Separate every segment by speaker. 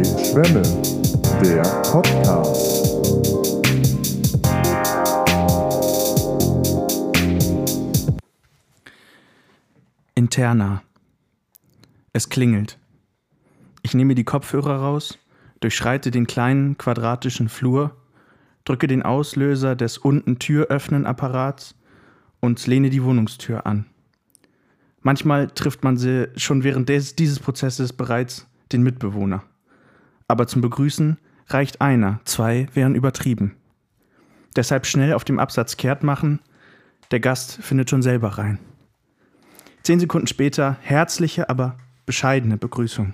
Speaker 1: Schwemme, der Podcast.
Speaker 2: Interna. Es klingelt. Ich nehme die Kopfhörer raus, durchschreite den kleinen quadratischen Flur, drücke den Auslöser des unten Türöffnen-Apparats und lehne die Wohnungstür an. Manchmal trifft man sie schon während dieses Prozesses bereits den Mitbewohner. Aber zum Begrüßen reicht einer, 2 wären übertrieben. Deshalb schnell auf dem Absatz kehrt machen, der Gast findet schon selber rein. 10 Sekunden später herzliche, aber bescheidene Begrüßung.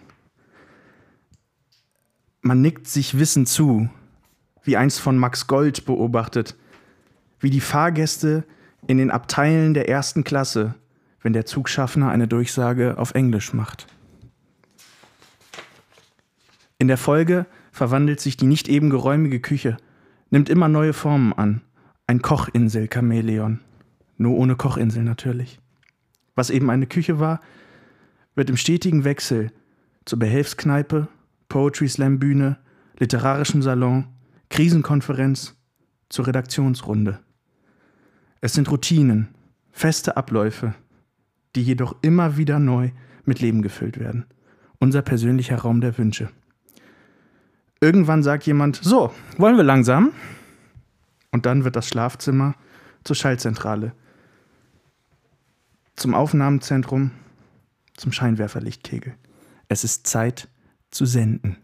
Speaker 2: Man nickt sich wissend zu, wie einst von Max Gold beobachtet, wie die Fahrgäste in den Abteilen der 1. Klasse, wenn der Zugschaffner eine Durchsage auf Englisch macht. In der Folge verwandelt sich die nicht eben geräumige Küche, nimmt immer neue Formen an. Ein Kochinsel-Chamäleon. Nur ohne Kochinsel natürlich. Was eben eine Küche war, wird im stetigen Wechsel zur Behelfskneipe, Poetry-Slam-Bühne, literarischem Salon, Krisenkonferenz, zur Redaktionsrunde. Es sind Routinen, feste Abläufe, die jedoch immer wieder neu mit Leben gefüllt werden. Unser persönlicher Raum der Wünsche. Irgendwann sagt jemand, so, wollen wir langsam? Und dann wird das Schlafzimmer zur Schaltzentrale, zum Aufnahmezentrum, zum Scheinwerferlichtkegel. Es ist Zeit zu senden.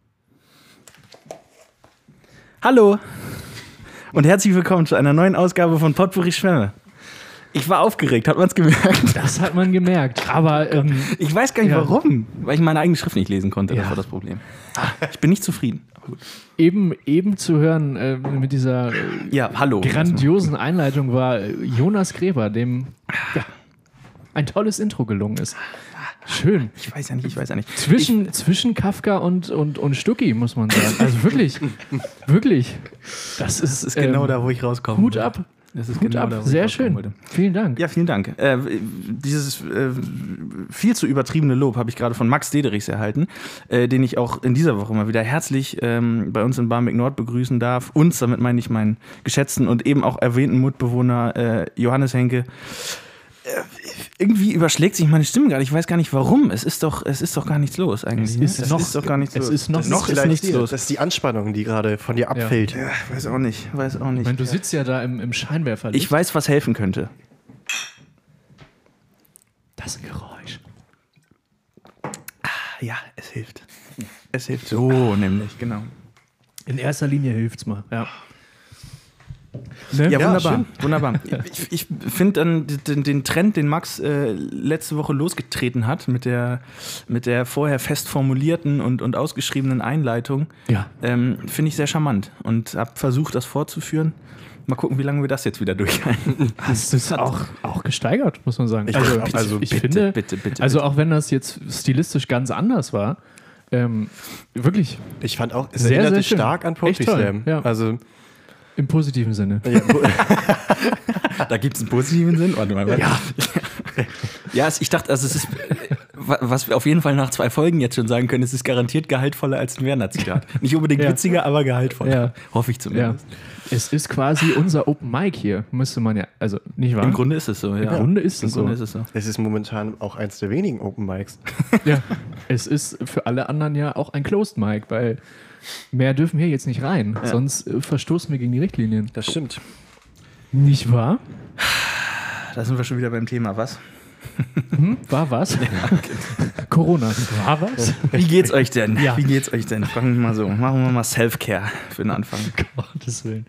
Speaker 2: Hallo und herzlich willkommen zu einer neuen Ausgabe von Potpourri Schwemme. Ich war aufgeregt, hat man es gemerkt?
Speaker 3: Das hat man gemerkt, aber
Speaker 2: ich weiß gar nicht warum, weil ich meine eigene Schrift nicht lesen konnte, das war das Problem. Ich bin nicht zufrieden. Aber gut.
Speaker 3: Eben zu hören mit dieser
Speaker 2: hallo.
Speaker 3: grandiosen Einleitung war Jonas Gräber, dem ein tolles Intro gelungen ist. Schön.
Speaker 2: Ich weiß ja nicht.
Speaker 3: Zwischen Kafka und Stucki, muss man sagen. Also wirklich. Das ist
Speaker 2: genau da, wo ich rauskomme.
Speaker 3: Hut ab.
Speaker 2: Das ist
Speaker 3: Hut
Speaker 2: genau
Speaker 3: ab.
Speaker 2: da, wo
Speaker 3: Sehr
Speaker 2: ich
Speaker 3: schön.
Speaker 2: wollte.
Speaker 3: Vielen Dank.
Speaker 2: Ja, vielen Dank. Dieses viel zu übertriebene Lob habe ich gerade von Max Dederichs erhalten, den ich auch in dieser Woche mal wieder herzlich bei uns in Barmbek Nord begrüßen darf. Uns, damit meine ich meinen geschätzten und eben auch erwähnten Mitbewohner Johannes Henke. Irgendwie überschlägt sich meine Stimme gerade. Ich weiß gar nicht warum. Es ist doch gar nichts los eigentlich.
Speaker 3: Es ist noch
Speaker 2: nichts los.
Speaker 4: Das ist die Anspannung, die gerade von dir abfällt.
Speaker 2: Ja, weiß auch nicht.
Speaker 3: Ich meine, du sitzt ja da im Scheinwerferlicht.
Speaker 2: Ich weiß, was helfen könnte.
Speaker 3: Das ist ein Geräusch.
Speaker 2: Ja, es hilft. Es hilft so, nämlich, genau.
Speaker 3: In erster Linie hilft's mal, ja.
Speaker 2: Ne? Ja,
Speaker 4: wunderbar.
Speaker 2: Wunderbar. Ich finde dann den Trend, den Max letzte Woche losgetreten hat, mit der vorher fest formulierten und ausgeschriebenen Einleitung, finde ich sehr charmant und habe versucht, das fortzuführen. Mal gucken, wie lange wir das jetzt wieder durchhalten.
Speaker 3: Hast du es auch gesteigert, muss man sagen. Ich finde,
Speaker 2: bitte.
Speaker 3: Also auch wenn das jetzt stilistisch ganz anders war, wirklich.
Speaker 4: Ich fand auch, es
Speaker 3: sehr,
Speaker 4: erinnerte
Speaker 3: sehr
Speaker 4: stark an Poetry Slam.
Speaker 3: Ja.
Speaker 4: Also
Speaker 3: Im positiven Sinne.
Speaker 2: Da gibt es einen positiven Sinn? Warte mal. Ja, ich dachte, also es ist, was wir auf jeden Fall nach 2 Folgen jetzt schon sagen können, es ist garantiert gehaltvoller als ein Werner-Zitat. Nicht unbedingt witziger, aber gehaltvoller.
Speaker 3: Ja.
Speaker 2: Hoffe ich zumindest.
Speaker 3: Ja. Es ist quasi unser Open Mic hier, müsste man also nicht wahr?
Speaker 2: Im Grunde ist es so, ja.
Speaker 3: Im Grunde ist es so.
Speaker 4: Es ist momentan auch eins der wenigen Open Mics.
Speaker 3: Ja, es ist für alle anderen ja auch ein Closed Mic, weil mehr dürfen hier jetzt nicht rein, sonst verstoßen wir gegen die Richtlinien.
Speaker 4: Das stimmt.
Speaker 3: Nicht wahr?
Speaker 2: Da sind wir schon wieder beim Thema, was?
Speaker 3: War was?
Speaker 2: Ja, okay.
Speaker 3: Corona. War was?
Speaker 2: Wie geht's euch denn?
Speaker 3: Ja.
Speaker 2: Wie geht's euch denn? Fangen wir mal so. Machen wir mal Self-Care für den Anfang.
Speaker 3: Gottes Willen.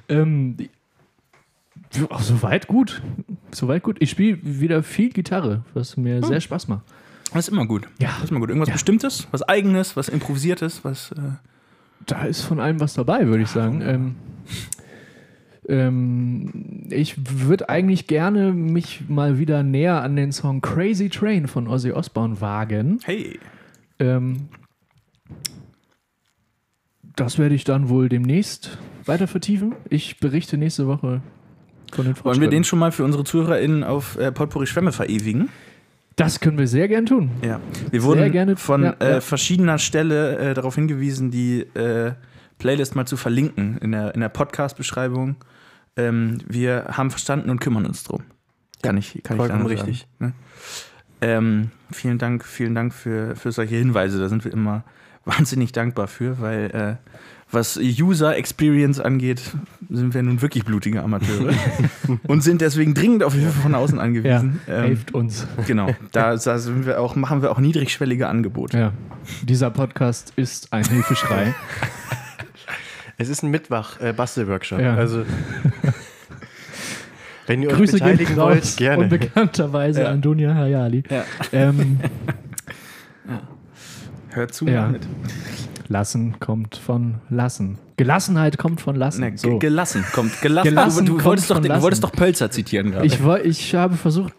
Speaker 3: Soweit gut. Ich spiele wieder viel Gitarre, was mir sehr Spaß macht.
Speaker 2: Das ist immer gut.
Speaker 3: Ja.
Speaker 2: Das ist immer gut. Irgendwas Bestimmtes, was Eigenes, was Improvisiertes, was.
Speaker 3: Da ist von allem was dabei, würde ich sagen. Ich würde eigentlich gerne mich mal wieder näher an den Song Crazy Train von Ozzy Osbourne wagen.
Speaker 2: Hey.
Speaker 3: Das werde ich dann wohl demnächst weiter vertiefen. Ich berichte nächste Woche von den Fortschritten.
Speaker 2: Wollen wir den schon mal für unsere ZuhörerInnen auf Potpourri Schwemme verewigen?
Speaker 3: Das können wir sehr gern tun.
Speaker 2: Ja. Wir wurden
Speaker 3: gerne,
Speaker 2: von verschiedener Stelle darauf hingewiesen, die Playlist mal zu verlinken in der Podcast-Beschreibung. Wir haben verstanden und kümmern uns drum. Kann ich
Speaker 4: vollkommen
Speaker 2: sagen,
Speaker 4: richtig.
Speaker 2: Ne? Vielen Dank für solche Hinweise. Da sind wir immer wahnsinnig dankbar für, weil was User Experience angeht, sind wir nun wirklich blutige Amateure und sind deswegen dringend auf Hilfe von außen angewiesen.
Speaker 3: Hilft uns.
Speaker 2: Genau, da machen wir auch niedrigschwellige Angebote.
Speaker 3: Ja. Dieser Podcast ist ein Hilfeschrei.
Speaker 4: Es ist ein Mittwoch-Bastelworkshop.
Speaker 3: Ja.
Speaker 4: Also, wenn ihr euch
Speaker 3: Grüße gehen
Speaker 4: beteiligen wollt,
Speaker 3: raus,
Speaker 4: gerne.
Speaker 3: unbekannterweise an Dunja Hayali.
Speaker 2: Ja. Hört zu
Speaker 3: Ja.
Speaker 2: damit.
Speaker 3: Lassen kommt von lassen. Gelassenheit kommt von lassen.
Speaker 2: Ne,
Speaker 3: So.
Speaker 2: Gelassen kommt. Gelassen.
Speaker 3: Gelassen
Speaker 2: Du
Speaker 3: kommt
Speaker 2: wolltest
Speaker 3: von lassen.
Speaker 2: doch Pölzer zitieren gerade.
Speaker 3: Ich habe versucht,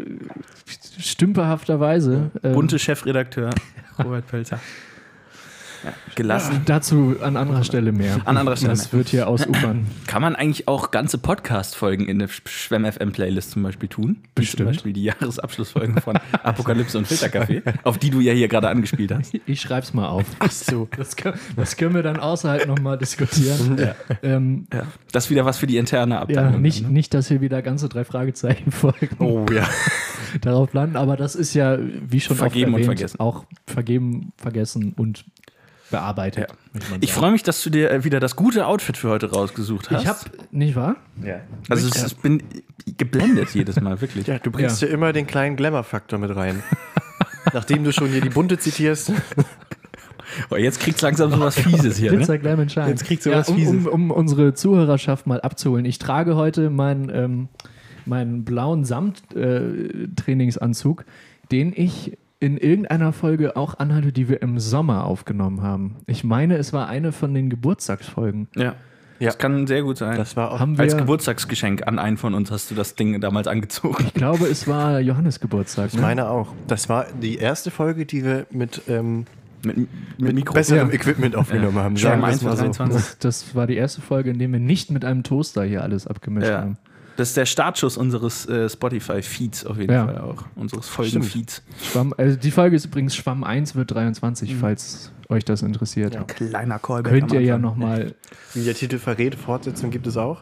Speaker 3: stümperhafterweise
Speaker 2: Bunte Chefredakteur Robert Pölzer. Ja, gelassen.
Speaker 3: dazu an anderer Stelle mehr.
Speaker 2: An anderer Stelle
Speaker 3: Das
Speaker 2: mehr.
Speaker 3: wird hier ausufern.
Speaker 2: Kann man eigentlich auch ganze Podcast-Folgen in der Schwemm-FM-Playlist zum Beispiel tun?
Speaker 3: Bestimmt.
Speaker 2: Zum Beispiel die Jahresabschlussfolgen von Apokalypse und Filterkaffee, auf die du ja hier gerade angespielt hast.
Speaker 3: Ich schreib's mal auf.
Speaker 4: Ach so.
Speaker 3: Das können wir dann außerhalb nochmal diskutieren.
Speaker 2: Ja. Das ist wieder was für die interne
Speaker 3: Ja,
Speaker 2: Abteilung.
Speaker 3: nicht, dass wir wieder ganze 3 Fragezeichen folgen
Speaker 4: Oh ja.
Speaker 3: darauf landen, aber das ist ja, wie schon
Speaker 2: Vergeben
Speaker 3: oft
Speaker 2: und
Speaker 3: erwähnt,
Speaker 2: vergessen.
Speaker 3: auch vergeben, vergessen und bearbeitet. möchte man
Speaker 2: Ich
Speaker 3: sagen.
Speaker 2: freue mich, dass du dir wieder das gute Outfit für heute rausgesucht hast.
Speaker 3: Ich habe, nicht wahr?
Speaker 2: Also ich bin geblendet jedes Mal, wirklich.
Speaker 4: Ja, du bringst ja immer den kleinen Glamour-Faktor mit rein. Nachdem du schon hier die Bunte zitierst.
Speaker 2: Oh, jetzt kriegt's langsam so was Fieses hier. Ne?
Speaker 3: Glitzer, Glam and Shine.
Speaker 4: Jetzt kriegst du
Speaker 3: ja,
Speaker 4: was Fieses.
Speaker 3: um unsere Zuhörerschaft mal abzuholen. Ich trage heute meinen blauen Samt-Trainingsanzug, den ich in irgendeiner Folge auch anhatte, die wir im Sommer aufgenommen haben. Ich meine, es war eine von den Geburtstagsfolgen.
Speaker 2: Ja. Das kann sehr gut sein.
Speaker 4: Das war auch.
Speaker 3: Haben wir,
Speaker 2: Als Geburtstagsgeschenk an einen von uns hast du das Ding damals angezogen.
Speaker 3: ich glaube, es war Johannes Geburtstag.
Speaker 4: Ich meine auch. Das war die erste Folge, die wir mit
Speaker 2: Mikro.
Speaker 4: besserem Equipment aufgenommen haben.
Speaker 2: Schirm
Speaker 4: Sagen wir es mal so.
Speaker 2: 123.
Speaker 3: Das war die erste Folge, in der wir nicht mit einem Toaster hier alles abgemischt
Speaker 2: Ja.
Speaker 3: haben.
Speaker 2: Das ist der Startschuss unseres Spotify-Feeds auf jeden
Speaker 3: Ja.
Speaker 2: Fall auch. Unseres Folgen-Feeds.
Speaker 3: Also die Folge ist übrigens Schwamm 1 wird 23, falls euch das interessiert.
Speaker 4: Ja.
Speaker 2: Kleiner Callback.
Speaker 3: Könnt ihr
Speaker 2: am
Speaker 3: ja
Speaker 2: Anfang.
Speaker 3: nochmal
Speaker 4: Wie der Titel verrät, Fortsetzung gibt es auch.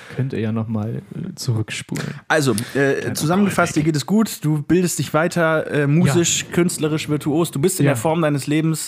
Speaker 3: zurückspulen.
Speaker 2: Also, zusammengefasst, dir geht es gut, du bildest dich weiter, musisch, künstlerisch, virtuos, du bist in
Speaker 3: Ja.
Speaker 2: der Form deines Lebens,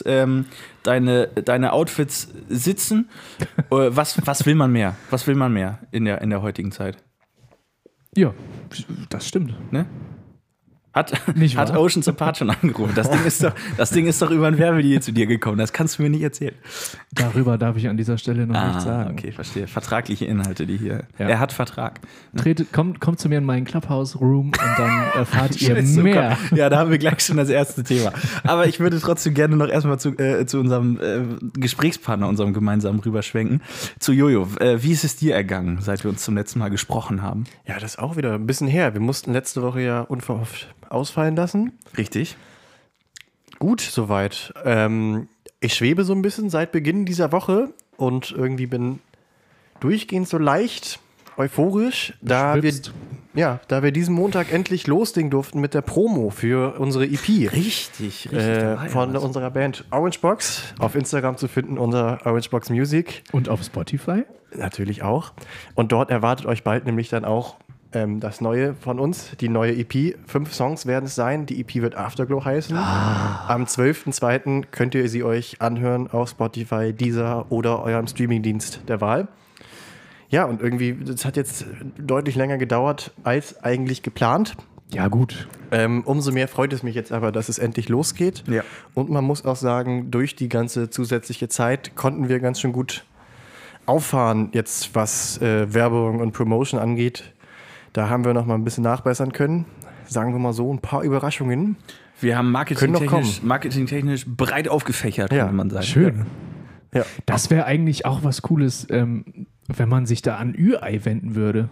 Speaker 2: deine Outfits sitzen. Was will man mehr? Was will man mehr in der heutigen Zeit?
Speaker 3: Ja, das stimmt.
Speaker 2: Ne? Hat
Speaker 3: Nicht wahr?
Speaker 2: Oceans Apart schon angerufen. Das Ding ist doch über ein Werbedeal zu dir gekommen. Das kannst du mir nicht erzählen.
Speaker 3: Darüber darf ich an dieser Stelle noch nichts sagen.
Speaker 2: Okay, verstehe. Vertragliche Inhalte, die hier.
Speaker 3: Ja.
Speaker 2: Er hat Vertrag.
Speaker 3: Kommt zu mir in meinen Clubhouse-Room und dann erfahrt ihr
Speaker 2: Scheiße,
Speaker 3: mehr.
Speaker 2: komm. Ja, da haben wir gleich schon das erste Thema. Aber ich würde trotzdem gerne noch erstmal zu unserem Gesprächspartner, unserem gemeinsamen rüberschwenken. Zu Jojo. Wie ist es dir ergangen, seit wir uns zum letzten Mal gesprochen haben?
Speaker 4: Ja, das ist auch wieder ein bisschen her. Wir mussten letzte Woche ja unverhofft ausfallen lassen.
Speaker 2: Richtig.
Speaker 4: Gut, soweit. Ich schwebe so ein bisschen seit Beginn dieser Woche und irgendwie bin durchgehend so leicht euphorisch, da
Speaker 3: Schwibst.
Speaker 4: wir diesen Montag endlich loslegen durften mit der Promo für unsere EP.
Speaker 2: Richtig. Da war ja
Speaker 4: Von
Speaker 2: was.
Speaker 4: unserer Band Orangebox. Auf Instagram zu finden unter Orangebox Music.
Speaker 3: Und auf Spotify?
Speaker 4: Natürlich auch. Und dort erwartet euch bald nämlich dann auch das Neue von uns, die neue EP. 5 Songs werden es sein. Die EP wird Afterglow heißen. Am 12.02. könnt ihr sie euch anhören auf Spotify, Deezer oder eurem Streamingdienst der Wahl. Ja, und irgendwie, das hat jetzt deutlich länger gedauert als eigentlich geplant.
Speaker 3: Ja, gut.
Speaker 4: Umso mehr freut es mich jetzt aber, dass es endlich losgeht.
Speaker 2: Ja.
Speaker 4: Und man muss auch sagen, durch die ganze zusätzliche Zeit konnten wir ganz schön gut auffahren, jetzt was Werbung und Promotion angeht. Da haben wir noch mal ein bisschen nachbessern können. Sagen wir mal so, ein paar Überraschungen.
Speaker 2: Wir haben
Speaker 4: Können noch
Speaker 2: marketingtechnisch breit aufgefächert,
Speaker 4: Ja,
Speaker 2: könnte man sagen.
Speaker 3: Schön.
Speaker 4: Ja.
Speaker 3: Das wäre eigentlich auch was Cooles, wenn man sich da an Ü-Ei wenden würde.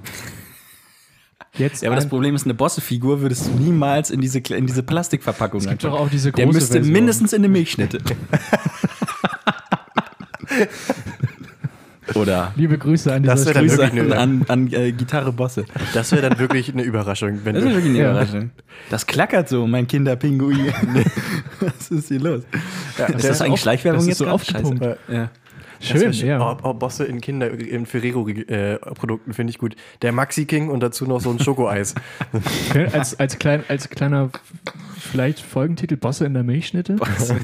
Speaker 3: Jetzt
Speaker 2: Ja, aber das
Speaker 3: ein-
Speaker 2: Problem ist, eine Bosse-Figur würdest du niemals in diese Plastikverpackung
Speaker 3: es gibt
Speaker 2: reinpacken.
Speaker 3: doch auch diese große
Speaker 2: Der müsste
Speaker 3: Version.
Speaker 2: mindestens in eine Milchschnitte. Oder
Speaker 3: Liebe Grüße an
Speaker 4: Das
Speaker 3: dieser
Speaker 4: wäre dann
Speaker 3: Stelle.
Speaker 4: wirklich
Speaker 2: Grüße an Gitarre Bosse.
Speaker 4: Das wäre dann wirklich eine Überraschung. Wenn
Speaker 2: Das ist wirklich eine
Speaker 3: Ja.
Speaker 2: Überraschung. Das klackert so, mein Kinderpinguin. Was ist hier los? Ja, ist das eigentlich Schleichwerbung
Speaker 3: das
Speaker 2: jetzt
Speaker 3: ist so
Speaker 2: gerade?
Speaker 3: aufgepumpt.
Speaker 2: Scheiße. Ja.
Speaker 3: Schön, ja.
Speaker 4: Bosse in Ferrero-Produkten finde ich gut. Der Maxi King und dazu noch so ein Schokoeis.
Speaker 3: Okay, als kleiner vielleicht Folgentitel Bosse in der Milchschnitte.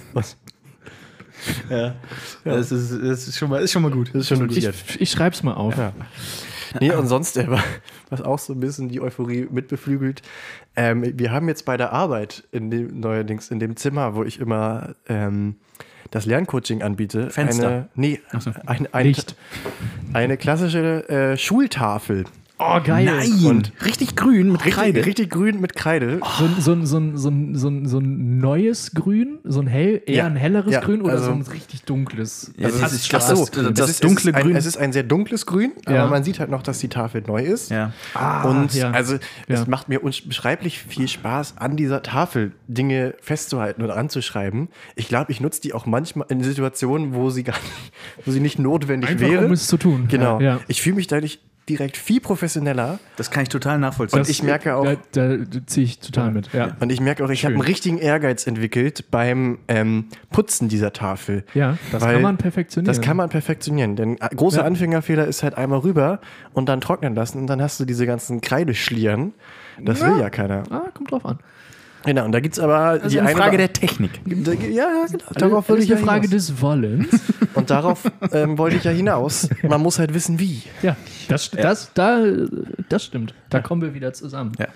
Speaker 2: Ja. Das ist schon mal gut.
Speaker 4: Das ist schon notiert.
Speaker 3: Ich schreib's mal auf.
Speaker 4: Ja. Nee, und sonst, was auch so ein bisschen die Euphorie mitbeflügelt, wir haben jetzt bei der Arbeit neuerdings in dem Zimmer, wo ich immer das Lerncoaching anbiete,
Speaker 2: Fenster.
Speaker 3: Licht.
Speaker 4: eine klassische Schultafel.
Speaker 3: Oh, geil.
Speaker 2: Nein!
Speaker 4: Und
Speaker 2: richtig grün mit Kreide.
Speaker 4: Richtig grün mit Kreide.
Speaker 3: So ein neues Grün, so ein ein helleres
Speaker 4: Ja,
Speaker 3: Grün oder
Speaker 4: also-
Speaker 3: so ein richtig dunkles.
Speaker 2: Ja,
Speaker 3: Also
Speaker 2: dieses
Speaker 3: fast
Speaker 2: Schwarz-
Speaker 3: grün.
Speaker 2: das dunkle Grün.
Speaker 4: Es ist ein sehr dunkles Grün,
Speaker 3: Ja.
Speaker 4: aber man sieht halt noch, dass die Tafel neu ist.
Speaker 2: Ja.
Speaker 4: Und
Speaker 3: ja.
Speaker 4: also
Speaker 3: Ja.
Speaker 4: es macht mir unbeschreiblich viel Spaß, an dieser Tafel Dinge festzuhalten und anzuschreiben. Ich glaube, ich nutze die auch manchmal in Situationen, wo sie nicht notwendig
Speaker 3: Einfach
Speaker 4: wäre.
Speaker 3: um es zu tun.
Speaker 4: Genau.
Speaker 3: Ja.
Speaker 4: Ich fühle mich dadurch direkt viel professioneller.
Speaker 2: Das kann ich total nachvollziehen.
Speaker 4: Und ich merke auch-
Speaker 3: Da ziehe ich total mit. Ja.
Speaker 4: Und ich merke auch, ich habe einen richtigen Ehrgeiz entwickelt beim Putzen dieser Tafel.
Speaker 3: Ja, das
Speaker 4: Weil
Speaker 3: kann man perfektionieren.
Speaker 4: Das kann man perfektionieren, denn großer
Speaker 3: Ja.
Speaker 4: Anfängerfehler ist halt einmal rüber und dann trocknen lassen und dann hast du diese ganzen Kreideschlieren. Das will ja keiner.
Speaker 3: Kommt drauf an.
Speaker 4: Genau, und da gibt es aber
Speaker 2: Das ist eine Frage der Technik.
Speaker 4: Ja, genau. Darauf
Speaker 3: Das
Speaker 4: wollte
Speaker 3: ist
Speaker 4: ich ja
Speaker 3: eine Frage
Speaker 4: hinaus.
Speaker 3: des Wollens.
Speaker 4: Und darauf wollte ich ja hinaus. Man muss halt wissen, wie.
Speaker 3: Ja, das stimmt. Da kommen wir wieder zusammen.
Speaker 2: Ja.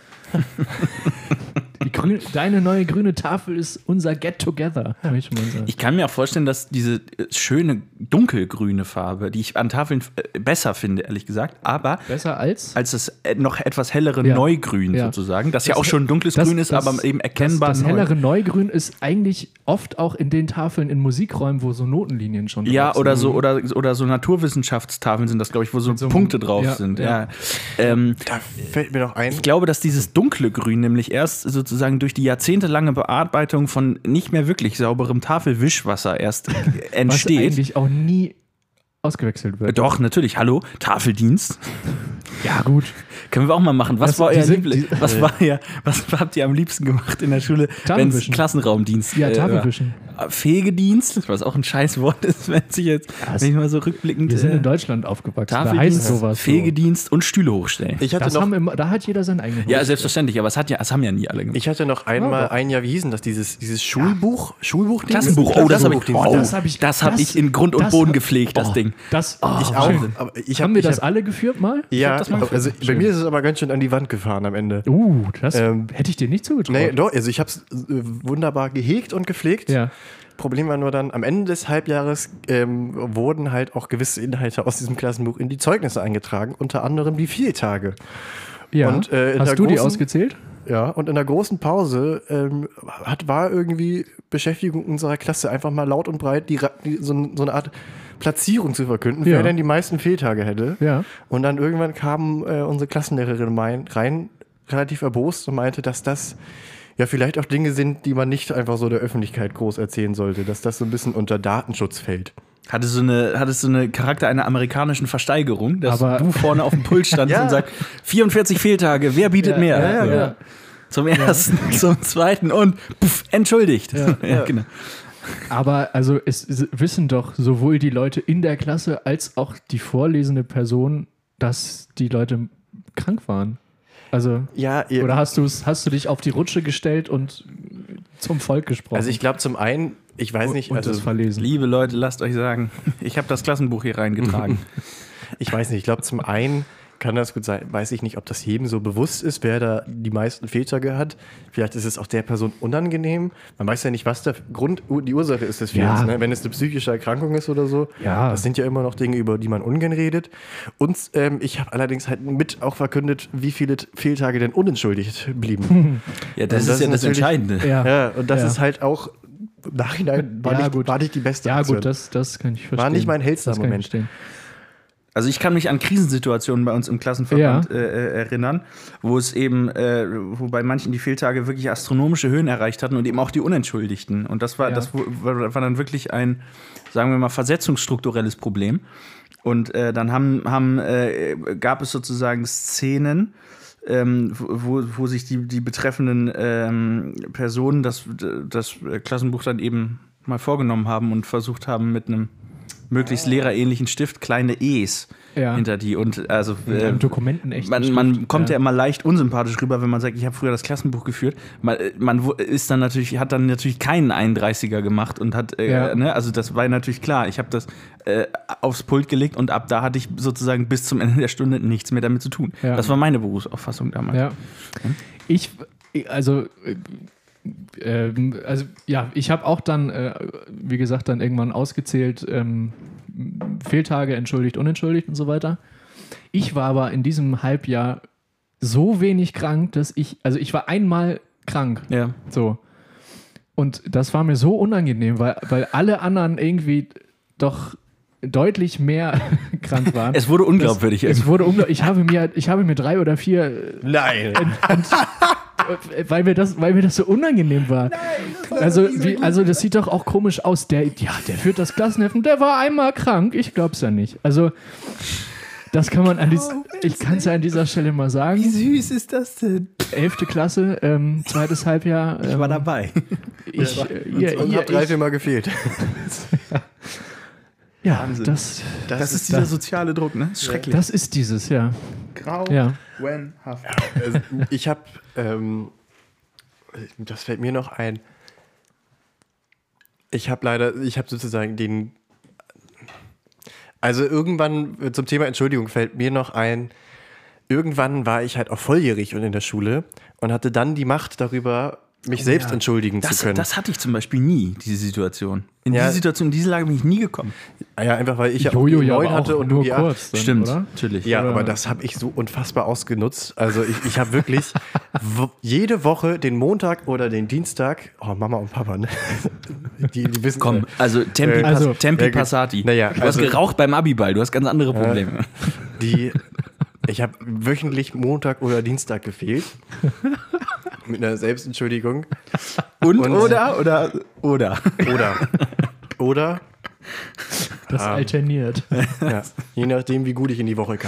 Speaker 3: Deine neue grüne Tafel ist unser Get-Together, würde ich mal sagen.
Speaker 2: Ich kann mir auch vorstellen, dass diese schöne dunkelgrüne Farbe, die ich an Tafeln besser finde, ehrlich gesagt, aber
Speaker 3: Besser als
Speaker 2: das noch etwas hellere
Speaker 3: Ja.
Speaker 2: Neugrün
Speaker 3: Ja.
Speaker 2: sozusagen, das ja auch schon dunkles Grün ist, aber eben erkennbar
Speaker 3: Das
Speaker 2: neu.
Speaker 3: hellere Neugrün ist eigentlich oft auch in den Tafeln in Musikräumen, wo so Notenlinien schon
Speaker 2: Ja,
Speaker 3: drauf
Speaker 2: oder
Speaker 3: sind.
Speaker 2: oder so Naturwissenschaftstafeln sind das, glaube ich, wo so
Speaker 3: so einem-
Speaker 2: Punkte drauf
Speaker 3: ja,
Speaker 2: sind.
Speaker 3: ja.
Speaker 2: Ja.
Speaker 4: Da fällt mir noch ein.
Speaker 2: Ich glaube, dass dieses dunkle Grün nämlich erst sozusagen durch die jahrzehntelange Bearbeitung von nicht mehr wirklich sauberem Tafelwischwasser erst
Speaker 3: Was
Speaker 2: entsteht.
Speaker 3: eigentlich auch nie ausgewechselt wird.
Speaker 2: Doch, natürlich. Hallo, Tafeldienst.
Speaker 3: Ja, gut.
Speaker 2: Können wir auch mal machen. Was
Speaker 3: Das-
Speaker 2: war
Speaker 3: die
Speaker 2: euer
Speaker 3: sind-
Speaker 2: Liebling? Was habt ihr am liebsten gemacht in der Schule, wenn es
Speaker 3: Tafelwischen.
Speaker 2: Klassenraumdienst
Speaker 3: Ja, Tafelwischen.
Speaker 2: war? Fegedienst, was auch ein scheiß Wort ist, wenn ich mal so rückblickend
Speaker 3: Wir sind in Deutschland aufgewachsen. Da heißt
Speaker 2: Tafeldienst,
Speaker 3: sowas.
Speaker 2: Fegedienst und Stühle hochstellen.
Speaker 4: Ich hatte
Speaker 3: Da hat jeder seinen eigenen.
Speaker 2: Ja, selbstverständlich, aber das haben ja nie alle gemacht.
Speaker 4: Ich hatte noch einmal ein Jahr, wie hieß denn das, dieses Schulbuch?
Speaker 2: Klassenbuch, oh, das habe ich,
Speaker 3: das
Speaker 2: hab ich in Grund und Boden gepflegt, das Ding.
Speaker 3: Das,
Speaker 4: Ich auch.
Speaker 3: schön.
Speaker 4: Aber
Speaker 3: Haben wir das alle geführt mal?
Speaker 4: Ja,
Speaker 2: das mal
Speaker 4: also
Speaker 2: geführt.
Speaker 4: bei mir ist es aber ganz schön an die Wand gefahren am Ende.
Speaker 3: Das hätte ich dir nicht zugetraut.
Speaker 4: Nee, doch, also ich habe es wunderbar gehegt und gepflegt.
Speaker 3: Ja.
Speaker 4: Problem war nur dann, am Ende des Halbjahres wurden halt auch gewisse Inhalte aus diesem Klassenbuch in die Zeugnisse eingetragen, unter anderem die Fehltage.
Speaker 3: Ja.
Speaker 4: Und, in
Speaker 3: Hast
Speaker 4: der
Speaker 3: du die
Speaker 4: großen-
Speaker 3: ausgezählt?
Speaker 4: Ja, und in der großen Pause war irgendwie Beschäftigung unserer Klasse einfach mal laut und breit so eine Art Platzierung zu verkünden,
Speaker 3: Ja.
Speaker 4: wer denn die meisten Fehltage hätte.
Speaker 3: Ja.
Speaker 4: Und dann irgendwann kam unsere Klassenlehrerin rein, relativ erbost und meinte, dass das ja vielleicht auch Dinge sind, die man nicht einfach so der Öffentlichkeit groß erzählen sollte, dass das so ein bisschen unter Datenschutz fällt.
Speaker 2: Hattest so eine Charakter einer amerikanischen Versteigerung, dass
Speaker 3: Aber-
Speaker 2: du vorne auf dem Pult standst
Speaker 4: Ja.
Speaker 2: und sagst, 44 Fehltage, wer bietet mehr?
Speaker 4: ja, genau.
Speaker 2: Zum ersten, zum zweiten und puff, entschuldigt. Ja, genau.
Speaker 3: Aber also es wissen doch sowohl die Leute in der Klasse als auch die vorlesende Person, dass die Leute krank waren. Also,
Speaker 4: Ja,
Speaker 3: oder hast du dich auf die Rutsche gestellt und zum Volk gesprochen?
Speaker 4: also ich glaube zum einen, ich weiß nicht,
Speaker 3: und
Speaker 4: also
Speaker 3: das verlesen.
Speaker 2: Liebe Leute, lasst euch sagen, ich habe das Klassenbuch hier reingetragen.
Speaker 4: ich glaube zum einen kann das gut sein, weiß ich nicht, ob das jedem so bewusst ist, wer da die meisten Fehltage hat. Vielleicht ist es auch der Person unangenehm. Man weiß ja nicht, was die Ursache ist des Fehlens.
Speaker 3: Ja.
Speaker 4: Ne? Wenn es eine psychische Erkrankung ist oder so.
Speaker 3: Ja.
Speaker 4: Das sind ja immer noch Dinge, über die man ungern redet. Und ich habe allerdings halt mit auch verkündet, wie viele Fehltage denn unentschuldigt blieben.
Speaker 2: Ja, das
Speaker 4: Und
Speaker 2: ist ja das
Speaker 4: natürlich-
Speaker 2: Entscheidende.
Speaker 4: Ja, und das
Speaker 3: Ja.
Speaker 4: ist halt auch im Nachhinein war nicht die beste
Speaker 3: Ja,
Speaker 4: Aktion.
Speaker 3: gut, das kann ich verstehen.
Speaker 4: War nicht mein hellster
Speaker 3: Das kann ich
Speaker 4: Moment.
Speaker 3: verstehen.
Speaker 2: Also ich kann mich an Krisensituationen bei uns im Klassenverband erinnern, wo es eben, wo bei manchen die Fehltage wirklich astronomische Höhen erreicht hatten und eben auch die Unentschuldigten. Und das war,
Speaker 3: Ja.
Speaker 2: war dann wirklich ein, sagen wir mal, versetzungsstrukturelles Problem. Und dann gab es sozusagen Szenen, wo sich die betreffenden Personen das Klassenbuch dann eben mal vorgenommen haben und versucht haben, mit einem möglichst lehrerähnlichen Stift kleine E's hinter die. Und also
Speaker 3: Dokumenten echt.
Speaker 2: Man kommt ja immer leicht unsympathisch rüber, wenn man sagt, ich habe früher das Klassenbuch geführt. Man hat dann natürlich keinen 31er gemacht und hat, also das war natürlich klar. Ich habe das aufs Pult gelegt und ab da hatte ich sozusagen bis zum Ende der Stunde nichts mehr damit zu tun. Ja. Das war meine Berufsauffassung damals.
Speaker 3: Ja. Ich habe auch dann, wie gesagt, dann irgendwann ausgezählt, Fehltage, entschuldigt, unentschuldigt und so weiter. Ich war aber in diesem Halbjahr so wenig krank, dass ich war einmal krank.
Speaker 2: Ja.
Speaker 3: So. Und das war mir so unangenehm, weil alle anderen irgendwie doch deutlich mehr krank waren.
Speaker 2: Es wurde unglaubwürdig.
Speaker 3: Ich habe mir 3 oder 4
Speaker 4: Nein.
Speaker 3: weil mir das so unangenehm war. Nein, also das sieht doch auch komisch aus. Der führt das Klassenheft und der war einmal krank. Ich glaub's ja nicht. Also das kann man ich kann es ja an dieser Stelle mal sagen.
Speaker 2: Wie süß ist das denn?
Speaker 3: 11. Klasse, zweites Halbjahr.
Speaker 2: Ich war dabei.
Speaker 4: Ich habe 3-4 Mal gefehlt.
Speaker 3: Ja,
Speaker 2: Wahnsinn.
Speaker 3: das
Speaker 2: ist dieser soziale Druck, ne? Schrecklich.
Speaker 3: Das ist dieses, ja.
Speaker 2: Grauenhaft.
Speaker 4: Also ich habe, das fällt mir noch ein, ich habe sozusagen also irgendwann zum Thema Entschuldigung fällt mir noch ein, irgendwann war ich halt auch volljährig und in der Schule und hatte dann die Macht darüber, mich selbst entschuldigen zu können.
Speaker 2: Das hatte ich zum Beispiel nie, diese Situation. In diese Lage bin ich nie gekommen.
Speaker 4: Ja, einfach weil ich ja auch die 9 hatte und
Speaker 3: nur
Speaker 4: die 8.
Speaker 3: kurz. Dann,
Speaker 2: Stimmt,
Speaker 3: oder?
Speaker 2: natürlich.
Speaker 4: Ja, aber das habe ich so unfassbar ausgenutzt. Also ich habe wirklich jede Woche den Montag oder den Dienstag, Mama und Papa, ne? Die wissen.
Speaker 2: Komm, also Tempi Passati.
Speaker 4: Naja,
Speaker 2: du hast geraucht beim Abiball, du hast ganz andere Probleme.
Speaker 4: Ich habe wöchentlich Montag oder Dienstag gefehlt. Mit einer Selbstentschuldigung.
Speaker 2: Oder.
Speaker 3: Das alterniert.
Speaker 4: Ja, je nachdem, wie gut ich in die Woche kam.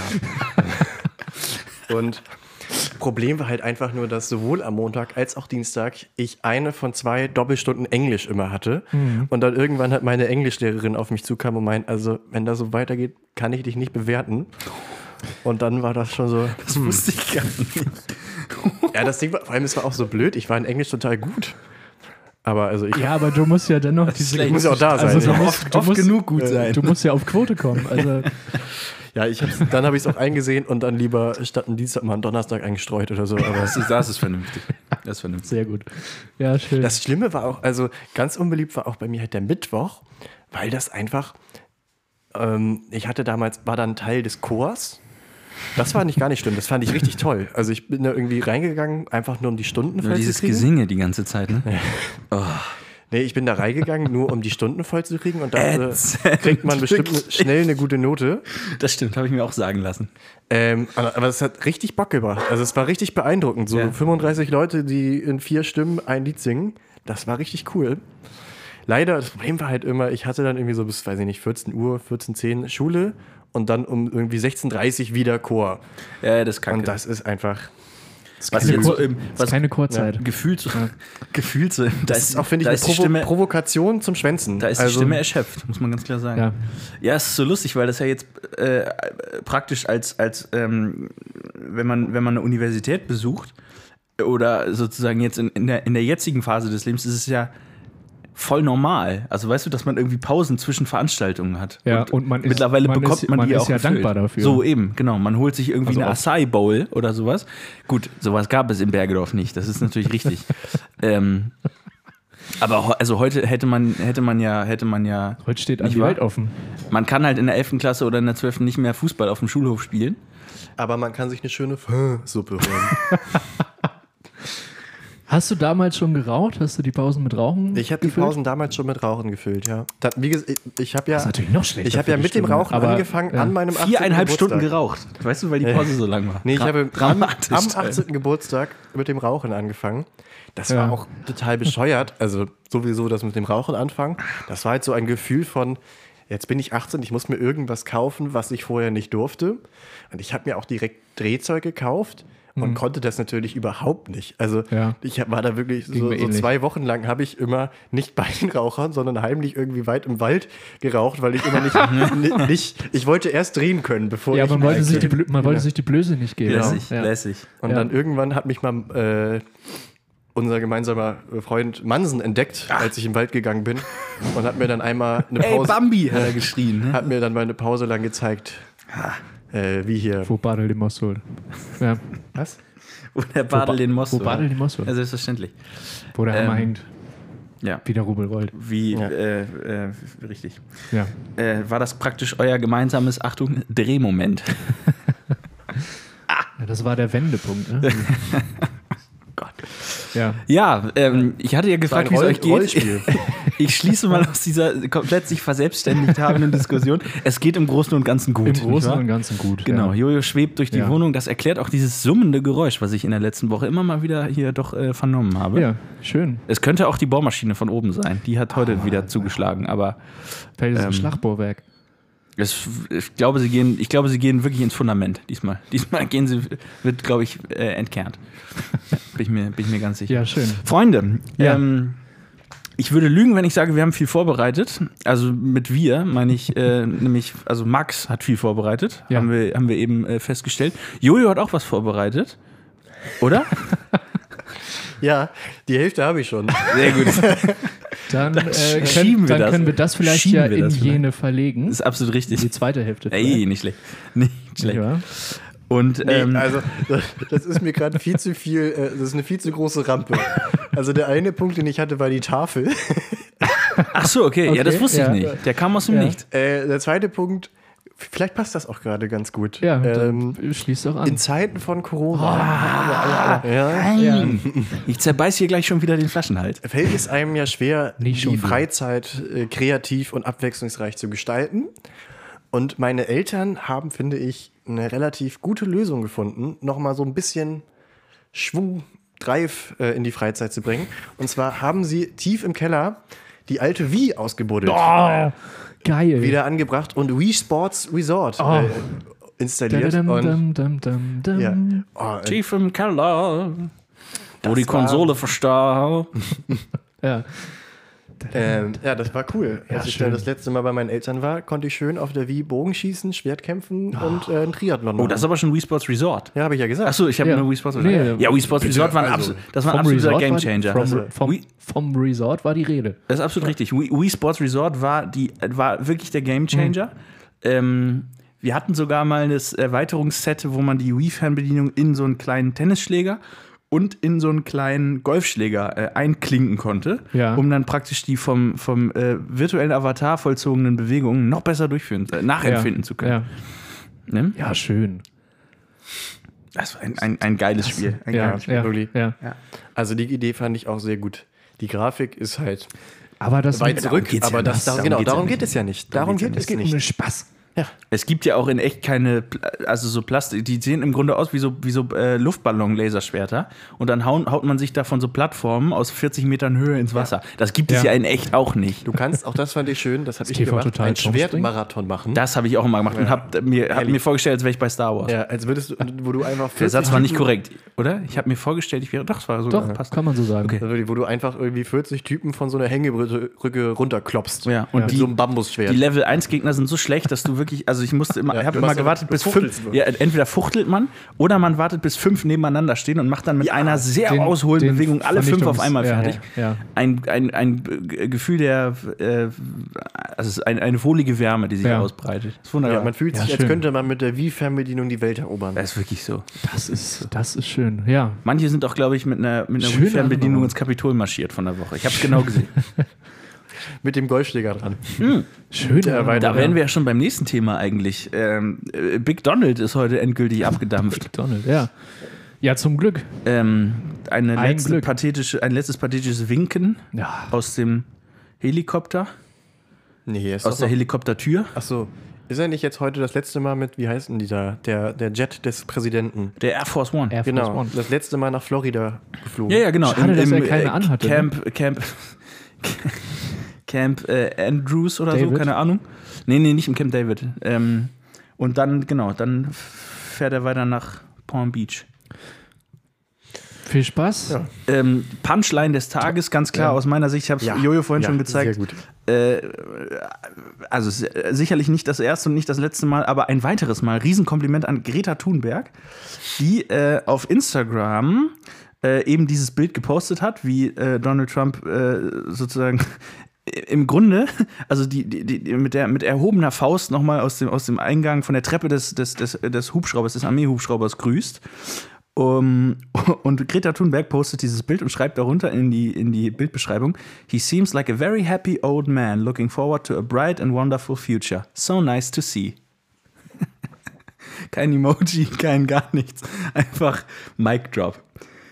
Speaker 4: Und Problem war halt einfach nur, dass sowohl am Montag als auch Dienstag ich eine von 2 Doppelstunden Englisch immer hatte. Und dann irgendwann hat meine Englischlehrerin auf mich zukam und meint, also wenn das so weitergeht, kann ich dich nicht bewerten. Und dann war das schon so.
Speaker 2: Das wusste ich gar nicht.
Speaker 4: Ja, das Ding war, vor allem, es war auch so blöd. Ich war in Englisch total gut. Aber
Speaker 3: aber du musst ja dennoch
Speaker 4: ich muss ja auch da sein.
Speaker 3: Also
Speaker 2: du musst genug gut sein.
Speaker 3: Du musst ja auf Quote kommen. Also.
Speaker 4: Ja, dann habe ich es auch eingesehen und dann lieber statt einen Dienstag mal einen Donnerstag eingestreut oder so. Aber
Speaker 2: das ist vernünftig. Das ist vernünftig.
Speaker 3: Sehr gut. Ja, schön.
Speaker 4: Das Schlimme war auch, also ganz unbeliebt war auch bei mir halt der Mittwoch, weil das einfach, ich hatte damals, war dann Teil des Chors. Das war gar nicht schlimm, das fand ich richtig toll. Also ich bin da irgendwie reingegangen, einfach nur um die Stunden voll zu kriegen.
Speaker 2: Dieses Gesinge die ganze Zeit, ne?
Speaker 4: Oh. Nee, ich bin da reingegangen, nur um die Stunden voll zu kriegen und dachte, kriegt man bestimmt schnell eine gute Note.
Speaker 2: Das stimmt, habe ich mir auch sagen lassen.
Speaker 4: Aber es hat richtig Bock gemacht. Also es war richtig beeindruckend. So 35 Leute, die in 4 Stimmen ein Lied singen. Das war richtig cool. Leider, das Problem war halt immer, ich hatte dann irgendwie so bis, weiß ich nicht, 14 Uhr, 14:10 Uhr Schule und dann um irgendwie 16:30 Uhr wieder Chor.
Speaker 2: Ja, das ist kacke.
Speaker 4: Und das ist einfach...
Speaker 3: Das ist keine Chorzeit.
Speaker 2: Ja, gefühlt so.
Speaker 4: Das ist auch, finde ich, eine Provokation zum Schwänzen.
Speaker 2: Da ist die Stimme erschöpft, muss man ganz klar sagen. Ja, es ist so lustig, weil das ja jetzt praktisch als wenn man eine Universität besucht oder sozusagen jetzt in der jetzigen Phase des Lebens, ist es ja voll normal. Also weißt du, dass man irgendwie Pausen zwischen Veranstaltungen hat.
Speaker 3: Ja, und
Speaker 2: mittlerweile bekommt man die auch
Speaker 3: ja dankbar dafür.
Speaker 2: So eben, genau. Man holt sich irgendwie eine Acai Bowl oder sowas. Gut, sowas gab es in Bergedorf nicht. Das ist natürlich richtig. Aber also heute hätte man ja.
Speaker 3: Heute steht an die Welt offen.
Speaker 2: Man kann halt in der 11. Klasse oder in der 12. nicht mehr Fußball auf dem Schulhof spielen.
Speaker 4: Aber man kann sich eine schöne Suppe holen.
Speaker 3: Hast du damals schon geraucht? Hast du die Pausen mit Rauchen
Speaker 4: Ich habe die Pausen damals schon mit Rauchen gefüllt, ja. Wie gesagt, ich habe ja...
Speaker 3: Das ist natürlich noch schlechter.
Speaker 4: Ich habe ja mit dem Rauchen angefangen an meinem 18.
Speaker 2: 4,5 Stunden geraucht. Weißt du, weil die Pause so lang war.
Speaker 4: Nee, ich habe am 18. Geburtstag mit dem Rauchen angefangen. Das war auch total bescheuert. Also sowieso das mit dem Rauchen anfangen. Das war halt so ein Gefühl von, jetzt bin ich 18, ich muss mir irgendwas kaufen, was ich vorher nicht durfte. Und ich habe mir auch direkt Drehzeug gekauft und konnte das natürlich überhaupt nicht. Also ich war da wirklich so 2 Wochen lang habe ich immer nicht bei den Rauchern, sondern heimlich irgendwie weit im Wald geraucht, weil ich immer nicht ich wollte erst drehen können, bevor ich...
Speaker 3: Ja, man wollte sich die Blöße nicht geben.
Speaker 2: Lässig.
Speaker 4: Und dann irgendwann hat mich mal unser gemeinsamer Freund Mansen entdeckt, als ich im Wald gegangen bin und hat mir dann einmal eine Pause...
Speaker 2: Ey, Bambi, hat er geschrien. Ne?
Speaker 4: Hat mir dann mal eine Pause lang gezeigt, wie hier...
Speaker 3: Wo Badel den Mossol. Ja.
Speaker 4: Was?
Speaker 2: Wo der Badel den Moss.
Speaker 3: Wo Badel den Mossol.
Speaker 2: Ja, selbstverständlich.
Speaker 3: Wo der Hammer hängt.
Speaker 2: Ja.
Speaker 3: Wie der Rubel rollt.
Speaker 2: Richtig.
Speaker 3: Ja.
Speaker 2: War das praktisch euer gemeinsames, Achtung, Drehmoment?
Speaker 3: Ja, das war der Wendepunkt. Ne?
Speaker 2: Gott.
Speaker 3: Ja.
Speaker 2: Ja, ich hatte ja gefragt, wie es euch geht.
Speaker 4: Rollenspiel.
Speaker 2: Ich schließe mal aus dieser komplett sich verselbstständigt habenden Diskussion. Es geht im Großen und Ganzen gut.
Speaker 3: Im
Speaker 2: nicht
Speaker 3: Großen
Speaker 2: wahr?
Speaker 3: und Ganzen gut.
Speaker 2: Genau,
Speaker 3: Ja.
Speaker 2: Jojo schwebt durch die Wohnung. Das erklärt auch dieses summende Geräusch, was ich in der letzten Woche immer mal wieder hier doch vernommen habe.
Speaker 3: Ja, schön.
Speaker 2: Es könnte auch die Bohrmaschine von oben sein. Die hat heute wieder zugeschlagen, aber
Speaker 3: Vielleicht ist es ein Schlagbohrwerk.
Speaker 2: ich glaube, sie gehen wirklich ins Fundament diesmal. Diesmal wird, glaube ich, entkernt. Bin ich mir ganz sicher.
Speaker 3: Ja, schön.
Speaker 2: Freunde,
Speaker 3: Ja.
Speaker 2: ich würde lügen, wenn ich sage, wir haben viel vorbereitet. Also mit wir meine ich nämlich, also Max hat viel vorbereitet,
Speaker 3: Ja.
Speaker 2: haben wir eben festgestellt. Jojo hat auch was vorbereitet, oder?
Speaker 4: Ja, die Hälfte habe ich schon.
Speaker 2: Sehr gut.
Speaker 3: Dann,
Speaker 2: schieben wir das.
Speaker 3: können wir das vielleicht
Speaker 2: Schieben
Speaker 3: ja
Speaker 2: wir
Speaker 3: in
Speaker 2: das vielleicht.
Speaker 3: jene verlegen.
Speaker 2: Das ist absolut richtig.
Speaker 3: Die zweite Hälfte.
Speaker 2: Ey, nicht schlecht. Nicht schlecht.
Speaker 3: Ja.
Speaker 2: Und
Speaker 4: Also, das ist mir gerade viel zu viel, das ist eine viel zu große Rampe. Also der eine Punkt, den ich hatte, war die Tafel.
Speaker 2: ach so, okay. Ja, das
Speaker 3: Okay,
Speaker 2: wusste ich
Speaker 3: ja.
Speaker 2: nicht. Der kam aus dem
Speaker 3: Ja.
Speaker 2: Nichts.
Speaker 4: Der zweite Punkt, vielleicht passt das auch gerade ganz gut.
Speaker 3: Ja, dann schließt doch an.
Speaker 4: In Zeiten von Corona
Speaker 2: Ich zerbeiß hier gleich schon wieder den Flaschenhals.
Speaker 4: fällt es einem ja schwer,
Speaker 3: Nicht schon
Speaker 4: die
Speaker 3: wieder.
Speaker 4: Freizeit kreativ und abwechslungsreich zu gestalten. Und meine Eltern haben, finde ich, eine relativ gute Lösung gefunden, nochmal so ein bisschen Schwung, Drive in die Freizeit zu bringen. Und zwar haben sie tief im Keller die alte Wii ausgebuddelt,
Speaker 3: Oh, geil.
Speaker 4: wieder angebracht und Wii Sports Resort installiert. Und, ja. Oh,
Speaker 2: Tief im Keller, wo die Konsole verstarb.
Speaker 3: Ja.
Speaker 4: ja, das war cool. Als ich dann das letzte Mal bei meinen Eltern war, konnte ich schön auf der Wii Bogen schießen, Schwert kämpfen und einen Triathlon machen.
Speaker 2: Oh, das ist aber schon Wii Sports Resort.
Speaker 4: Ja, habe ich ja gesagt.
Speaker 2: Achso, ich habe
Speaker 3: Ja.
Speaker 2: nur Wii Sports Resort.
Speaker 3: Nee,
Speaker 2: ja, Wii Sports Resort war ein absoluter
Speaker 3: Resort
Speaker 2: Gamechanger.
Speaker 3: Vom Resort war die Rede.
Speaker 2: Das ist absolut richtig. Wii Sports Resort war wirklich der Gamechanger. Wir hatten sogar mal das Erweiterungsset, wo man die Wii-Fernbedienung in so einen kleinen Tennisschläger und in so einen kleinen Golfschläger einklinken konnte,
Speaker 3: Ja.
Speaker 2: um dann praktisch die vom virtuellen Avatar vollzogenen Bewegungen noch besser nachempfinden zu können.
Speaker 3: Ja.
Speaker 2: Ne?
Speaker 3: Ja, schön.
Speaker 2: Das war ein geiles Spiel. Ein
Speaker 3: Ja,
Speaker 2: geiles Spiel.
Speaker 3: ja,
Speaker 4: wirklich.
Speaker 3: ja.
Speaker 4: Also die Idee fand ich auch sehr gut. Die Grafik ist halt
Speaker 3: Aber das
Speaker 4: weit zurück,
Speaker 2: geht's ja
Speaker 4: aber
Speaker 2: nicht.
Speaker 4: darum geht es ja nicht. Darum geht es
Speaker 3: es geht um
Speaker 4: nicht.
Speaker 3: den Spaß.
Speaker 2: Es gibt ja auch in echt keine, also so Plastik, die sehen im Grunde aus wie so Luftballon-Laserschwerter und dann haut man sich da von so Plattformen aus 40 Metern Höhe ins Wasser. Das gibt es ja in echt auch nicht.
Speaker 4: Du kannst, auch das fand ich schön, das habe ich
Speaker 3: TV
Speaker 4: gemacht,
Speaker 3: Total
Speaker 4: einen
Speaker 3: Turmspringen?
Speaker 4: Schwertmarathon machen.
Speaker 2: Das habe ich auch immer gemacht und hab mir vorgestellt, als wäre ich bei Star Wars.
Speaker 4: Ja, als würdest du, wo du einfach 40
Speaker 2: Der Satz war nicht
Speaker 4: Typen-
Speaker 2: korrekt, oder? Ich habe mir vorgestellt, ich wäre, doch, es war so.
Speaker 3: Doch, kann man so sagen.
Speaker 2: Okay.
Speaker 4: Also, wo du einfach irgendwie 40 Typen von so einer Hängebrücke runterklopst.
Speaker 2: Ja, und
Speaker 4: Mit so einem Bambusschwert.
Speaker 2: Die Level 1 Gegner sind so schlecht, dass du wirklich, also ich musste immer,
Speaker 4: Ja,
Speaker 2: ich habe
Speaker 4: du
Speaker 2: immer
Speaker 4: machst
Speaker 2: gewartet
Speaker 4: so-
Speaker 2: bis
Speaker 4: du
Speaker 2: 5.
Speaker 4: fuchtelst
Speaker 2: Ja, entweder fuchtelt man oder man wartet bis 5 nebeneinander stehen und macht dann mit einer sehr ausholenden Bewegung alle 5 auf einmal fertig.
Speaker 3: Ja.
Speaker 2: Ein Gefühl der, also es ist eine wohlige Wärme, die sich
Speaker 3: Ja.
Speaker 2: ausbreitet. Das ist wunderbar.
Speaker 4: Ja, man fühlt
Speaker 3: Ja,
Speaker 4: sich, als
Speaker 3: schön.
Speaker 4: könnte man mit der Wii-Fernbedienung die Welt erobern.
Speaker 2: Das ist wirklich so.
Speaker 3: Das ist schön. Ja.
Speaker 2: Manche sind auch, glaube ich, mit einer
Speaker 3: Schöne
Speaker 2: Fernbedienung
Speaker 3: Erinnerung.
Speaker 2: ins Kapitol marschiert von der Woche. Ich habe es genau gesehen.
Speaker 4: Mit dem Golfschläger dran.
Speaker 3: Schön.
Speaker 2: Da wären wir ja schon beim nächsten Thema eigentlich. Big Donald ist heute endgültig abgedampft.
Speaker 3: Donald, ja. Ja, zum Glück.
Speaker 2: Ein letztes
Speaker 3: Glück.
Speaker 2: pathetisches Winken
Speaker 3: Ja.
Speaker 2: aus dem Helikopter,
Speaker 4: Nee, ist
Speaker 2: aus
Speaker 4: doch
Speaker 2: der
Speaker 4: noch,
Speaker 2: Helikoptertür.
Speaker 4: Achso. Ist er nicht jetzt heute das letzte Mal mit, wie heißt denn dieser, der Jet des Präsidenten?
Speaker 2: Der Air Force One.
Speaker 3: Air Force
Speaker 4: Genau,
Speaker 3: One.
Speaker 4: das letzte Mal nach Florida geflogen.
Speaker 2: Ja, genau.
Speaker 3: Schade, dass er keine anhatte,
Speaker 2: Camp Camp Andrews oder
Speaker 3: David?
Speaker 2: so, keine Ahnung. Nee, nicht im Camp David. Und dann, genau, dann fährt er weiter nach Palm Beach.
Speaker 3: Viel Spaß.
Speaker 4: Ja.
Speaker 2: Punchline des Tages, ganz klar aus meiner Sicht, ich habe es Jojo vorhin schon gezeigt.
Speaker 4: Sehr gut.
Speaker 2: Also sicherlich nicht das erste und nicht das letzte Mal, aber ein weiteres Mal. Riesenkompliment an Greta Thunberg, die auf Instagram eben dieses Bild gepostet hat, wie Donald Trump sozusagen im Grunde, also die mit erhobener Faust nochmal aus dem Eingang von der Treppe des Hubschraubers, des Armeehubschraubers grüßt. Und Greta Thunberg postet dieses Bild und schreibt darunter in die Bildbeschreibung: He seems like a very happy old man looking forward to a bright and wonderful future. So nice to see. Kein Emoji, kein gar nichts. Einfach Mic Drop.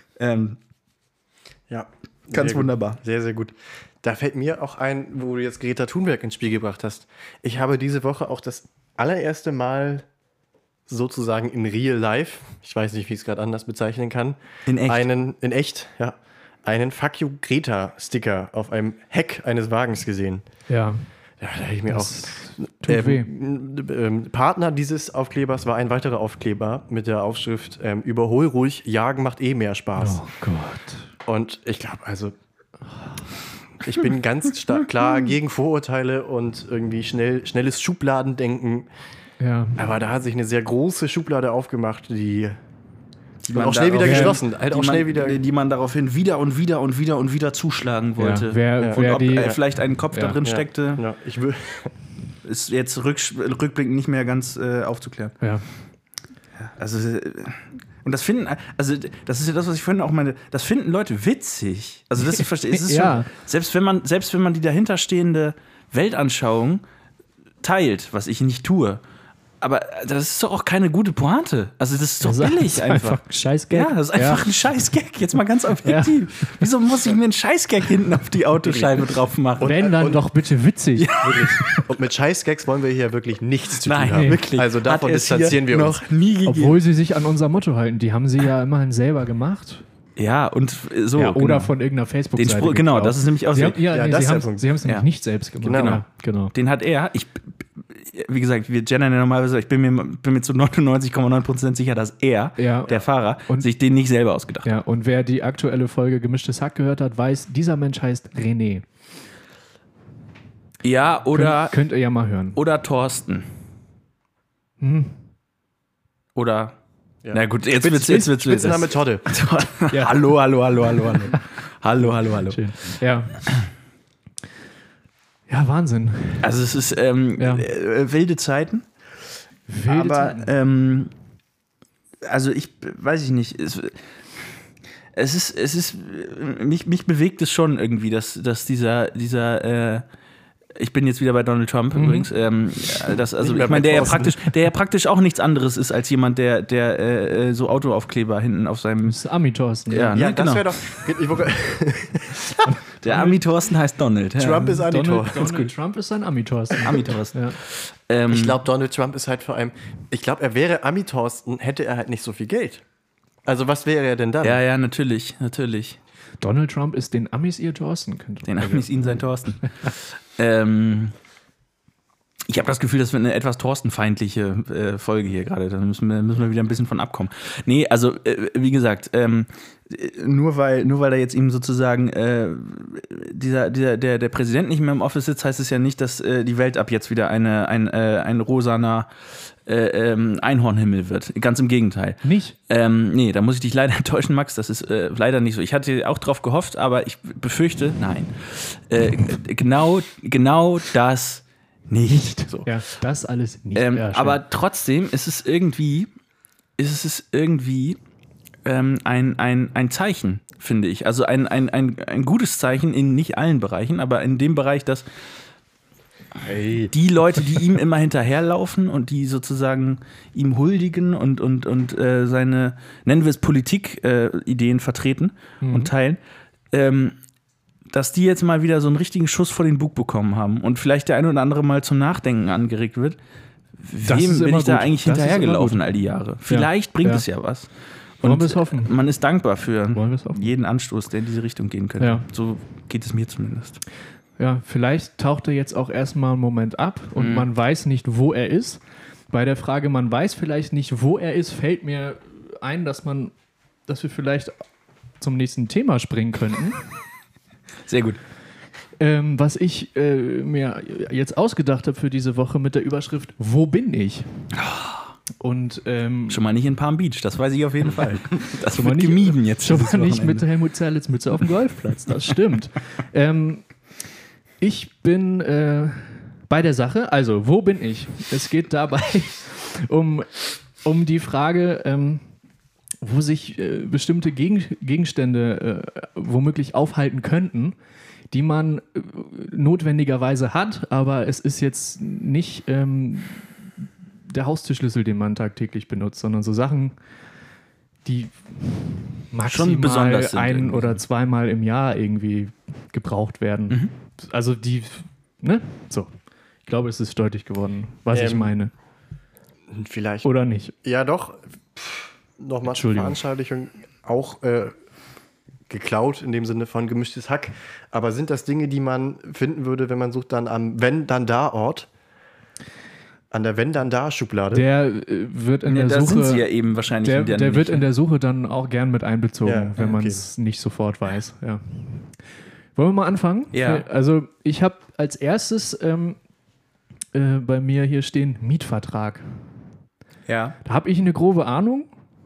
Speaker 4: Ja.
Speaker 2: Ganz
Speaker 4: Sehr
Speaker 2: wunderbar.
Speaker 4: Gut. Sehr, sehr gut. Da fällt mir auch ein, wo du jetzt Greta Thunberg ins Spiel gebracht hast. Ich habe diese Woche auch das allererste Mal sozusagen in real life, ich weiß nicht, wie ich es gerade anders bezeichnen kann,
Speaker 2: In echt?
Speaker 4: einen Fuck you Greta Sticker auf einem Heck eines Wagens gesehen.
Speaker 3: Ja.
Speaker 4: Ja, da hätte ich mir auch.
Speaker 3: Tut weh.
Speaker 4: Partner dieses Aufklebers war ein weiterer Aufkleber mit der Aufschrift Überhol ruhig, jagen macht eh mehr Spaß.
Speaker 3: Oh Gott.
Speaker 4: Und ich glaube, also ich bin ganz klar gegen Vorurteile und irgendwie schnelles Schubladendenken.
Speaker 3: Ja.
Speaker 4: Aber da hat sich eine sehr große Schublade aufgemacht, die
Speaker 2: man
Speaker 4: auch schnell wieder
Speaker 2: darauf-
Speaker 4: geschlossen. Halt auch schnell wieder.
Speaker 2: Die man daraufhin wieder und wieder zuschlagen wollte.
Speaker 3: Ja. Wer
Speaker 2: Und ob
Speaker 3: die,
Speaker 2: vielleicht ein Kopf da
Speaker 3: Ja.
Speaker 2: drin steckte,
Speaker 4: Ja, ich will.
Speaker 2: ist jetzt rückblickend nicht mehr ganz aufzuklären.
Speaker 3: ja.
Speaker 2: Also, und das finden, also das ist ja das, was ich vorhin auch meine, das finden Leute witzig. Also das ich verstehe, es ist
Speaker 3: Ja.
Speaker 2: schon, selbst wenn man die dahinterstehende Weltanschauung teilt, was ich nicht tue, aber das ist doch auch keine gute Pointe. Also das ist doch
Speaker 3: Das ist
Speaker 2: billig einfach.
Speaker 3: ein Scheiß-Gag.
Speaker 2: Ja, das ist einfach ein Scheiß-Gag. Jetzt mal ganz objektiv. Wieso muss ich mir einen Scheiß-Gag hinten auf die Autoscheibe drauf machen?
Speaker 3: Wenn, dann doch bitte witzig.
Speaker 4: Wirklich. Und mit Scheißgags wollen wir hier wirklich nichts zu
Speaker 2: Nein,
Speaker 4: tun haben.
Speaker 2: wirklich.
Speaker 4: Also davon
Speaker 2: Hat es hier
Speaker 4: distanzieren wir uns.
Speaker 2: noch nie gegeben.
Speaker 3: Obwohl sie sich an unser Motto halten. Die haben sie ja immerhin selber gemacht.
Speaker 2: Ja, und so.
Speaker 3: Ja, oder
Speaker 2: genau.
Speaker 3: von irgendeiner
Speaker 2: Den
Speaker 3: Facebook-Seite.
Speaker 2: Spruch, genau,
Speaker 3: geklaut.
Speaker 2: das ist nämlich auch
Speaker 3: Sie
Speaker 2: so.
Speaker 3: haben, ja,
Speaker 4: Ja,
Speaker 3: nee,
Speaker 4: das ist
Speaker 3: sie
Speaker 4: der Punkt.
Speaker 3: haben es nämlich
Speaker 2: Ja.
Speaker 3: nicht selbst gemacht.
Speaker 4: Genau.
Speaker 3: Ja, genau.
Speaker 2: Den hat er. Wie gesagt, wir gendern ja normalerweise, ich bin mir zu 99,9% sicher, dass er,
Speaker 3: Ja.
Speaker 2: der Fahrer,
Speaker 3: Und-
Speaker 2: sich den nicht selber ausgedacht hat.
Speaker 3: Ja, und wer die aktuelle Folge Gemischtes Hack gehört hat, weiß, dieser Mensch heißt René.
Speaker 2: Ja, oder
Speaker 3: Könnt ihr ja mal hören.
Speaker 2: Thorsten. Oder.
Speaker 4: Ja.
Speaker 2: Na gut, jetzt wird's
Speaker 4: Spitzname Todde.
Speaker 3: Ja.
Speaker 2: Hallo. Hallo.
Speaker 3: Schön. Ja. Ja, Wahnsinn.
Speaker 2: Also es ist
Speaker 3: Ja.
Speaker 2: wilde Zeiten.
Speaker 3: Wilde
Speaker 2: Aber
Speaker 3: Zeiten.
Speaker 2: also ich weiß ich nicht. Es ist mich bewegt es schon irgendwie, dass dieser ich bin jetzt wieder bei Donald Trump übrigens. Also
Speaker 4: mehr
Speaker 2: ich meine,
Speaker 4: bei
Speaker 2: der ja praktisch auch nichts anderes ist als jemand, der so Autoaufkleber hinten auf seinem.
Speaker 3: Das ist Ami-Thorsten.
Speaker 2: Ja,
Speaker 4: Ja,
Speaker 2: ne,
Speaker 4: das
Speaker 2: genau.
Speaker 4: wäre doch.
Speaker 2: Der Ami-Thorsten heißt Donald. Ja.
Speaker 4: Trump ist Anitor.
Speaker 3: Donald Trump ist ein Ami-Thorsten.
Speaker 2: Ami-Thorsten.
Speaker 3: Ja.
Speaker 4: Ich glaube, Donald Trump ist halt vor allem. Ich glaube, er wäre Ami-Thorsten, hätte er halt nicht so viel Geld. Also, was wäre er denn dann?
Speaker 2: Ja, natürlich.
Speaker 3: Donald Trump ist den Amis ihr Thorsten.
Speaker 2: Den Amis ihn sein Thorsten. Ich habe das Gefühl, das wird eine etwas Thorsten-feindliche Folge hier gerade. Da müssen wir wieder ein bisschen von abkommen. Nee, also wie gesagt, nur weil da jetzt ihm sozusagen der Präsident nicht mehr im Office sitzt, heißt es ja nicht, dass die Welt ab jetzt wieder ein rosaner Einhornhimmel wird. Ganz im Gegenteil.
Speaker 3: Nicht?
Speaker 2: Nee, da muss ich dich leider enttäuschen, Max. Das ist leider nicht so. Ich hatte auch drauf gehofft, aber ich befürchte, nein. Genau das nicht. So.
Speaker 3: Ja, das alles nicht. Ja, schön.
Speaker 2: Aber trotzdem ist es irgendwie ein Zeichen, finde ich. Also ein gutes Zeichen in nicht allen Bereichen, aber in dem Bereich, dass die Leute, die ihm immer hinterherlaufen und die sozusagen ihm huldigen und seine, nennen wir es Politik-Ideen vertreten und teilen, dass die jetzt mal wieder so einen richtigen Schuss vor den Bug bekommen haben und vielleicht der ein oder andere mal zum Nachdenken angeregt wird.
Speaker 3: Das
Speaker 2: Wem
Speaker 3: ist
Speaker 2: bin
Speaker 3: immer
Speaker 2: ich da
Speaker 3: gut.
Speaker 2: eigentlich
Speaker 3: Das ist immer
Speaker 2: hinterhergelaufen
Speaker 3: gut.
Speaker 2: all die Jahre? Vielleicht bringt
Speaker 3: Ja.
Speaker 2: es ja was.
Speaker 3: Wollen wir es hoffen?
Speaker 2: Man ist dankbar für
Speaker 3: Wollen wir es hoffen?
Speaker 2: jeden Anstoß, der in diese Richtung gehen könnte.
Speaker 3: Ja.
Speaker 2: So geht es mir zumindest.
Speaker 3: Ja, vielleicht taucht er jetzt auch erstmal einen Moment ab und man weiß nicht, wo er ist. Bei der Frage, man weiß vielleicht nicht, wo er ist, fällt mir ein, dass wir vielleicht zum nächsten Thema springen könnten.
Speaker 2: Sehr gut.
Speaker 3: Was ich mir jetzt ausgedacht habe für diese Woche mit der Überschrift Wo bin ich? Und
Speaker 2: Schon mal nicht in Palm Beach, das weiß ich auf jeden Fall. Das
Speaker 3: schon mal
Speaker 2: wird
Speaker 3: nicht,
Speaker 2: gemieden jetzt.
Speaker 3: schon
Speaker 2: dieses
Speaker 3: mal nicht
Speaker 2: Wochenende.
Speaker 3: mit der Helmut Zerlitz Mütze auf dem Golfplatz, das stimmt. Ich bin bei der Sache, also wo bin ich? Es geht dabei um die Frage, wo sich bestimmte Gegenstände womöglich aufhalten könnten, die man notwendigerweise hat, aber es ist jetzt nicht der Haustürschlüssel, den man tagtäglich benutzt, sondern so Sachen, die
Speaker 2: Schon
Speaker 3: maximal
Speaker 2: besonders sind
Speaker 3: ein-
Speaker 2: irgendwie.
Speaker 3: oder zweimal im Jahr irgendwie gebraucht werden. Also die, ne? So. Ich glaube, es ist deutlich geworden, was ich meine.
Speaker 4: Vielleicht.
Speaker 3: Oder nicht?
Speaker 4: Ja, doch. Nochmal zur
Speaker 3: Entschuldigung.
Speaker 4: Veranschaulichung auch geklaut, in dem Sinne von gemischtes Hack. Aber sind das Dinge, die man finden würde, wenn man sucht dann am Wenn-Dann-Da-Ort? An der Wenn-Dann-Da-Schublade?
Speaker 3: Der wird in
Speaker 2: Ja,
Speaker 3: der
Speaker 2: da sind
Speaker 3: Suche.
Speaker 2: sie ja eben wahrscheinlich.
Speaker 3: Der wird in der Suche dann auch gern mit einbezogen,
Speaker 4: Ja,
Speaker 3: wenn man
Speaker 4: okay.
Speaker 3: es nicht sofort weiß. Ja. Wollen wir mal anfangen?
Speaker 2: Ja.
Speaker 3: Also ich habe als erstes bei mir hier stehen Mietvertrag.
Speaker 2: Ja.
Speaker 3: Da habe ich eine grobe Ahnung.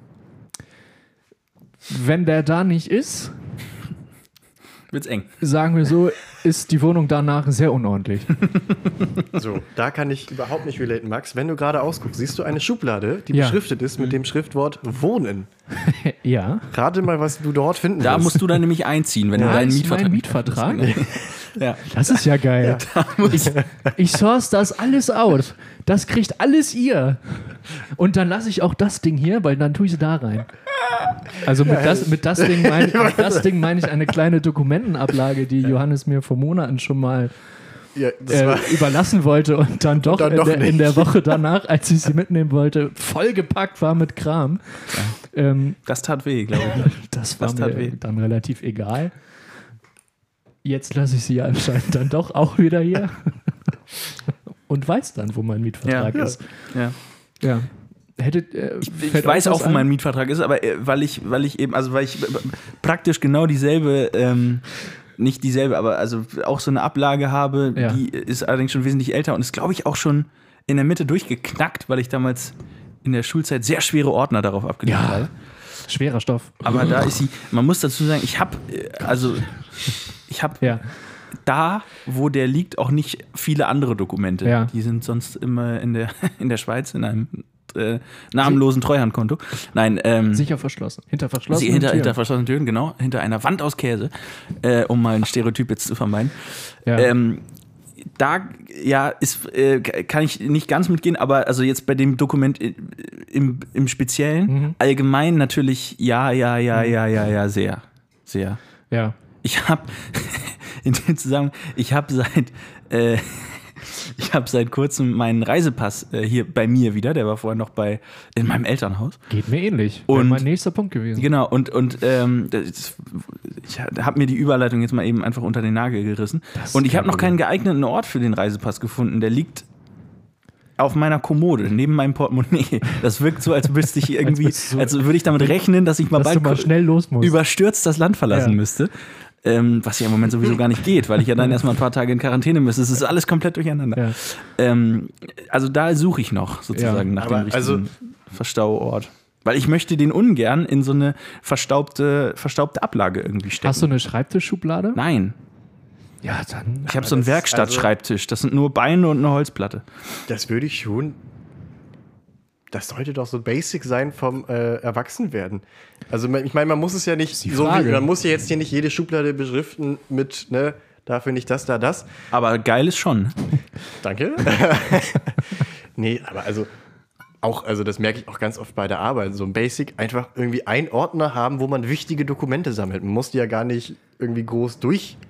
Speaker 3: Wenn der da nicht ist,
Speaker 2: Wird's eng.
Speaker 3: sagen wir so, ist die Wohnung danach sehr unordentlich.
Speaker 4: So, da kann ich überhaupt nicht relaten, Max. Wenn du gerade ausguckst, siehst du eine Schublade, die
Speaker 3: Ja.
Speaker 4: beschriftet ist mit dem Schriftwort Wohnen.
Speaker 3: Ja.
Speaker 4: Rate mal, was du dort finden
Speaker 2: Da
Speaker 4: wirst.
Speaker 2: musst du dann nämlich einziehen, wenn du
Speaker 3: Da
Speaker 2: deinen
Speaker 3: ist
Speaker 2: Mietvertrag.
Speaker 3: mein Mietvertrag.
Speaker 2: Ja.
Speaker 3: Das ist ja geil. Ich source das alles aus. Das kriegt alles ihr. Und dann lasse ich auch das Ding hier, weil dann tue ich es da rein. Also mit das Ding meine ich eine kleine Dokumentenablage, die Johannes mir vor Monaten schon mal
Speaker 4: Ja, das war,
Speaker 3: überlassen wollte und dann doch,
Speaker 4: dann doch
Speaker 3: in der Woche danach, als ich sie mitnehmen wollte, vollgepackt war mit Kram.
Speaker 2: Das tat weh, glaube ich.
Speaker 3: Das war
Speaker 2: Das tat
Speaker 3: mir
Speaker 2: weh.
Speaker 3: dann relativ egal. Jetzt lasse ich sie ja anscheinend dann doch auch wieder hier und weiß dann, wo mein Mietvertrag
Speaker 2: Ja.
Speaker 3: ist.
Speaker 2: Ja.
Speaker 3: Ja.
Speaker 2: Ich weiß auch, wo mein Mietvertrag ist, aber weil ich praktisch genau dieselbe, nicht dieselbe, aber also auch so eine Ablage habe,
Speaker 3: Ja.
Speaker 2: die ist allerdings schon wesentlich älter und ist, glaube ich, auch schon in der Mitte durchgeknackt, weil ich damals in der Schulzeit sehr schwere Ordner darauf abgelegt
Speaker 3: Ja.
Speaker 2: habe.
Speaker 3: Schwerer Stoff.
Speaker 2: Aber da ist sie, man muss dazu sagen, ich habe
Speaker 3: Ja.
Speaker 2: da, wo der liegt, auch nicht viele andere Dokumente.
Speaker 3: Ja.
Speaker 2: Die sind sonst immer in der Schweiz in einem namenlosen Treuhandkonto. Nein,
Speaker 3: Sicher verschlossen. Hinter verschlossenen
Speaker 2: hinter
Speaker 3: Türen.
Speaker 2: verschlossenen Türen, genau. Hinter einer Wand aus Käse, um mal ein Stereotyp jetzt zu vermeiden.
Speaker 3: Ja.
Speaker 2: Da kann ich nicht ganz mitgehen, aber also jetzt bei dem Dokument im Speziellen, allgemein natürlich ja, sehr. Sehr.
Speaker 3: Ja.
Speaker 2: Ich habe in dem Zusammenhang, ich habe seit kurzem meinen Reisepass hier bei mir wieder, der war vorher noch in meinem Elternhaus.
Speaker 3: Geht mir ähnlich. Wäre
Speaker 2: Und-
Speaker 3: mein nächster Punkt gewesen.
Speaker 2: Genau, ich habe mir die Überleitung jetzt mal eben einfach unter den Nagel gerissen.
Speaker 3: Das
Speaker 2: Und ich
Speaker 3: ist
Speaker 2: habe noch
Speaker 3: kein
Speaker 2: keinen geeigneten Ort für den Reisepass gefunden. Der liegt auf meiner Kommode, neben meinem Portemonnaie. Das wirkt so, als müsste ich irgendwie, als würde ich damit rechnen, dass ich mal
Speaker 3: Dass du
Speaker 2: bald
Speaker 3: mal schnell los musst.
Speaker 2: überstürzt das Land verlassen
Speaker 3: Ja.
Speaker 2: müsste. Was ja im Moment sowieso gar nicht geht, weil ich ja dann erstmal ein paar Tage in Quarantäne müsste. Es ist alles komplett durcheinander.
Speaker 3: Ja.
Speaker 2: Also da suche ich noch sozusagen nach dem
Speaker 4: Aber
Speaker 2: richtigen Verstauort. Weil ich möchte den ungern in so eine verstaubte Ablage irgendwie stecken.
Speaker 3: Hast du eine Schreibtischschublade?
Speaker 2: Nein,
Speaker 3: Ja, dann.
Speaker 2: ich habe so einen
Speaker 4: das-
Speaker 2: Werkstattschreibtisch. Das sind nur Beine und eine Holzplatte.
Speaker 4: das würde ich schon. Das sollte doch so basic sein vom Erwachsenwerden. Also ich meine, man muss es ja nicht
Speaker 3: die
Speaker 4: so
Speaker 3: Frage.
Speaker 4: wie, man muss ja jetzt hier nicht jede Schublade beschriften mit, ne, dafür nicht das, da, das.
Speaker 2: Aber geil ist schon.
Speaker 4: Danke. Nee, aber also das merke ich auch ganz oft bei der Arbeit. So ein Basic, einfach irgendwie einen Ordner haben, wo man wichtige Dokumente sammelt. Man muss die ja gar nicht irgendwie groß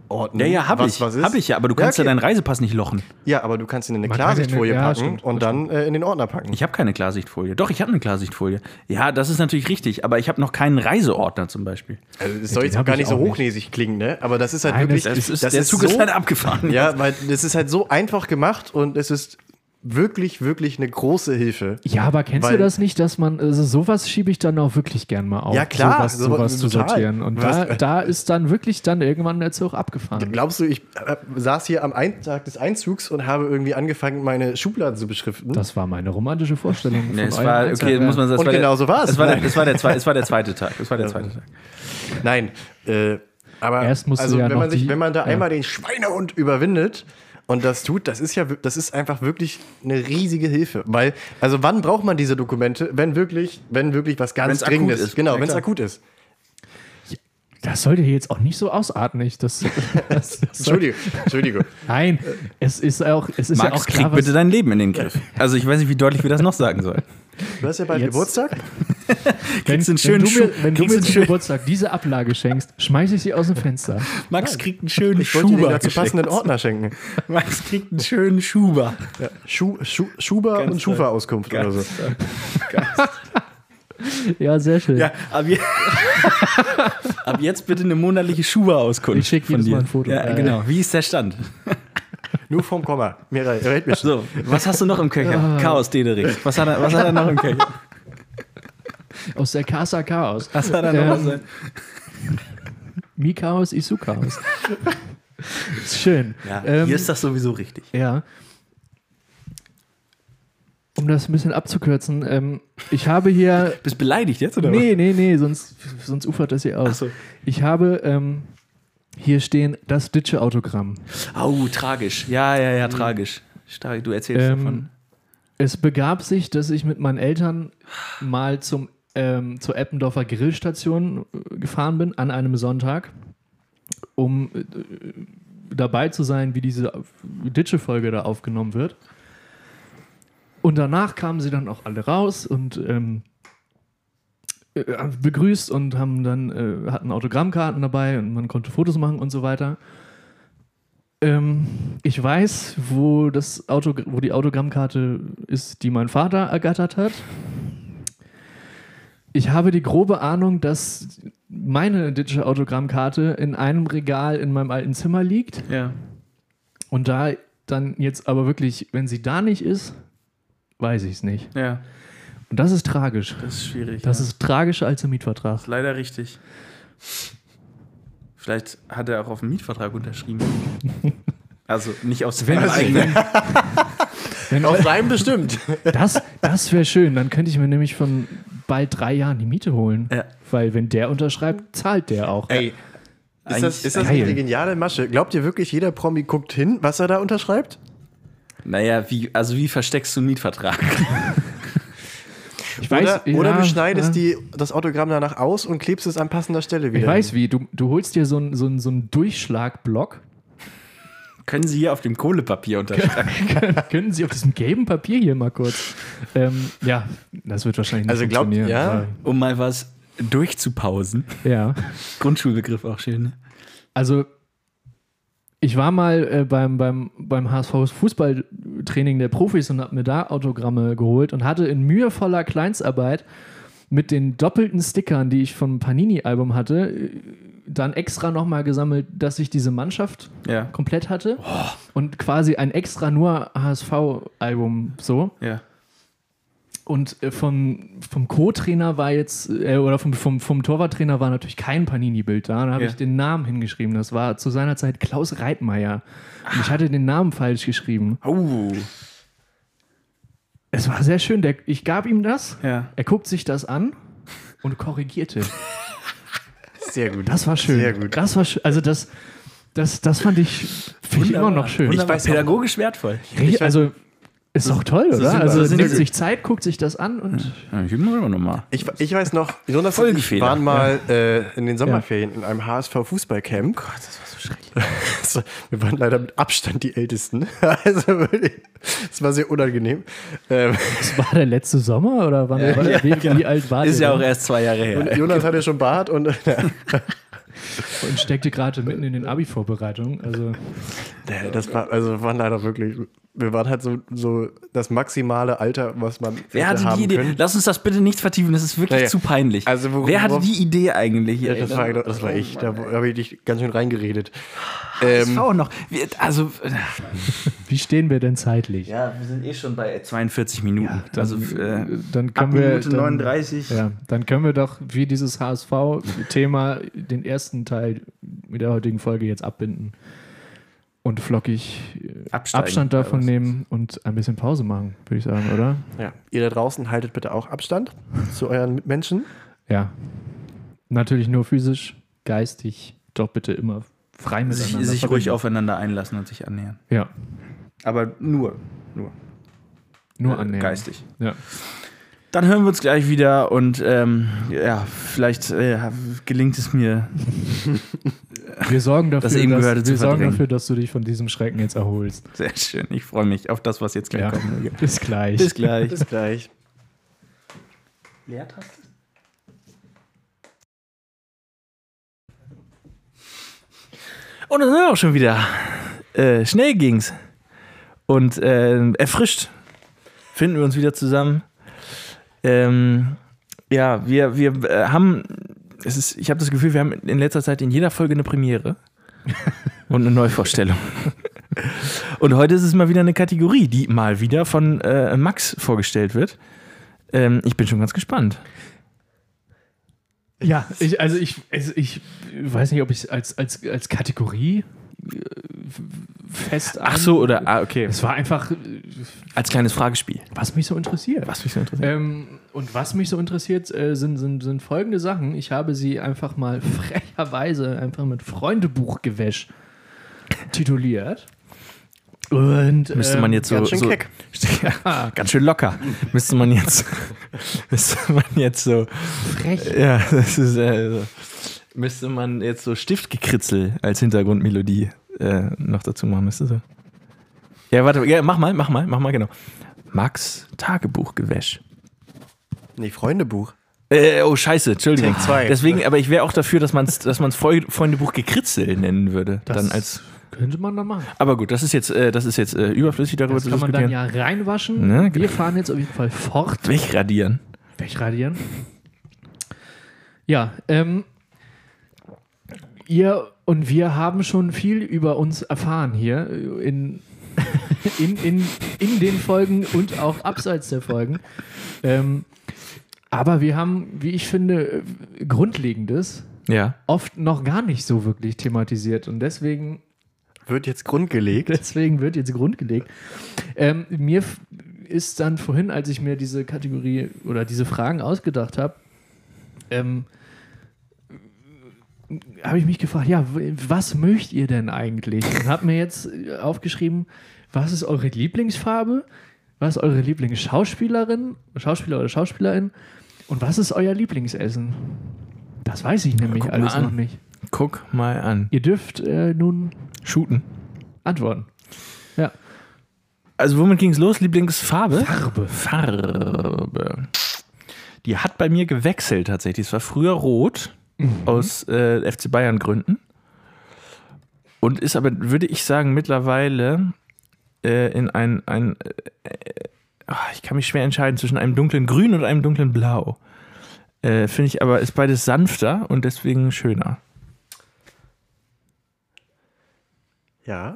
Speaker 4: ordnen.
Speaker 2: Ja, hab ich.
Speaker 4: was ist.
Speaker 2: Hab ich ja, aber du kannst ja
Speaker 4: okay.
Speaker 2: deinen Reisepass nicht lochen.
Speaker 4: Ja, aber du kannst ihn in eine
Speaker 3: Man kann
Speaker 4: Klarsichtfolie
Speaker 3: ja,
Speaker 4: packen
Speaker 3: stimmt,
Speaker 4: und dann in den Ordner packen.
Speaker 2: Ich habe keine Klarsichtfolie. Doch, ich habe eine Klarsichtfolie. Ja, das ist natürlich richtig, aber ich habe noch keinen Reiseordner zum Beispiel.
Speaker 4: Also, das soll
Speaker 3: den
Speaker 4: jetzt auch
Speaker 3: hab
Speaker 4: gar
Speaker 3: ich
Speaker 4: nicht so
Speaker 3: auch nicht.
Speaker 4: hochnäsig klingen, ne? Aber das ist halt
Speaker 3: Nein,
Speaker 4: wirklich.
Speaker 2: Der Zug ist halt abgefahren.
Speaker 4: Ja, weil das ist halt so einfach gemacht und es ist wirklich, wirklich eine große Hilfe.
Speaker 3: Ja, aber kennst
Speaker 4: Weil-
Speaker 3: du das nicht, dass man, also sowas schiebe ich dann auch wirklich gern mal auf.
Speaker 4: Ja, klar,
Speaker 3: Sowas zu
Speaker 4: total.
Speaker 3: sortieren. Und da ist dann wirklich dann irgendwann der Zug abgefahren.
Speaker 4: Glaubst du, ich saß hier am Tag des Einzugs und habe irgendwie angefangen, meine Schubladen zu beschriften?
Speaker 3: Das war meine romantische Vorstellung.
Speaker 2: Nee, es
Speaker 3: von
Speaker 2: war,
Speaker 3: eurem
Speaker 2: okay, muss man sagen.
Speaker 4: Und genau so war es.
Speaker 2: Es war der zweite Tag. Es war der zweite Tag.
Speaker 4: Nein, aber
Speaker 3: Erst musst du
Speaker 4: also,
Speaker 3: ja noch
Speaker 4: wenn man da
Speaker 3: ja.
Speaker 4: einmal den Schweinehund überwindet und das tut, das ist einfach wirklich eine riesige Hilfe. Weil, also wann braucht man diese Dokumente, wenn wirklich was ganz
Speaker 2: Wenn's
Speaker 4: Dringendes
Speaker 2: akut
Speaker 4: ist?
Speaker 2: ist.
Speaker 4: Genau,
Speaker 2: Ja,
Speaker 4: wenn es
Speaker 2: klar.
Speaker 4: akut ist.
Speaker 3: Das sollte hier jetzt auch nicht so ausarten.
Speaker 4: Entschuldigung.
Speaker 3: Nein, es ist ja auch
Speaker 2: Max,
Speaker 3: klar,
Speaker 2: krieg bitte dein Leben in den Griff. Also ich weiß nicht, wie deutlich wir das noch sagen sollen.
Speaker 4: Du hast ja bald
Speaker 3: Jetzt-
Speaker 4: Geburtstag?
Speaker 2: Kriegst einen schönen
Speaker 3: wenn du
Speaker 2: kriegst
Speaker 3: mir
Speaker 2: einen
Speaker 3: zum
Speaker 2: schönen-
Speaker 3: Geburtstag diese Ablage schenkst, schmeiße ich sie aus dem Fenster.
Speaker 2: Max kriegt einen schönen
Speaker 4: Ich wollte dir den
Speaker 2: Schuber.
Speaker 4: dazu passenden
Speaker 2: geschenkt.
Speaker 4: Ordner schenken.
Speaker 2: Max kriegt einen schönen Schuber.
Speaker 4: Ja. Schuber
Speaker 2: Ganz
Speaker 4: und Schufa-Auskunft oder so.
Speaker 3: Ja, sehr schön.
Speaker 2: Ja, ab jetzt bitte eine monatliche Schuber-Auskunft.
Speaker 3: Ich schick
Speaker 2: von
Speaker 3: jedes
Speaker 2: dir.
Speaker 3: Mal ein Foto.
Speaker 2: Ja, genau. Wie ist der Stand?
Speaker 4: Nur vom Komma. Mir reicht mir schon.
Speaker 2: So, was hast du noch im Köcher? Chaos Dederich. Was hat er noch im Köcher?
Speaker 3: Aus der Casa Chaos.
Speaker 2: Was hat er noch? Was
Speaker 3: Mi Chaos, Isu Chaos. Ist schön.
Speaker 2: ja, hier ist das sowieso richtig.
Speaker 3: Ja. Um das ein bisschen abzukürzen, ich habe hier.
Speaker 2: Bist beleidigt jetzt, oder
Speaker 3: Nee, sonst ufert das hier aus.
Speaker 2: Ach so.
Speaker 3: Ich habe hier stehen das Ditsche-Autogramm.
Speaker 2: was? Au, tragisch. Ja, tragisch. Stark, du erzählst davon.
Speaker 3: Es begab sich, dass ich mit meinen Eltern mal zur Eppendorfer Grillstation gefahren bin an einem Sonntag, um dabei zu sein, wie diese Ditsche-Folge da aufgenommen wird. Und danach kamen sie dann auch alle raus und begrüßt und haben dann hatten Autogrammkarten dabei und man konnte Fotos machen und so weiter. Ich weiß, wo die Autogrammkarte ist, die mein Vater ergattert hat. Ich habe die grobe Ahnung, dass meine Ditsche Autogrammkarte in einem Regal in meinem alten Zimmer liegt.
Speaker 2: Ja.
Speaker 3: Und da dann jetzt aber wirklich, wenn sie da nicht ist, weiß ich es nicht.
Speaker 2: Ja,
Speaker 3: Und das ist tragisch.
Speaker 2: das ist schwierig.
Speaker 3: Das
Speaker 2: ja.
Speaker 3: ist tragischer als im Mietvertrag.
Speaker 2: leider richtig. Vielleicht hat er auch auf dem Mietvertrag unterschrieben. Also nicht aus seinem eigenen.
Speaker 4: Auf seinem bestimmt.
Speaker 3: Das wäre schön. Dann könnte ich mir nämlich von bald 3 Jahren die Miete holen.
Speaker 2: Ja.
Speaker 3: Weil wenn der unterschreibt, zahlt der auch.
Speaker 4: Ey, ist das
Speaker 3: geil.
Speaker 4: eine geniale Masche? Glaubt ihr wirklich, jeder Promi guckt hin, was er da unterschreibt?
Speaker 2: Naja, wie versteckst du einen Mietvertrag?
Speaker 3: Ich weiß,
Speaker 4: Oder
Speaker 3: ja,
Speaker 4: du schneidest
Speaker 3: ja.
Speaker 4: das Autogramm danach aus und klebst es an passender Stelle wieder.
Speaker 3: Ich weiß wie. Du holst dir so einen Durchschlagblock.
Speaker 2: Können Sie hier auf dem Kohlepapier unterschreiben?
Speaker 3: Können Sie auf diesem gelben Papier hier mal kurz. Ja, das wird wahrscheinlich nicht
Speaker 4: Also glaubt-
Speaker 3: funktionieren.
Speaker 4: ja?
Speaker 2: Um mal was durchzupausen.
Speaker 3: Ja.
Speaker 2: Grundschulbegriff auch schön, ne?
Speaker 3: Also, ich war mal beim HSV Fußballtraining der Profis und habe mir da Autogramme geholt und hatte in mühevoller Kleinstarbeit mit den doppelten Stickern, die ich vom Panini-Album hatte, dann extra nochmal gesammelt, dass ich diese Mannschaft
Speaker 2: Ja.
Speaker 3: komplett hatte und quasi ein extra nur HSV-Album so.
Speaker 2: Ja.
Speaker 3: Und vom Co-Trainer war jetzt, oder vom Torwarttrainer war natürlich kein Panini-Bild da. Da habe
Speaker 2: Ja.
Speaker 3: ich den Namen hingeschrieben. Das war zu seiner Zeit Klaus Reitmeier. Und ich hatte den Namen falsch geschrieben.
Speaker 2: Oh.
Speaker 3: Es war sehr schön. Ich gab ihm das.
Speaker 2: Ja.
Speaker 3: Er guckt sich das an und korrigierte.
Speaker 4: Sehr gut.
Speaker 3: Das war schön.
Speaker 4: Sehr gut.
Speaker 3: Das war schön. Also das fand ich, finde ich immer noch schön.
Speaker 2: Ich weiß, pädagogisch wertvoll.
Speaker 3: Also ist doch toll, oder?
Speaker 2: super.
Speaker 3: Also
Speaker 2: Das sind
Speaker 3: nimmt
Speaker 2: die-
Speaker 3: sich Zeit, guckt sich das an und
Speaker 2: Ja, ich immer nochmal.
Speaker 4: Ich weiß noch, Jonas und ich
Speaker 2: Folgefehler.
Speaker 4: waren mal in den Sommerferien in einem HSV-Fußballcamp. Gott, das war so schrecklich. Wir waren leider mit Abstand die Ältesten. Also wirklich, es war sehr unangenehm.
Speaker 3: das war der letzte Sommer oder wann, wie alt war
Speaker 2: Ist
Speaker 3: der
Speaker 2: ja auch
Speaker 3: denn?
Speaker 2: erst 2 Jahre her.
Speaker 4: Und Jonas hatte schon Bart und
Speaker 3: Und steckte gerade mitten in den Abi-Vorbereitungen. Also,
Speaker 4: Das waren leider wirklich, wir waren halt so das maximale Alter, was man
Speaker 2: Wer hatte
Speaker 4: haben
Speaker 2: die Idee?
Speaker 4: können.
Speaker 2: Lass uns das bitte nicht vertiefen, das ist wirklich
Speaker 4: Ja.
Speaker 2: zu peinlich.
Speaker 4: Also,
Speaker 2: Wer hatte die Idee eigentlich?
Speaker 4: Ja, das war ich, da habe ich dich ganz schön reingeredet.
Speaker 2: Das war auch noch.
Speaker 3: wie stehen wir denn zeitlich?
Speaker 2: Ja, wir sind schon bei 42 Minuten.
Speaker 3: Dann
Speaker 2: ab
Speaker 3: können wir
Speaker 2: Minute 39.
Speaker 3: Ja, dann können wir doch wie dieses HSV-Thema den ersten Teil mit der heutigen Folge jetzt abbinden und flockig
Speaker 2: Absteigen,
Speaker 3: Abstand davon
Speaker 2: oder was?
Speaker 3: nehmen und ein bisschen Pause machen, würde ich sagen, oder?
Speaker 4: Ja. Ihr da draußen haltet bitte auch Abstand zu euren Mitmenschen.
Speaker 3: Ja. Natürlich nur physisch, geistig, doch bitte immer frei miteinander.
Speaker 2: Sich ruhig
Speaker 3: verbinden.
Speaker 2: aufeinander einlassen und sich annähern.
Speaker 3: Ja,
Speaker 2: Aber nur
Speaker 3: nur annähern.
Speaker 2: geistig.
Speaker 3: Ja.
Speaker 2: Dann hören wir uns gleich wieder und vielleicht gelingt es mir.
Speaker 3: Wir sorgen dafür,
Speaker 2: Das eben Gehörte zu
Speaker 3: wir sorgen
Speaker 2: verdrängen.
Speaker 3: dafür, dass du dich von diesem Schrecken jetzt erholst.
Speaker 2: Sehr schön. Ich freue mich auf das, was jetzt gleich
Speaker 3: Ja.
Speaker 2: kommen wird.
Speaker 3: Bis gleich.
Speaker 2: Bis gleich.
Speaker 4: Bis gleich.
Speaker 2: Leertaste? Und dann sind wir auch schon wieder. Schnell ging's. Und erfrischt finden wir uns wieder zusammen. Ja, wir haben, ich habe das Gefühl, wir haben in letzter Zeit in jeder Folge eine Premiere und eine Neuvorstellung. Und heute ist es mal wieder eine Kategorie, die mal wieder von Max vorgestellt wird. Ich bin schon ganz gespannt.
Speaker 3: Ja, ich weiß nicht, ob ich es als Kategorie fest.
Speaker 2: Ach so, oder, okay.
Speaker 3: Es war einfach,
Speaker 2: Als kleines Fragespiel.
Speaker 3: was mich so interessiert.
Speaker 2: Was mich so interessiert.
Speaker 3: Und was mich so interessiert, sind folgende Sachen. Ich habe sie einfach mal frecherweise einfach mit Freundebuchgewäsch tituliert. Und
Speaker 2: Müsste man jetzt so.
Speaker 4: Ganz schön
Speaker 2: so
Speaker 4: keck.
Speaker 2: Ja, ganz schön locker. Müsste man jetzt so.
Speaker 3: frech.
Speaker 2: Ja, das ist. Müsste man jetzt so Stiftgekritzel als Hintergrundmelodie noch dazu machen, müsste so. Ja, warte, ja, mach mal, genau. Max Tagebuchgewäsch.
Speaker 4: Nee, Freundebuch.
Speaker 2: Oh, scheiße, Entschuldigung.
Speaker 4: Take 2.
Speaker 2: Deswegen, aber ich wäre auch dafür, dass man es Freundebuch Gekritzel nennen würde.
Speaker 3: Das
Speaker 2: Dann als.
Speaker 3: könnte man da machen.
Speaker 2: Aber gut, das ist jetzt überflüssig, darüber
Speaker 3: Das
Speaker 2: zu
Speaker 3: kann man dann
Speaker 2: diskutieren.
Speaker 3: ja reinwaschen.
Speaker 2: Ne?
Speaker 3: Wir fahren jetzt auf jeden Fall fort.
Speaker 2: Wegradieren.
Speaker 3: Wegradieren. Ja, ihr und wir haben schon viel über uns erfahren hier in den Folgen und auch abseits der Folgen. Aber wir haben, wie ich finde, Grundlegendes
Speaker 2: Ja.
Speaker 3: oft noch gar nicht so wirklich thematisiert und deswegen
Speaker 4: Wird jetzt grundgelegt.
Speaker 3: wird jetzt Grund gelegt. Mir ist dann vorhin, als ich mir diese Kategorie oder diese Fragen ausgedacht habe, habe ich mich gefragt, ja, was möcht ihr denn eigentlich? Und habe mir jetzt aufgeschrieben, was ist eure Lieblingsfarbe? Was ist eure Lieblingsschauspieler oder Schauspielerin? Und was ist euer Lieblingsessen? Das weiß ich nämlich
Speaker 2: guck mal
Speaker 3: alles
Speaker 2: an.
Speaker 3: noch nicht.
Speaker 2: Guck mal an.
Speaker 3: Ihr dürft nun
Speaker 2: Shooten.
Speaker 3: antworten. Ja.
Speaker 2: Also womit ging es los? Lieblingsfarbe?
Speaker 3: Farbe.
Speaker 2: Farbe. Die hat bei mir gewechselt tatsächlich. Es war früher rot aus FC Bayern Gründen. Und ist aber, würde ich sagen, mittlerweile in ich kann mich schwer entscheiden zwischen einem dunklen Grün und einem dunklen Blau. Finde ich aber, ist beides sanfter und deswegen schöner.
Speaker 4: Ja.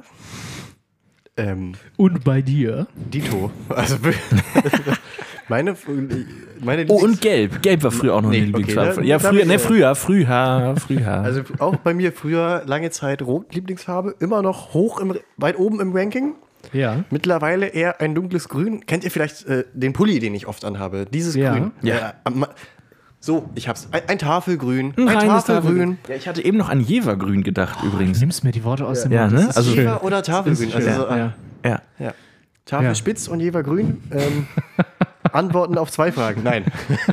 Speaker 3: Und bei dir?
Speaker 4: Dito. Also meine
Speaker 2: Oh, und Gelb. Gelb war früher auch noch
Speaker 4: Nee,
Speaker 2: eine Lieblingsfarbe.
Speaker 4: okay,
Speaker 2: Ja,
Speaker 4: da
Speaker 2: früher.
Speaker 4: Also auch bei mir früher lange Zeit Rot Lieblingsfarbe, immer noch weit oben im Ranking.
Speaker 3: Ja.
Speaker 4: Mittlerweile eher ein dunkles Grün. Kennt ihr vielleicht den Pulli, den ich oft anhabe? Dieses
Speaker 3: Ja.
Speaker 4: Grün.
Speaker 2: Ja.
Speaker 4: So, ich hab's. Ein Tafelgrün.
Speaker 2: Ein
Speaker 4: Ein
Speaker 2: reines
Speaker 4: Tafelgrün.
Speaker 2: Ja, ich hatte eben noch an Jevergrün gedacht übrigens.
Speaker 3: Du nimmst mir die Worte aus dem
Speaker 2: Ja,
Speaker 3: Mund.
Speaker 2: ne?
Speaker 3: Das ist
Speaker 2: Also-
Speaker 3: schön.
Speaker 4: Jever oder Tafelgrün.
Speaker 3: Das ist schön.
Speaker 4: Also,
Speaker 3: ja.
Speaker 2: Ja.
Speaker 4: ja. Tafel
Speaker 3: Ja.
Speaker 4: spitz und Jevergrün. Antworten auf 2 Fragen. Nein.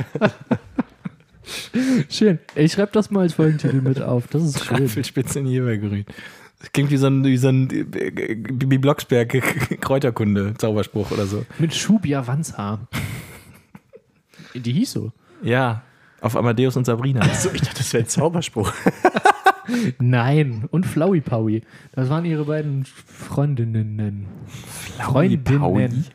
Speaker 3: Schön. Ich schreibe das mal als Folgentitel mit auf. Das ist schön.
Speaker 2: Tafelspitze in Jevergrün. Das klingt wie so ein Bibi Blocksberg Kräuterkunde-Zauberspruch oder so.
Speaker 3: Mit Schubia Wanzhaar. Die hieß so.
Speaker 2: Ja, auf Amadeus und Sabrina.
Speaker 4: So, ich dachte, das wäre ein Zauberspruch.
Speaker 3: Nein, und Flowey Powie. Das waren ihre beiden Freundinnen. Freundinnen.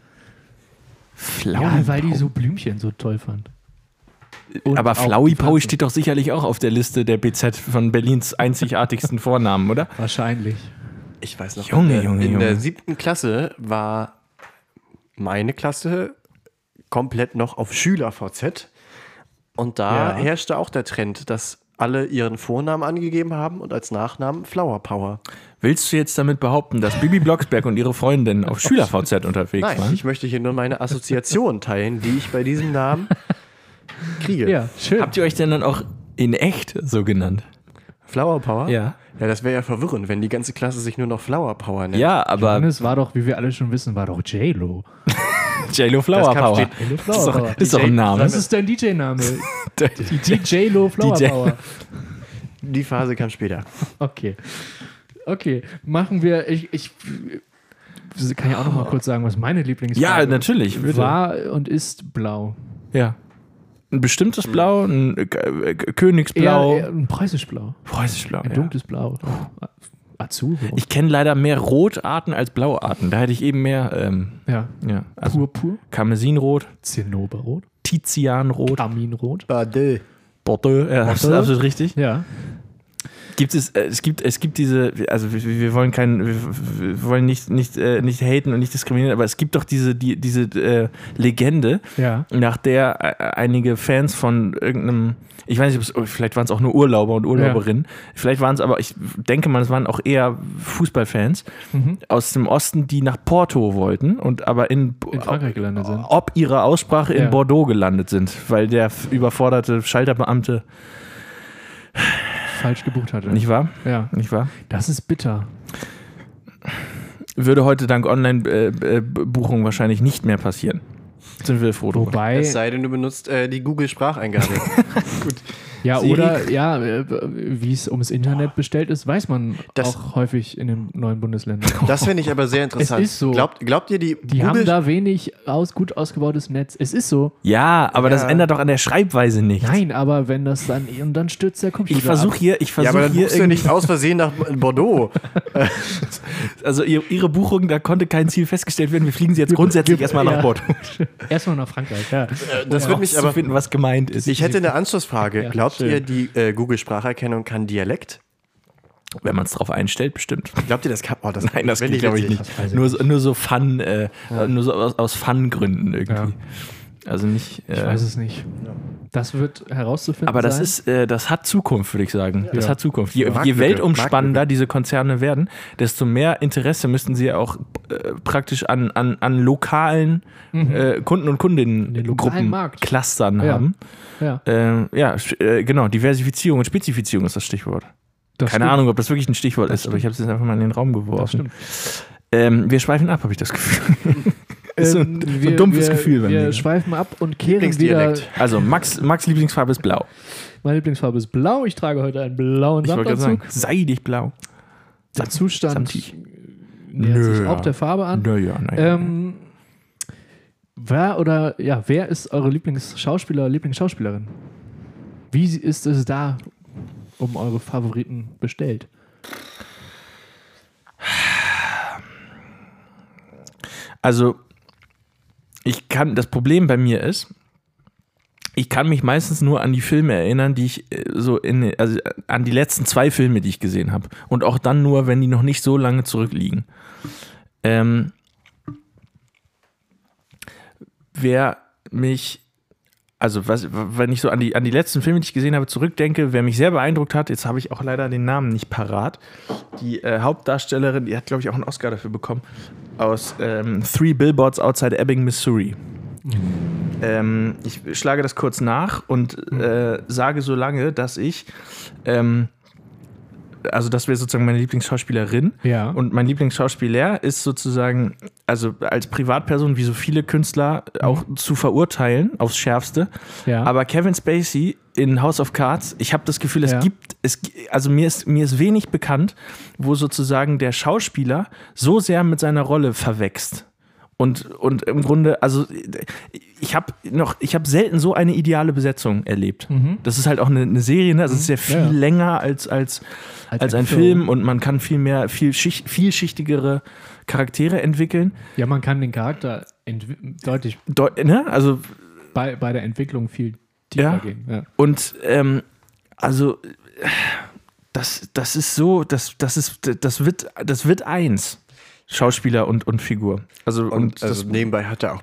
Speaker 3: Ja, weil die so Blümchen so toll fand. Und
Speaker 2: aber
Speaker 3: auch
Speaker 2: Flowey
Speaker 3: die
Speaker 2: Powie
Speaker 3: Pflanzen.
Speaker 2: steht doch sicherlich auch auf der Liste der BZ von Berlins einzigartigsten Vornamen, oder?
Speaker 3: Wahrscheinlich.
Speaker 4: Ich weiß noch,
Speaker 2: Junge,
Speaker 4: in der 7. Klasse war meine Klasse komplett noch auf Schüler-VZ. Und da herrschte auch der Trend, dass alle ihren Vornamen angegeben haben und als Nachnamen Flower Power.
Speaker 2: Willst du jetzt damit behaupten, dass Bibi Blocksberg und ihre Freundin auf Schüler-VZ unterwegs
Speaker 4: Nein,
Speaker 2: waren?
Speaker 4: ich möchte hier nur meine Assoziation teilen, die ich bei diesem Namen kriege.
Speaker 3: Ja, schön.
Speaker 2: Habt ihr euch denn dann auch in echt so genannt?
Speaker 4: Flower Power?
Speaker 2: Ja.
Speaker 4: Ja, das wäre ja verwirrend, wenn die ganze Klasse sich nur noch Flower Power nennt.
Speaker 2: Ja, aber
Speaker 3: Johannes war doch, wie wir alle schon wissen, war doch J-Lo.
Speaker 2: J-Lo Flower
Speaker 4: Das kann
Speaker 2: Power.
Speaker 4: stehen.
Speaker 3: J-Lo
Speaker 2: Das
Speaker 3: Flower
Speaker 2: ist doch,
Speaker 3: Power.
Speaker 2: ist doch ein Name.
Speaker 3: Was ist dein DJ-Name? Die J-Lo Flower
Speaker 2: DJ.
Speaker 3: Power.
Speaker 4: Die Phase kam später.
Speaker 3: Okay, machen wir. Ich kann ja auch noch mal kurz sagen, was meine Lieblingsfarbe
Speaker 2: Ja, natürlich. Bitte.
Speaker 3: war und ist blau.
Speaker 2: Ja. Ein bestimmtes Blau, ein Königsblau.
Speaker 3: Eher ein preußisch Blau.
Speaker 2: Preußisch-Blau.
Speaker 3: Ein
Speaker 2: Ja.
Speaker 3: dunkles Blau. Azur.
Speaker 2: Ich kenne leider mehr Rotarten als Blauarten. Da hätte ich eben mehr,
Speaker 3: Ja.
Speaker 2: also
Speaker 3: Purpur.
Speaker 2: Karmesinrot,
Speaker 3: Zinnoberrot.
Speaker 2: Tizianrot,
Speaker 3: Karminrot.
Speaker 4: Bade.
Speaker 2: Bordeaux, ja, das ist
Speaker 3: Bordeaux.
Speaker 2: absolut richtig.
Speaker 3: Ja.
Speaker 2: Es gibt diese, also wir wollen wir wollen nicht haten und nicht diskriminieren, aber es gibt doch diese Legende,
Speaker 3: Ja.
Speaker 2: nach der einige Fans von irgendeinem, ich weiß nicht, vielleicht waren es auch nur Urlauber und Urlauberinnen, vielleicht waren es aber, ich denke mal, es waren auch eher Fußballfans aus dem Osten, die nach Porto wollten und aber in
Speaker 3: Frankreich gelandet sind.
Speaker 2: ob ihrer Aussprache
Speaker 3: Ja.
Speaker 2: in Bordeaux gelandet sind, weil der überforderte Schalterbeamte,
Speaker 3: Falsch gebucht hatte.
Speaker 2: nicht wahr?
Speaker 3: Ja.
Speaker 2: Nicht wahr?
Speaker 3: Das ist bitter.
Speaker 2: Würde heute dank Online-Buchung wahrscheinlich nicht mehr passieren. Sind wir froh drüber.
Speaker 3: Wobei.
Speaker 4: Es sei denn, du benutzt die Google-Spracheingabe.
Speaker 3: Ja,
Speaker 4: Siri.
Speaker 3: oder ja, wie es ums Internet bestellt ist, weiß man
Speaker 4: Das-
Speaker 3: auch häufig in den neuen Bundesländern.
Speaker 4: Das finde ich aber sehr interessant.
Speaker 3: Es ist so.
Speaker 4: Glaubt ihr, die
Speaker 3: Haben da wenig gut ausgebautes Netz. Es ist so.
Speaker 2: Ja, aber das ändert doch an der Schreibweise nichts.
Speaker 3: Nein, aber wenn das dann und dann stürzt der Computer.
Speaker 2: Ich versuche
Speaker 3: ab.
Speaker 2: hier
Speaker 4: Ja, aber dann buchst du
Speaker 2: irgendwie-
Speaker 4: nicht aus Versehen nach Bordeaux.
Speaker 2: also ihre Buchung, da konnte kein Ziel festgestellt werden. Wir fliegen sie jetzt grundsätzlich erstmal nach Bordeaux.
Speaker 3: Erstmal nach Frankreich, ja.
Speaker 4: Das wird mich aber.
Speaker 2: finden, was gemeint ist.
Speaker 4: Ich hätte eine Anschlussfrage.
Speaker 3: Ja,
Speaker 4: Glaubt
Speaker 3: schön.
Speaker 4: ihr, die Google-Spracherkennung kann Dialekt?
Speaker 2: Wenn man es drauf einstellt, bestimmt.
Speaker 4: Glaubt ihr, das kann? Oh, das
Speaker 2: Nein, das
Speaker 4: finde
Speaker 2: geht, glaube ich,
Speaker 4: witzig.
Speaker 2: nicht.
Speaker 3: weiß ich
Speaker 2: Nur so Fun, nur so aus Fun-Gründen irgendwie.
Speaker 3: Ja.
Speaker 2: Also nicht.
Speaker 3: Ich weiß es nicht. Das wird herauszufinden
Speaker 2: Aber das
Speaker 3: sein.
Speaker 2: ist, das hat Zukunft, würde ich sagen. Das
Speaker 3: Ja.
Speaker 2: hat Zukunft. Je
Speaker 4: Marktlücke,
Speaker 2: weltumspannender diese Konzerne werden, desto mehr Interesse müssten sie ja auch praktisch an lokalen Kunden und
Speaker 3: Den
Speaker 2: Kundinnen
Speaker 3: lokalen
Speaker 2: Gruppen
Speaker 3: Markt.
Speaker 2: Clustern
Speaker 3: Ja.
Speaker 2: haben.
Speaker 3: Ja,
Speaker 2: Genau, Diversifizierung und Spezifizierung ist das Stichwort.
Speaker 3: das
Speaker 2: Keine
Speaker 3: stimmt.
Speaker 2: Ahnung, ob das wirklich ein Stichwort ist, aber ich habe es jetzt einfach mal in den Raum
Speaker 3: Das
Speaker 2: geworfen.
Speaker 3: stimmt.
Speaker 2: Wir schweifen ab, habe ich das Gefühl. Ist so ein dumpfes Gefühl bei
Speaker 3: Wir
Speaker 2: mir.
Speaker 3: schweifen ab und kehren wieder.
Speaker 4: Lieblingsdialekt.
Speaker 2: Also Max Lieblingsfarbe ist blau.
Speaker 3: Meine Lieblingsfarbe ist blau. Ich trage heute einen blauen
Speaker 2: Ich wollte gerade sagen,
Speaker 3: Samtanzug.
Speaker 2: seidig blau.
Speaker 3: Der Zustand
Speaker 2: samtig.
Speaker 3: nähert sich
Speaker 2: Nö.
Speaker 3: auch der Farbe an.
Speaker 2: Naja.
Speaker 3: Wer ist eure Lieblingsschauspieler, Lieblingsschauspielerin? Wie ist es da um eure Favoriten bestellt?
Speaker 2: Also, das Problem bei mir ist, ich kann mich meistens nur an die Filme erinnern, die ich an die letzten 2 Filme, die ich gesehen habe. Und auch dann nur, wenn die noch nicht so lange zurückliegen. Wenn ich so an die letzten Filme, die ich gesehen habe, zurückdenke, wer mich sehr beeindruckt hat, jetzt habe ich auch leider den Namen nicht parat, die Hauptdarstellerin, die hat, glaube ich, auch einen Oscar dafür bekommen, aus 3 Billboards Outside Ebbing, Missouri. Ich schlage das kurz nach und sage so lange, dass ich das wäre sozusagen meine Lieblingsschauspielerin.
Speaker 3: Ja.
Speaker 2: Und mein Lieblingsschauspieler ist sozusagen, also als Privatperson, wie so viele Künstler, auch zu verurteilen aufs Schärfste.
Speaker 3: Ja.
Speaker 2: Aber Kevin Spacey in House of Cards, ich habe das Gefühl, mir ist wenig bekannt, wo sozusagen der Schauspieler so sehr mit seiner Rolle verwächst. Und im Grunde, also ich habe selten so eine ideale Besetzung erlebt. Das ist halt auch eine Serie, ne? Also es ist ja viel länger als ein Film und man kann vielschichtigere Charaktere entwickeln.
Speaker 3: Ja, man kann den Charakter deutlich
Speaker 2: Ne? Also
Speaker 3: bei der Entwicklung viel tiefer gehen. Ja.
Speaker 2: Und also das ist so, das wird eins. Schauspieler und Figur. Also
Speaker 4: nebenbei hat er auch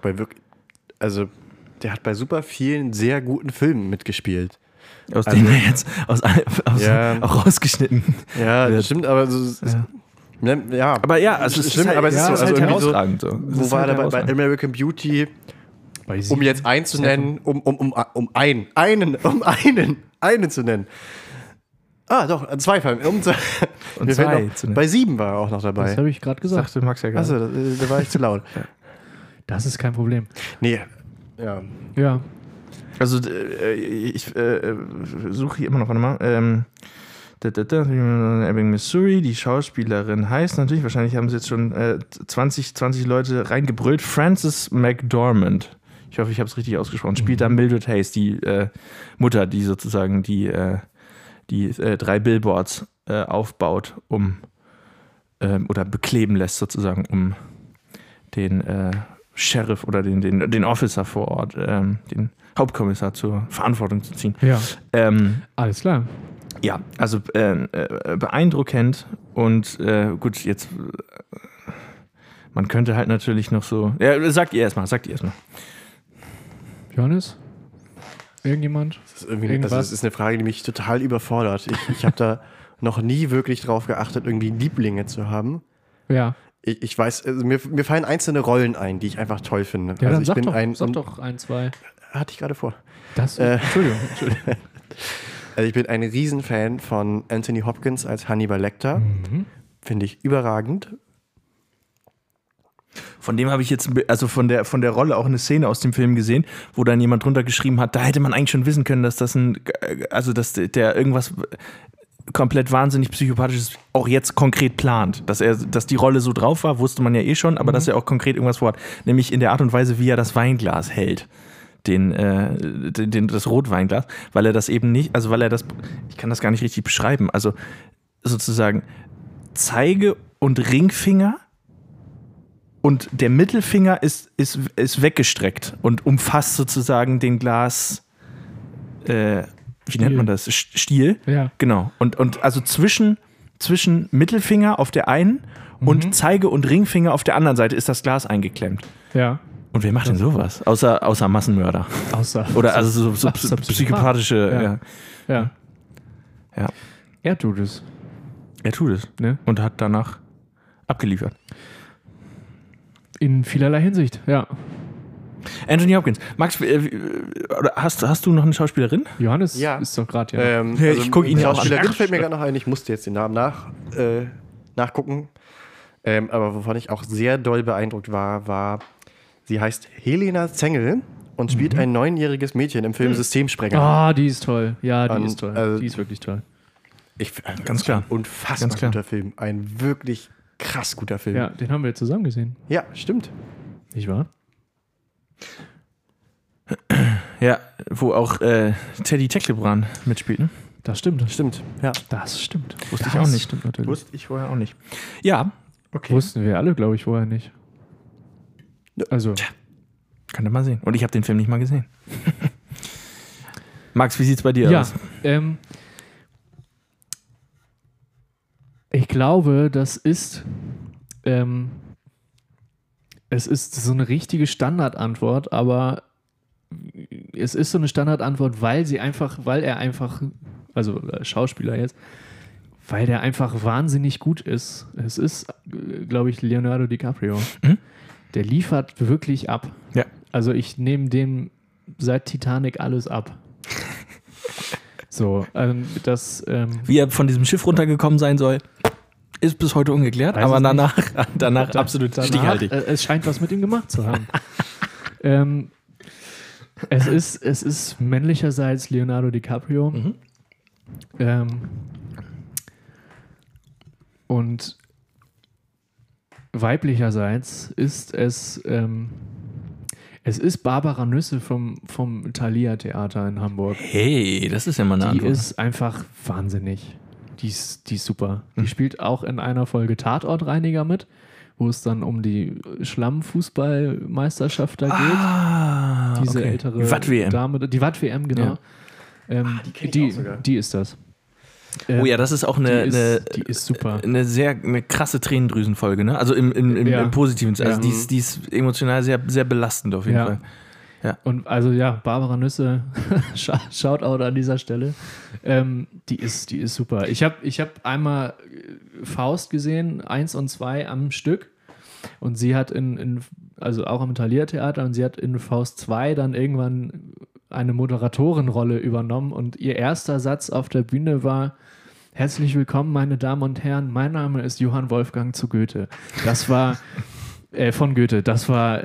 Speaker 4: der hat bei super vielen sehr guten Filmen mitgespielt.
Speaker 2: Aus denen er jetzt auch rausgeschnitten.
Speaker 4: Ja, das stimmt, aber
Speaker 2: Aber ja, also es ist halt,
Speaker 4: aber es ist so, also irgendwie
Speaker 2: herausragend. So.
Speaker 4: Wo war er bei American Beauty? Um jetzt einen zu nennen, um einen zu nennen. Ah, doch, zwei Filme. Bei 7 war er auch noch dabei.
Speaker 3: Das habe ich gerade gesagt.
Speaker 2: Sagte Max ja gerade.
Speaker 4: Achso, da war ich zu laut.
Speaker 3: Das ist kein Problem.
Speaker 4: Nee, ja.
Speaker 3: Ja.
Speaker 2: Also ich suche hier immer noch, warte mal. Ebbing, Missouri, die Schauspielerin heißt natürlich, wahrscheinlich haben sie jetzt schon 20 Leute reingebrüllt, Frances McDormand. Ich hoffe, ich habe es richtig ausgesprochen. Spielt da Mildred Hayes, die Mutter, die sozusagen die 3 Billboards aufbaut, oder bekleben lässt sozusagen, um den Sheriff oder den Officer vor Ort, den Hauptkommissar zur Verantwortung zu ziehen.
Speaker 3: Ja. Alles klar.
Speaker 2: Ja, also beeindruckend und gut, jetzt man könnte halt natürlich noch so. Ja, sagt ihr erstmal.
Speaker 3: Johannes? Irgendjemand?
Speaker 4: Das ist eine Frage, die mich total überfordert. Ich habe da noch nie wirklich drauf geachtet, irgendwie Lieblinge zu haben.
Speaker 3: Ja.
Speaker 4: Ich weiß, also mir fallen einzelne Rollen ein, die ich einfach toll finde.
Speaker 3: Ja,
Speaker 4: also
Speaker 3: dann sag doch ein, zwei.
Speaker 4: Hatte ich gerade vor.
Speaker 3: Entschuldigung.
Speaker 4: Also ich bin ein Riesenfan von Anthony Hopkins als Hannibal Lecter. Finde ich überragend.
Speaker 2: Von dem habe ich jetzt, also von der Rolle auch eine Szene aus dem Film gesehen, wo dann jemand drunter geschrieben hat, da hätte man eigentlich schon wissen können, dass dass der irgendwas komplett wahnsinnig Psychopathisches auch jetzt konkret plant. Dass die Rolle so drauf war, wusste man ja eh schon, aber dass er auch konkret irgendwas vorhat. Nämlich in der Art und Weise, wie er das Weinglas hält. Das Rotweinglas, weil er das eben nicht, also weil er das, ich kann das gar nicht richtig beschreiben, also sozusagen Zeige- und Ringfinger und der Mittelfinger ist weggestreckt und umfasst sozusagen den Glas, wie nennt man das? Stiel.
Speaker 3: Ja.
Speaker 2: Genau. Und also zwischen Mittelfinger auf der einen und Zeige- und Ringfinger auf der anderen Seite ist das Glas eingeklemmt.
Speaker 3: Ja.
Speaker 2: Und wer macht denn sowas? Außer Massenmörder. Oder also so psychopathische.
Speaker 3: Ja.
Speaker 2: Ja.
Speaker 3: Er tut es.
Speaker 2: Er tut es.
Speaker 3: Ne?
Speaker 2: Und hat danach abgeliefert.
Speaker 3: In vielerlei Hinsicht, ja.
Speaker 2: Anthony Hopkins. Max, hast du noch eine Schauspielerin?
Speaker 3: Johannes
Speaker 4: Ja.
Speaker 3: ist doch gerade, ja.
Speaker 2: Ich gucke ihn ja auch an.
Speaker 4: Schauspielerin fällt mir gerade noch ein. Ich musste jetzt den Namen nachgucken. Aber wovon ich auch sehr doll beeindruckt war, sie heißt Helena Zengel und spielt ein 9-jähriges Mädchen im Film Systemsprenger.
Speaker 3: Ah, die ist toll. Ja, die
Speaker 4: Und,
Speaker 3: ist toll.
Speaker 4: also-
Speaker 3: Die ist wirklich toll.
Speaker 2: Ganz klar.
Speaker 4: Ein unfassbar
Speaker 2: Ganz klar.
Speaker 4: guter Film. Ein wirklich krass guter Film.
Speaker 3: Ja, den haben wir zusammen gesehen.
Speaker 4: Ja, stimmt.
Speaker 3: Nicht wahr?
Speaker 2: Ja, wo auch Teddy Tecklebrand mitspielt, ne?
Speaker 3: Das stimmt.
Speaker 4: Stimmt. Ja.
Speaker 3: Das stimmt.
Speaker 2: Wusste ich auch nicht.
Speaker 3: Stimmt natürlich.
Speaker 2: Wusste ich vorher auch nicht. Ja, okay.
Speaker 3: Wussten wir alle, glaube ich, vorher nicht. Also,
Speaker 2: Könnt ihr mal sehen. Und ich habe den Film nicht mal gesehen. Max, wie sieht's bei dir
Speaker 3: ja,
Speaker 2: aus?
Speaker 3: ich glaube, das ist es ist so eine richtige Standardantwort, aber es ist so eine Standardantwort, weil er einfach, also Schauspieler jetzt, weil der einfach wahnsinnig gut ist. Es ist, glaube ich, Leonardo DiCaprio. Der liefert wirklich ab.
Speaker 2: Ja.
Speaker 3: Also ich nehme dem seit Titanic alles ab. So,
Speaker 2: Wie er von diesem Schiff runtergekommen sein soll, ist bis heute ungeklärt, aber danach absolut stichhaltig.
Speaker 3: Es scheint was mit ihm gemacht zu haben. Es ist männlicherseits Leonardo DiCaprio. Und weiblicherseits ist es ist Barbara Nüsse vom Thalia Theater in Hamburg.
Speaker 2: Hey, das ist ja mal eine
Speaker 3: Die
Speaker 2: Antwort.
Speaker 3: ist einfach wahnsinnig. Die ist super. Die spielt auch in einer Folge Tatortreiniger mit, wo es dann um die Schlammfußballmeisterschaft da geht. Diese
Speaker 2: okay.
Speaker 3: ältere
Speaker 2: Die Watt-WM.
Speaker 3: Dame, die Watt-WM, genau.
Speaker 4: die kenn ich auch sogar.
Speaker 3: Die ist das.
Speaker 2: Oh ja, das ist auch eine
Speaker 3: die ist super.
Speaker 2: eine krasse Tränendrüsenfolge, ne? Also im
Speaker 3: Ja.
Speaker 2: Positiven. Also
Speaker 3: Ja.
Speaker 2: die ist emotional sehr, sehr belastend auf jeden
Speaker 3: Ja.
Speaker 2: Fall.
Speaker 3: Und also ja, Barbara Nüsse, Shoutout an dieser Stelle. Die ist super. Ich hab einmal Faust gesehen, 1 und 2 am Stück. Und sie hat also auch am Thalia Theater, und sie hat in Faust 2 dann irgendwann eine Moderatorenrolle übernommen. Und ihr erster Satz auf der Bühne war: Herzlich willkommen, meine Damen und Herren, mein Name ist Johann Wolfgang zu Goethe. Das war von Goethe. Das war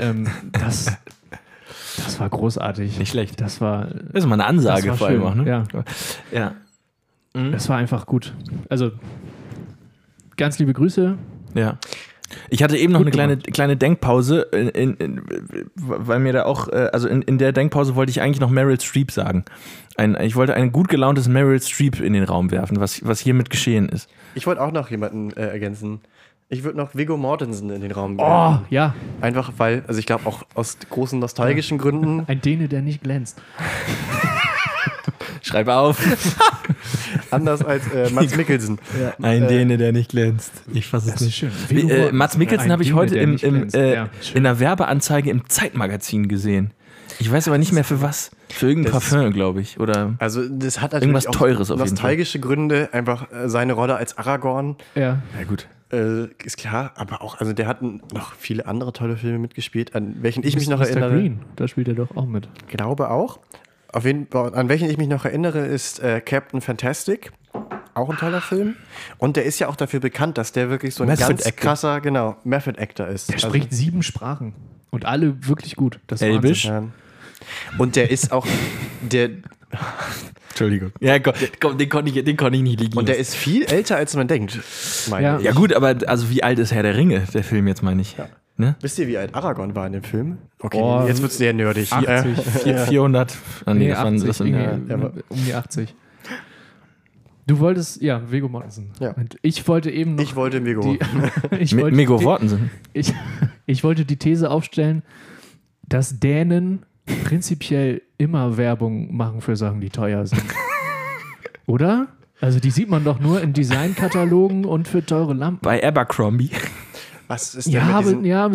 Speaker 3: das war großartig.
Speaker 2: Nicht schlecht.
Speaker 3: Das war
Speaker 2: Das ist mal eine Ansage
Speaker 3: das war
Speaker 2: vor allem
Speaker 3: schön,
Speaker 2: auch, ne?
Speaker 3: ja.
Speaker 2: Ja.
Speaker 3: Das war einfach gut. Also ganz liebe Grüße.
Speaker 2: Ja. Ich hatte eben noch
Speaker 3: Gut
Speaker 2: eine kleine Denkpause, weil mir da auch, also in der Denkpause wollte ich eigentlich noch Meryl Streep sagen. Ich wollte ein gut gelauntes Meryl Streep in den Raum werfen, was hiermit geschehen ist.
Speaker 4: Ich wollte auch noch jemanden ergänzen. Ich würde noch Viggo Mortensen in den Raum
Speaker 3: Oh,
Speaker 4: werfen.
Speaker 3: ja.
Speaker 4: Einfach weil, also ich glaube auch aus großen nostalgischen Gründen.
Speaker 3: Ein Däne, der nicht glänzt.
Speaker 2: Schreib auf.
Speaker 4: Anders als Mads Mikkelsen.
Speaker 2: Ein Däne, der nicht glänzt. Ich fasse es nicht.
Speaker 3: Schön.
Speaker 2: Mats Mikkelsen habe ich heute
Speaker 3: der nicht glänzt. Ja, schön.
Speaker 2: in einer Werbeanzeige im Zeitmagazin gesehen. Ich weiß aber nicht mehr für was. Für irgendein
Speaker 4: Das-
Speaker 2: Parfum, glaube ich. Oder
Speaker 4: Also das hat natürlich
Speaker 2: Irgendwas
Speaker 4: auch
Speaker 2: Teures auf jeden
Speaker 4: nostalgische Gründe. Einfach seine Rolle als Aragorn,
Speaker 3: Ja.
Speaker 2: ja gut.
Speaker 4: ist klar. Aber auch, also der hat noch viele andere tolle Filme mitgespielt, an welchen ich mich noch
Speaker 3: Mr.
Speaker 4: erinnere.
Speaker 3: Green, da spielt er doch auch mit.
Speaker 4: Glaube auch. Auf jeden Fall, an welchen ich mich noch erinnere, ist Captain Fantastic. Auch ein toller Film. Und der ist ja auch dafür bekannt, dass der wirklich so ein
Speaker 2: Method
Speaker 4: ganz
Speaker 2: Actor.
Speaker 4: krasser, genau, Method Actor ist.
Speaker 3: Der spricht 7 Sprachen. Und alle wirklich gut. Das ist
Speaker 2: Elbisch?
Speaker 3: Wahnsinn.
Speaker 4: Und der ist auch,
Speaker 2: Entschuldigung. Ja, komm, den konnte ich nicht liegen
Speaker 4: und der
Speaker 2: lassen.
Speaker 4: ist viel älter, als man denkt. Meine
Speaker 3: Ja.
Speaker 4: ich.
Speaker 2: Ja gut, aber also wie alt ist Herr der Ringe, der Film jetzt, meine ich. Ne?
Speaker 4: Wisst ihr, wie alt Aragorn war in dem Film? Okay,
Speaker 3: Oh,
Speaker 4: jetzt wird es sehr nerdig.
Speaker 3: 80.
Speaker 2: 400. Ah, nee,
Speaker 3: Nee,
Speaker 2: das waren,
Speaker 3: 80.
Speaker 2: das sind,
Speaker 3: irgendwie um die 80. Du wolltest, ja, Viggo Mortensen.
Speaker 4: Ja.
Speaker 3: Und ich wollte eben noch
Speaker 4: Ich wollte Viggo.
Speaker 3: ich wollte
Speaker 2: Mego
Speaker 3: die-
Speaker 2: Mortensen.
Speaker 3: Ich wollte die These aufstellen, dass Dänen prinzipiell immer Werbung machen für Sachen, die teuer sind. Oder? Also die sieht man doch nur in Designkatalogen und für teure Lampen.
Speaker 2: Bei Abercrombie.
Speaker 4: Was ist denn
Speaker 3: Ja,
Speaker 4: mit
Speaker 3: aber
Speaker 4: diesen...
Speaker 3: ja,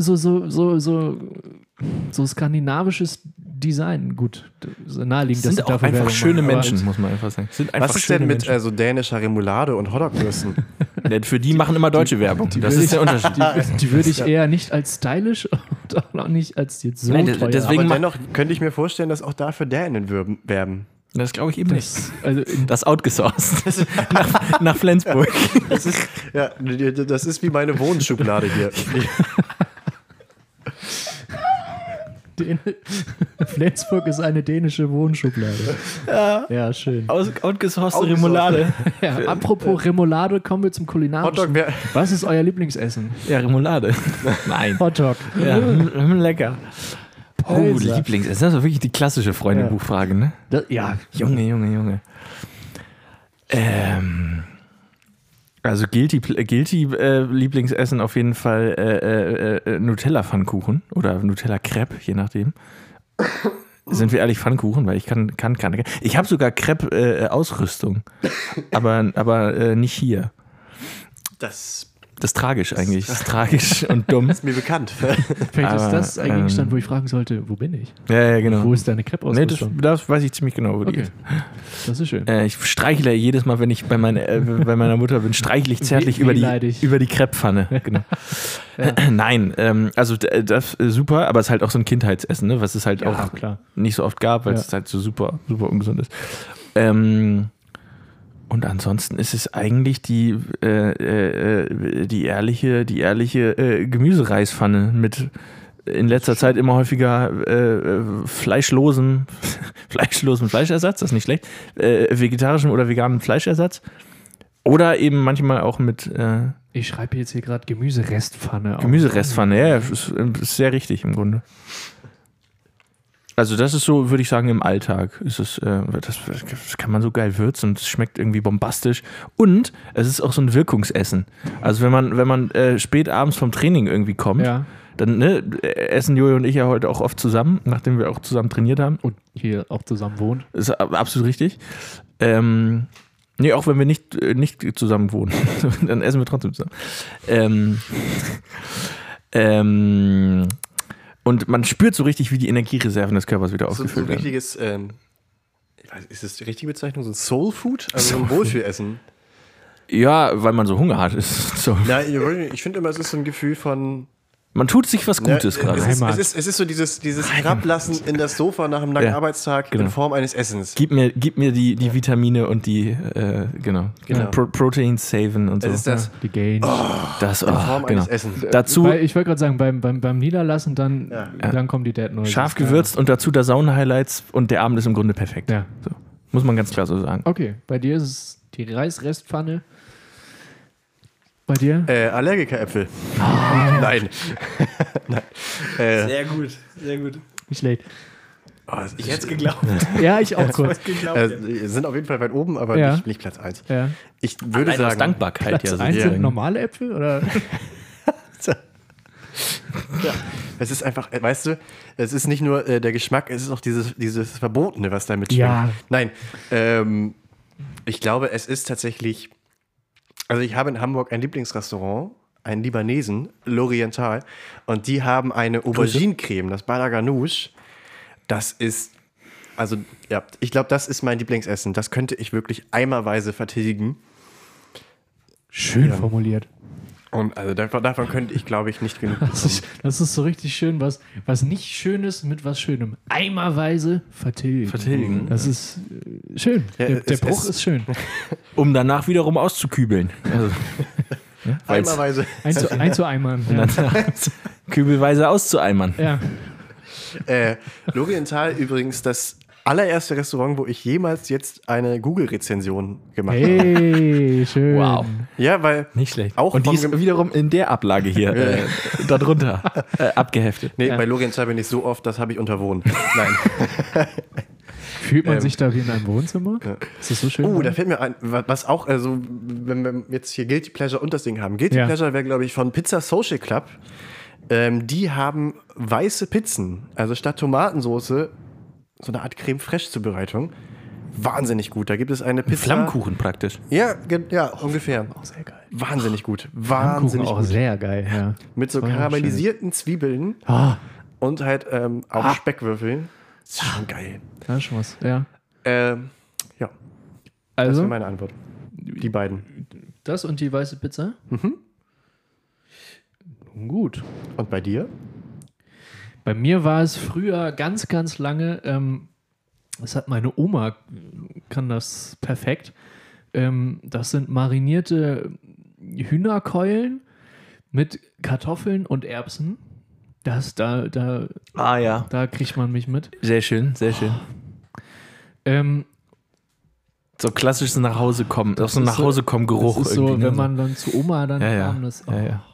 Speaker 3: so skandinavisches Design. Gut, so naheliegend,
Speaker 2: Das
Speaker 3: dass
Speaker 2: sind
Speaker 3: sie
Speaker 2: auch
Speaker 3: dafür
Speaker 2: einfach
Speaker 3: Werbung
Speaker 2: schöne
Speaker 3: machen, aber-
Speaker 2: Menschen, muss man einfach sagen. Sind einfach
Speaker 4: Was ist
Speaker 2: schöne
Speaker 4: denn mit
Speaker 2: Menschen.
Speaker 4: so dänischer Remoulade und Hotdog-Würsten?
Speaker 2: Für die machen immer deutsche Werbung. Das
Speaker 3: würde
Speaker 2: ist der Unterschied.
Speaker 3: Die würde ich eher nicht als stylisch und auch noch nicht als jetzt so
Speaker 2: Nein,
Speaker 3: teuer.
Speaker 2: deswegen-
Speaker 4: Aber
Speaker 2: ma-
Speaker 4: dennoch könnte ich mir vorstellen, dass auch dafür Dänen werben.
Speaker 2: Das glaube ich eben nicht.
Speaker 3: also in,
Speaker 2: Das outgesourced. nach Flensburg.
Speaker 4: Ja, das ist wie meine Wohnschublade hier.
Speaker 3: Flensburg ist eine dänische Wohnschublade. Ja, schön.
Speaker 2: Outgesourced Remoulade.
Speaker 3: Ja, apropos Remoulade, kommen wir zum Kulinarischen.
Speaker 4: Hotdog wäre...
Speaker 3: Was ist euer Lieblingsessen?
Speaker 2: Ja, Remoulade. Nein.
Speaker 3: Hotdog.
Speaker 2: Ja, lecker. Oh,
Speaker 3: Pölser.
Speaker 2: Lieblingsessen. Das ist wirklich die klassische Freundebuchfrage, ne?
Speaker 3: Ja,
Speaker 2: Junge. Also guilty Lieblingsessen auf jeden Fall Nutella-Pfannkuchen oder Nutella-Crepe, je nachdem. Sind wir ehrlich, Pfannkuchen, weil ich kann keine. Ich habe sogar Crepe-Ausrüstung, aber nicht hier.
Speaker 4: Das
Speaker 2: Das ist tragisch eigentlich. Das ist tragisch und dumm.
Speaker 4: ist mir bekannt.
Speaker 3: vielleicht ist
Speaker 2: Aber,
Speaker 3: das ein Gegenstand, wo ich fragen sollte, wo bin ich?
Speaker 2: Ja, genau.
Speaker 3: Wo ist deine Crepe-Ausrüstung?
Speaker 2: das weiß ich ziemlich genau, wo die
Speaker 3: Okay.
Speaker 2: ist.
Speaker 3: Das ist schön.
Speaker 2: Ich streichle jedes Mal, wenn ich bei meiner Mutter bin, streichle ich zärtlich
Speaker 3: Wehleidig.
Speaker 2: über die Crepe-Pfanne. Genau. Nein, also das ist super, aber es ist halt auch so ein Kindheitsessen, ne, was es halt
Speaker 3: Ja,
Speaker 2: auch
Speaker 3: klar.
Speaker 2: nicht so oft gab, weil
Speaker 3: Ja.
Speaker 2: es halt so super, super ungesund ist. Und ansonsten ist es eigentlich die ehrliche Gemüsereispfanne mit in letzter Zeit immer häufiger fleischlosem Fleischersatz, das ist nicht schlecht, vegetarischem oder veganem Fleischersatz. Oder eben manchmal auch mit
Speaker 3: Ich schreibe jetzt hier gerade Gemüserestpfanne auf.
Speaker 2: Gemüserestpfanne. Ja, ist sehr richtig im Grunde. Also das ist so, würde ich sagen, im Alltag ist es, das kann man so geil würzen und es schmeckt irgendwie bombastisch. Und es ist auch so ein Wirkungsessen. Also wenn man spät abends vom Training irgendwie kommt,
Speaker 3: Ja.
Speaker 2: dann essen Jojo und ich ja heute auch oft zusammen, nachdem wir auch zusammen trainiert haben.
Speaker 3: Und hier auch zusammen wohnt.
Speaker 2: Das ist absolut richtig. Nee, auch wenn wir nicht zusammen wohnen, dann essen wir trotzdem zusammen. Und man spürt so richtig, wie die Energiereserven des Körpers wieder
Speaker 4: So ein
Speaker 2: aufgefüllt werden.
Speaker 4: richtiges, ich weiß, ist das die richtige Bezeichnung? So ein Soul Food? Also so ein Wohlfühlessen.
Speaker 2: Ja, weil man so Hunger hat. Ist so.
Speaker 4: Ja, ich finde immer, es ist so ein Gefühl von.
Speaker 2: Man tut sich was Gutes gerade.
Speaker 4: Es ist so dieses Herablassen in das Sofa nach einem langen
Speaker 2: Ja,
Speaker 4: Arbeitstag
Speaker 2: genau.
Speaker 4: in Form eines Essens.
Speaker 2: Gib mir die Vitamine und die, genau. Proteins saven und so.
Speaker 4: Es ist das
Speaker 3: Die Gain.
Speaker 2: Das,
Speaker 4: in Form
Speaker 2: genau.
Speaker 4: eines Essens.
Speaker 2: Dazu
Speaker 3: Ich wollte gerade sagen, beim Niederlassen, dann kommen die Dead Noises.
Speaker 2: scharf gewürzt und dazu der Sauna-Highlights und der Abend ist im Grunde perfekt.
Speaker 3: Ja.
Speaker 2: So. Muss man ganz klar so sagen.
Speaker 3: Okay, bei dir ist es die Reisrestpfanne. Bei dir?
Speaker 4: Allergikeräpfel. Nein. Nein.
Speaker 2: Sehr gut, sehr gut.
Speaker 3: Nicht schlecht.
Speaker 4: Ich hätte es geglaubt.
Speaker 3: Ja, ich auch kurz.
Speaker 4: Sind auf jeden Fall weit oben, aber
Speaker 3: Ja.
Speaker 4: nicht Platz 1.
Speaker 3: Ja.
Speaker 4: Ich würde
Speaker 2: Allein aus
Speaker 4: sagen,
Speaker 2: Dankbarkeit
Speaker 3: Platz
Speaker 2: ja
Speaker 3: 1 sind
Speaker 2: sozusagen.
Speaker 3: normale Äpfel? Oder?
Speaker 4: es ist einfach, weißt du, es ist nicht nur der Geschmack, es ist auch dieses Verbotene, was damit schwingt.
Speaker 3: Ja.
Speaker 4: Nein, ich glaube, es ist tatsächlich, also ich habe in Hamburg ein Lieblingsrestaurant, einen Libanesen, L'Oriental, und die haben eine Aubergine-Creme, das Balaganoush. Das ist, also ja, ich glaube, das ist mein Lieblingsessen. Das könnte ich wirklich eimerweise vertilgen.
Speaker 3: Schön formuliert.
Speaker 4: Und also davon könnte ich, glaube ich, nicht genug bekommen.
Speaker 3: Das ist so richtig schön, was nicht Schönes mit was Schönem. Eimerweise vertilgen.
Speaker 2: Vertilgen.
Speaker 3: Das ist schön.
Speaker 4: Ja,
Speaker 3: Der Bruch ist schön.
Speaker 2: Um danach wiederum auszukübeln. Also, ja, weil's-
Speaker 4: Eimerweise.
Speaker 3: Ein zu Eimern. Ja.
Speaker 2: kübelweise auszueimern.
Speaker 3: Ja.
Speaker 4: L'Oriental übrigens das allererste Restaurant, wo ich jemals jetzt eine Google-Rezension gemacht habe.
Speaker 3: Hey, schön.
Speaker 2: Wow.
Speaker 4: Ja, weil
Speaker 2: Nicht schlecht.
Speaker 4: Auch
Speaker 2: und die
Speaker 4: vom
Speaker 2: ist wiederum in der Ablage hier darunter abgeheftet.
Speaker 4: nee,
Speaker 3: Ja.
Speaker 4: bei L'Oriental bin ich so oft, das habe ich unterwohnt. Nein.
Speaker 3: Fühlt man sich da wie in einem Wohnzimmer? Ist das so schön?
Speaker 4: Da fällt mir ein, was auch, also wenn wir jetzt hier Guilty Pleasure und das Ding haben. Guilty
Speaker 3: Ja.
Speaker 4: Pleasure wäre, glaube ich, von Pizza Social Club. Die haben weiße Pizzen. Also statt Tomatensoße so eine Art Creme Fraiche Zubereitung. Wahnsinnig gut. Da gibt es eine Pizza.
Speaker 2: Flammkuchen praktisch.
Speaker 4: Ja, ja, ungefähr.
Speaker 3: Auch sehr geil.
Speaker 4: Wahnsinnig gut.
Speaker 3: Kuchen
Speaker 4: Wahnsinnig
Speaker 3: auch
Speaker 4: gut.
Speaker 3: sehr geil, ja.
Speaker 4: Mit so
Speaker 3: Voll
Speaker 4: karamellisierten Zwiebeln
Speaker 3: Ah,
Speaker 4: und halt auch Speckwürfeln. Das ist schon geil.
Speaker 3: da ist schon was. Ja.
Speaker 4: Ja, das
Speaker 3: Also,
Speaker 4: wäre meine Antwort. Die beiden.
Speaker 3: das und die weiße Pizza? Nun gut.
Speaker 4: Und bei dir?
Speaker 3: Bei mir war es früher ganz, ganz lange, das hat meine Oma, kann das perfekt, das sind marinierte Hühnerkeulen mit Kartoffeln und Erbsen. Da
Speaker 2: Ja.
Speaker 3: kriegt man mich mit.
Speaker 2: Sehr schön, sehr schön. So klassisches Nachhausekommen, auch so ein
Speaker 3: ist so-
Speaker 2: Nachhausekommen-Geruch.
Speaker 3: Das ist so,
Speaker 2: irgendwie, ne?
Speaker 3: wenn man dann zu Oma dann
Speaker 2: Ja.
Speaker 3: kam, das,
Speaker 2: Ja, ja.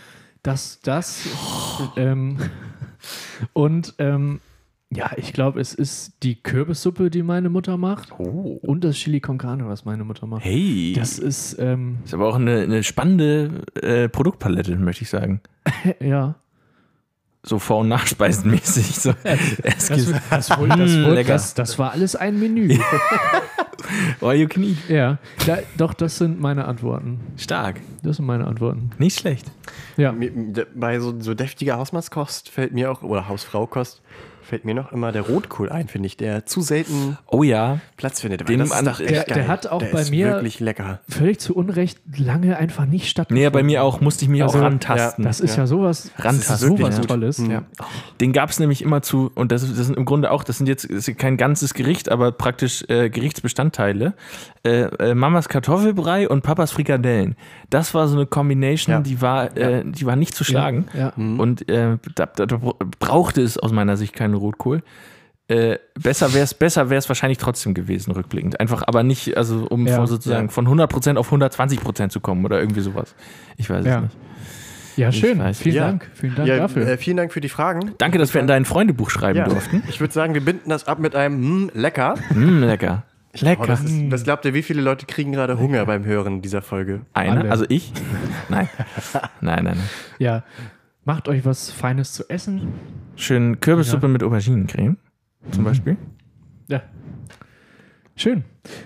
Speaker 3: und ja, ich glaube, es ist die Kürbissuppe, die meine Mutter macht und das Chili con Carne, was meine Mutter macht.
Speaker 2: Hey,
Speaker 3: Das ist,
Speaker 2: ist aber auch eine spannende Produktpalette, möchte ich sagen.
Speaker 3: ja.
Speaker 2: So Vor- und Nachspeisenmäßig. So. Lecker.
Speaker 3: Das war alles ein Menü.
Speaker 2: All you can eat.
Speaker 3: Ja, doch, das sind meine Antworten.
Speaker 2: Stark.
Speaker 3: Das sind meine Antworten.
Speaker 2: Nicht schlecht.
Speaker 3: Ja.
Speaker 4: Bei so deftiger Hausmannskost fällt mir auch, oder Hausfraukost, fällt mir noch immer der Rotkohl ein, finde ich, der zu selten
Speaker 2: Oh ja.
Speaker 4: Platz findet.
Speaker 2: Dem
Speaker 4: Das ist
Speaker 2: an-
Speaker 4: doch echt
Speaker 3: der
Speaker 4: geil.
Speaker 3: hat auch
Speaker 4: der
Speaker 3: bei
Speaker 4: ist
Speaker 3: mir-
Speaker 4: wirklich lecker.
Speaker 3: Völlig zu Unrecht lange einfach nicht stattgefunden.
Speaker 2: Nee, bei mir auch, musste ich mich
Speaker 3: Also,
Speaker 2: auch rantasten.
Speaker 3: Das ist ja sowas,
Speaker 2: Rantasten,
Speaker 3: sowas
Speaker 2: ja.
Speaker 3: Tolles.
Speaker 4: Ja.
Speaker 2: Den gab es nämlich immer zu, und das sind im Grunde auch, das ist kein ganzes Gericht, aber praktisch Gerichtsbestandteile. Mamas Kartoffelbrei und Papas Frikadellen. Das war so eine Combination,
Speaker 4: Ja.
Speaker 2: die war nicht zu schlagen.
Speaker 3: Ja.
Speaker 2: Und da brauchte es aus meiner Sicht keinen Rotkohl. besser wär's wahrscheinlich trotzdem gewesen, rückblickend. Einfach, aber nicht, also sozusagen von 100% auf 120% zu kommen oder irgendwie sowas. Ich weiß es nicht.
Speaker 3: Ja, schön. Vielen
Speaker 4: Ja.
Speaker 3: Dank. Vielen Dank
Speaker 4: Ja,
Speaker 3: dafür.
Speaker 4: vielen Dank für die Fragen.
Speaker 2: Danke, dass wir in dein Freundebuch schreiben durften.
Speaker 4: Ich würde sagen, wir binden das ab mit einem lecker.
Speaker 2: Lecker.
Speaker 4: Oh, das glaubt ihr, wie viele Leute kriegen gerade Hunger beim Hören dieser Folge?
Speaker 2: Einer?
Speaker 3: Alle.
Speaker 2: Also ich? Nein. Nein.
Speaker 3: Ja. Macht euch was Feines zu essen.
Speaker 2: Schön Kürbissuppe mit Auberginencreme zum Beispiel.
Speaker 3: Ja. Schön.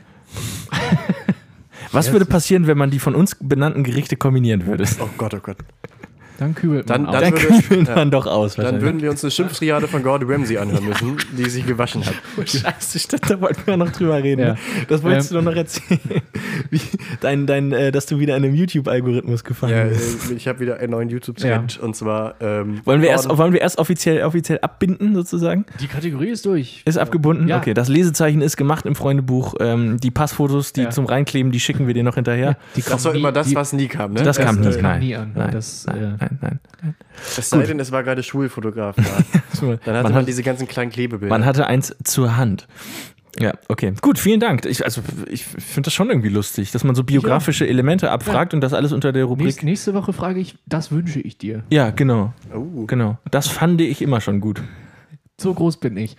Speaker 2: Was würde passieren, wenn man die von uns benannten Gerichte kombinieren würde?
Speaker 4: Oh Gott, oh Gott.
Speaker 3: Dann kübelt man
Speaker 4: Dann
Speaker 3: aus.
Speaker 2: Dann
Speaker 4: würde-
Speaker 2: kühlen man doch aus.
Speaker 4: Dann würden wir uns eine Schimpftriade von Gordon Ramsay anhören müssen, die sich gewaschen hat.
Speaker 2: Scheiße, stimmt, da wollten wir noch drüber reden.
Speaker 3: Ja.
Speaker 2: Ne? Das wolltest du doch noch erzählen. Wie, dass du wieder in einem YouTube-Algorithmus gefallen
Speaker 4: Ja,
Speaker 2: bist.
Speaker 4: ich habe wieder einen neuen YouTube-Trend und zwar
Speaker 2: Wollen wir erst offiziell abbinden, sozusagen?
Speaker 3: Die Kategorie ist durch.
Speaker 2: Ist abgebunden?
Speaker 3: Ja.
Speaker 2: Okay, das Lesezeichen ist gemacht im Freundebuch. Die Passfotos, die
Speaker 3: Ja.
Speaker 2: zum Reinkleben, die schicken wir dir noch hinterher.
Speaker 4: Das war immer das, was nie kam, ne?
Speaker 2: Das kam nicht,
Speaker 3: kam
Speaker 2: nein.
Speaker 3: nie an.
Speaker 2: Nein,
Speaker 3: Das,
Speaker 2: nein.
Speaker 4: Es sei denn, es war gerade Schulfotograf da. Dann hatte man diese ganzen kleinen Klebebilder.
Speaker 2: Man hatte eins zur Hand. Ja, okay. Gut, vielen Dank. Ich finde das schon irgendwie lustig, dass man so biografische Elemente abfragt und das alles unter der Rubrik.
Speaker 3: Nächste Woche frage ich, das wünsche ich dir.
Speaker 2: Ja, genau.
Speaker 4: Oh.
Speaker 2: Genau. Das fand ich immer schon gut.
Speaker 3: So groß bin ich.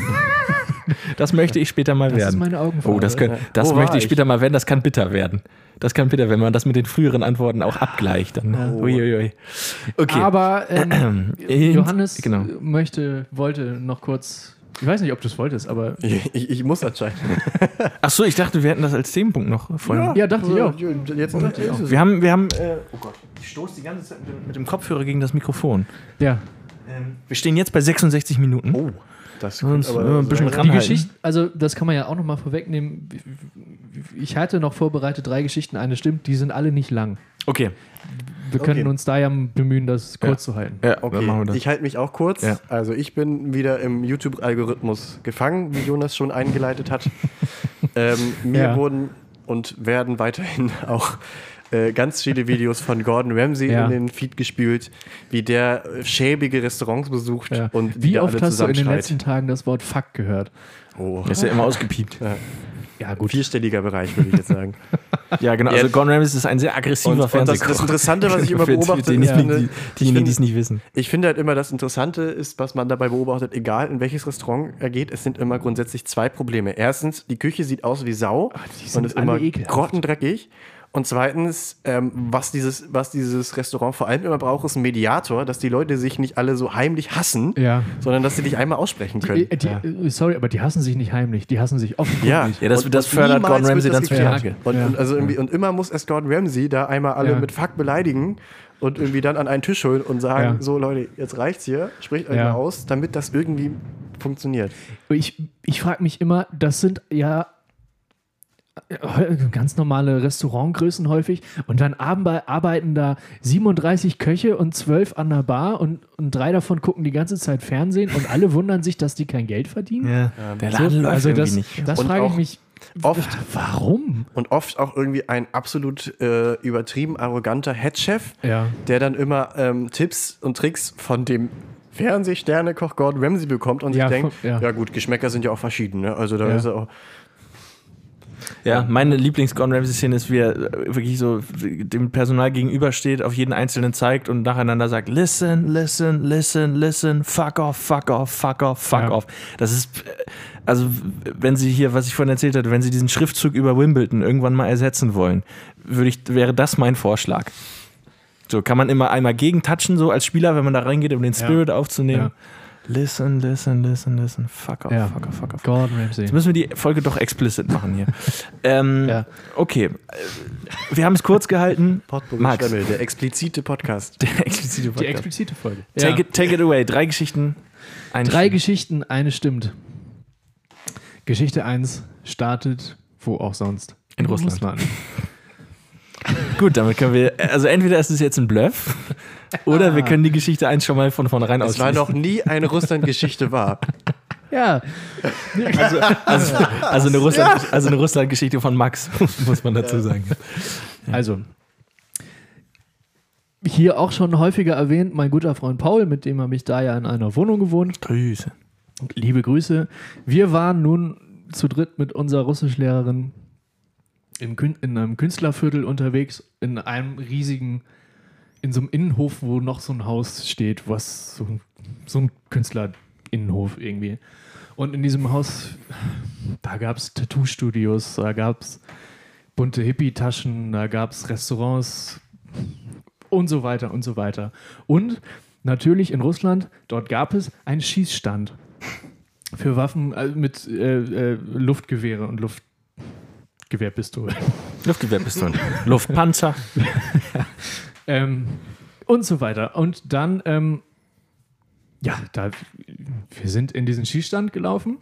Speaker 2: Das möchte ich später mal
Speaker 3: Das
Speaker 2: werden.
Speaker 3: ist meine Augenfarbe.
Speaker 2: Oh, das
Speaker 4: Wo war
Speaker 2: möchte ich
Speaker 4: ich?
Speaker 2: später mal werden. Das kann bitter werden. Das kann bitter, wenn man das mit den früheren Antworten auch abgleicht. Dann. Uiuiui. Okay.
Speaker 3: Aber Johannes
Speaker 2: genau.
Speaker 3: wollte noch kurz, ich weiß nicht, ob du es wolltest, aber
Speaker 4: Ich muss anscheinend.
Speaker 2: Ach so, ich dachte, wir hätten das als Themenpunkt noch vorhin.
Speaker 3: ja, dachte ich auch.
Speaker 4: Jetzt ist es.
Speaker 2: Wir haben oh Gott, ich stoße die ganze Zeit mit dem Kopfhörer gegen das Mikrofon.
Speaker 3: Ja.
Speaker 2: Wir stehen jetzt bei 66 Minuten.
Speaker 4: Oh, das
Speaker 2: Sonst
Speaker 4: könnte
Speaker 2: ein bisschen
Speaker 3: Die
Speaker 2: ranhalten.
Speaker 3: Geschichte, also das kann man ja auch nochmal vorwegnehmen. Ich hatte noch vorbereitet 3 Geschichten, eine stimmt, die sind alle nicht lang.
Speaker 2: Okay.
Speaker 3: Wir können
Speaker 4: Okay.
Speaker 3: uns da ja bemühen, das kurz zu halten.
Speaker 2: Ja, dann machen wir
Speaker 4: Okay,
Speaker 2: das.
Speaker 4: ich halte mich auch kurz.
Speaker 2: Ja.
Speaker 4: Also ich bin wieder im YouTube-Algorithmus gefangen, wie Jonas schon eingeleitet hat. Mir
Speaker 3: Ja.
Speaker 4: wurden und werden weiterhin auch ganz viele Videos von Gordon Ramsay
Speaker 3: Ja.
Speaker 4: in den Feed gespült, wie der schäbige Restaurants besucht
Speaker 3: Ja.
Speaker 4: und
Speaker 3: Wie
Speaker 4: da
Speaker 3: oft
Speaker 4: alle
Speaker 3: hast du in den
Speaker 4: zusammenschreit.
Speaker 3: letzten Tagen das Wort Fuck gehört?
Speaker 4: Oh.
Speaker 2: Das ist ja immer ausgepiept.
Speaker 3: Ja, gut.
Speaker 4: Vierstelliger Bereich, würde ich jetzt sagen.
Speaker 2: Ja, genau. Also Gordon Ramsay ist ein sehr aggressiver
Speaker 4: Und das
Speaker 2: Fernsehkoch.
Speaker 4: Interessante, was ich immer
Speaker 2: Für
Speaker 4: beobachte,
Speaker 2: diejenigen, die
Speaker 4: finde-
Speaker 2: es nicht wissen.
Speaker 4: Ich finde halt immer, das Interessante ist, was man dabei beobachtet, egal in welches Restaurant er geht, es sind immer grundsätzlich 2 Probleme. Erstens, die Küche sieht aus wie Sau
Speaker 3: die sind
Speaker 4: und ist
Speaker 3: alle
Speaker 4: immer
Speaker 3: ekelhaft.
Speaker 4: grottendreckig. Und zweitens, was dieses Restaurant vor allem immer braucht, ist ein Mediator, dass die Leute sich nicht alle so heimlich hassen,
Speaker 3: Ja.
Speaker 4: sondern dass sie dich einmal aussprechen können.
Speaker 3: Sorry, aber die hassen sich nicht heimlich, die hassen sich offenkundig.
Speaker 2: Ja, das fördert
Speaker 4: niemals
Speaker 2: Gordon Ramsay
Speaker 4: wird
Speaker 2: dann
Speaker 4: das
Speaker 2: zutage.
Speaker 4: geklärt. Und, also irgendwie, und immer muss erst Gordon Ramsay da einmal alle
Speaker 3: Ja.
Speaker 4: mit Fuck beleidigen und irgendwie dann an einen Tisch holen und sagen,
Speaker 3: Ja.
Speaker 4: so Leute, jetzt reicht's hier, spricht euch
Speaker 3: Ja.
Speaker 4: mal aus, damit das irgendwie funktioniert.
Speaker 3: Ich frage mich immer, das sind ja ganz normale Restaurantgrößen häufig und dann arbeiten da 37 Köche und 12 an der Bar und 3 davon gucken die ganze Zeit Fernsehen und alle wundern sich, dass die kein Geld verdienen.
Speaker 2: Ja, der Laden läuft
Speaker 3: also
Speaker 2: irgendwie
Speaker 3: das,
Speaker 2: nicht.
Speaker 3: das
Speaker 4: Und
Speaker 3: frage ich
Speaker 4: auch
Speaker 3: mich,
Speaker 4: oft-
Speaker 3: warum?
Speaker 4: Und oft auch irgendwie ein absolut übertrieben arroganter Headchef,
Speaker 3: Ja.
Speaker 4: der dann immer Tipps und Tricks von dem Fernsehsternekoch Gordon Ramsay bekommt und
Speaker 3: Ja,
Speaker 4: sich denkt,
Speaker 3: ja.
Speaker 4: ja gut, Geschmäcker sind ja auch verschieden. Ne? Also da
Speaker 3: Ja.
Speaker 4: ist er auch.
Speaker 2: Ja, meine Lieblings-Gordon Ramsay-Szene ist, wie er wirklich so dem Personal gegenübersteht, auf jeden Einzelnen zeigt und nacheinander sagt, listen, listen, listen, listen, fuck off, fuck off, fuck off, fuck
Speaker 3: Ja.
Speaker 2: off. Das ist, also wenn Sie hier, was ich vorhin erzählt hatte, wenn Sie diesen Schriftzug über Wimbledon irgendwann mal ersetzen wollen, wäre das mein Vorschlag. So kann man immer einmal gegentatschen, so als Spieler, wenn man da reingeht, um den Spirit aufzunehmen.
Speaker 3: Ja.
Speaker 2: Listen, listen, listen, listen, fuck off,
Speaker 3: Ja.
Speaker 2: fuck off, fuck off.
Speaker 3: Gordon Ramsay.
Speaker 2: Jetzt müssen wir die Folge doch explicit machen hier.
Speaker 3: Ja.
Speaker 2: Okay, wir haben es kurz gehalten.
Speaker 4: Potpourri
Speaker 2: Max,
Speaker 4: Stemmel, der explizite Podcast.
Speaker 2: der explizite
Speaker 3: Die
Speaker 2: Podcast.
Speaker 3: explizite Folge.
Speaker 2: Take it away. 3 Geschichten. Eine
Speaker 3: 3
Speaker 2: Stimme.
Speaker 3: Geschichten, eine stimmt. Geschichte 1 startet wo auch sonst.
Speaker 2: In Russland. Gut, damit können wir, also entweder ist es jetzt ein Bluff oder wir können die Geschichte 1 schon mal von vornherein
Speaker 4: Es war
Speaker 2: ausschließen.
Speaker 4: noch nie eine Russland-Geschichte wahr.
Speaker 3: Ja,
Speaker 2: Also eine Russland-Geschichte von Max, muss man dazu sagen.
Speaker 3: also hier auch schon häufiger erwähnt, mein guter Freund Paul, mit dem habe ich da ja in einer Wohnung gewohnt.
Speaker 2: Grüße.
Speaker 3: Liebe Grüße. Wir waren nun zu dritt mit unserer Russischlehrerin in einem Künstlerviertel unterwegs, in einem riesigen, in so einem Innenhof, wo noch so ein Haus steht, was so ein Künstlerinnenhof irgendwie. Und in diesem Haus, da gab es Tattoo-Studios, da gab es bunte Hippie-Taschen, da gab es Restaurants und so weiter und so weiter. Und natürlich in Russland, dort gab es einen Schießstand für Waffen mit Luftgewehre und Luftgewehrpistolen.
Speaker 5: Luftgewehrpistolen. Luftpanzer.
Speaker 3: Und so weiter. Und dann, wir sind in diesen Schießstand gelaufen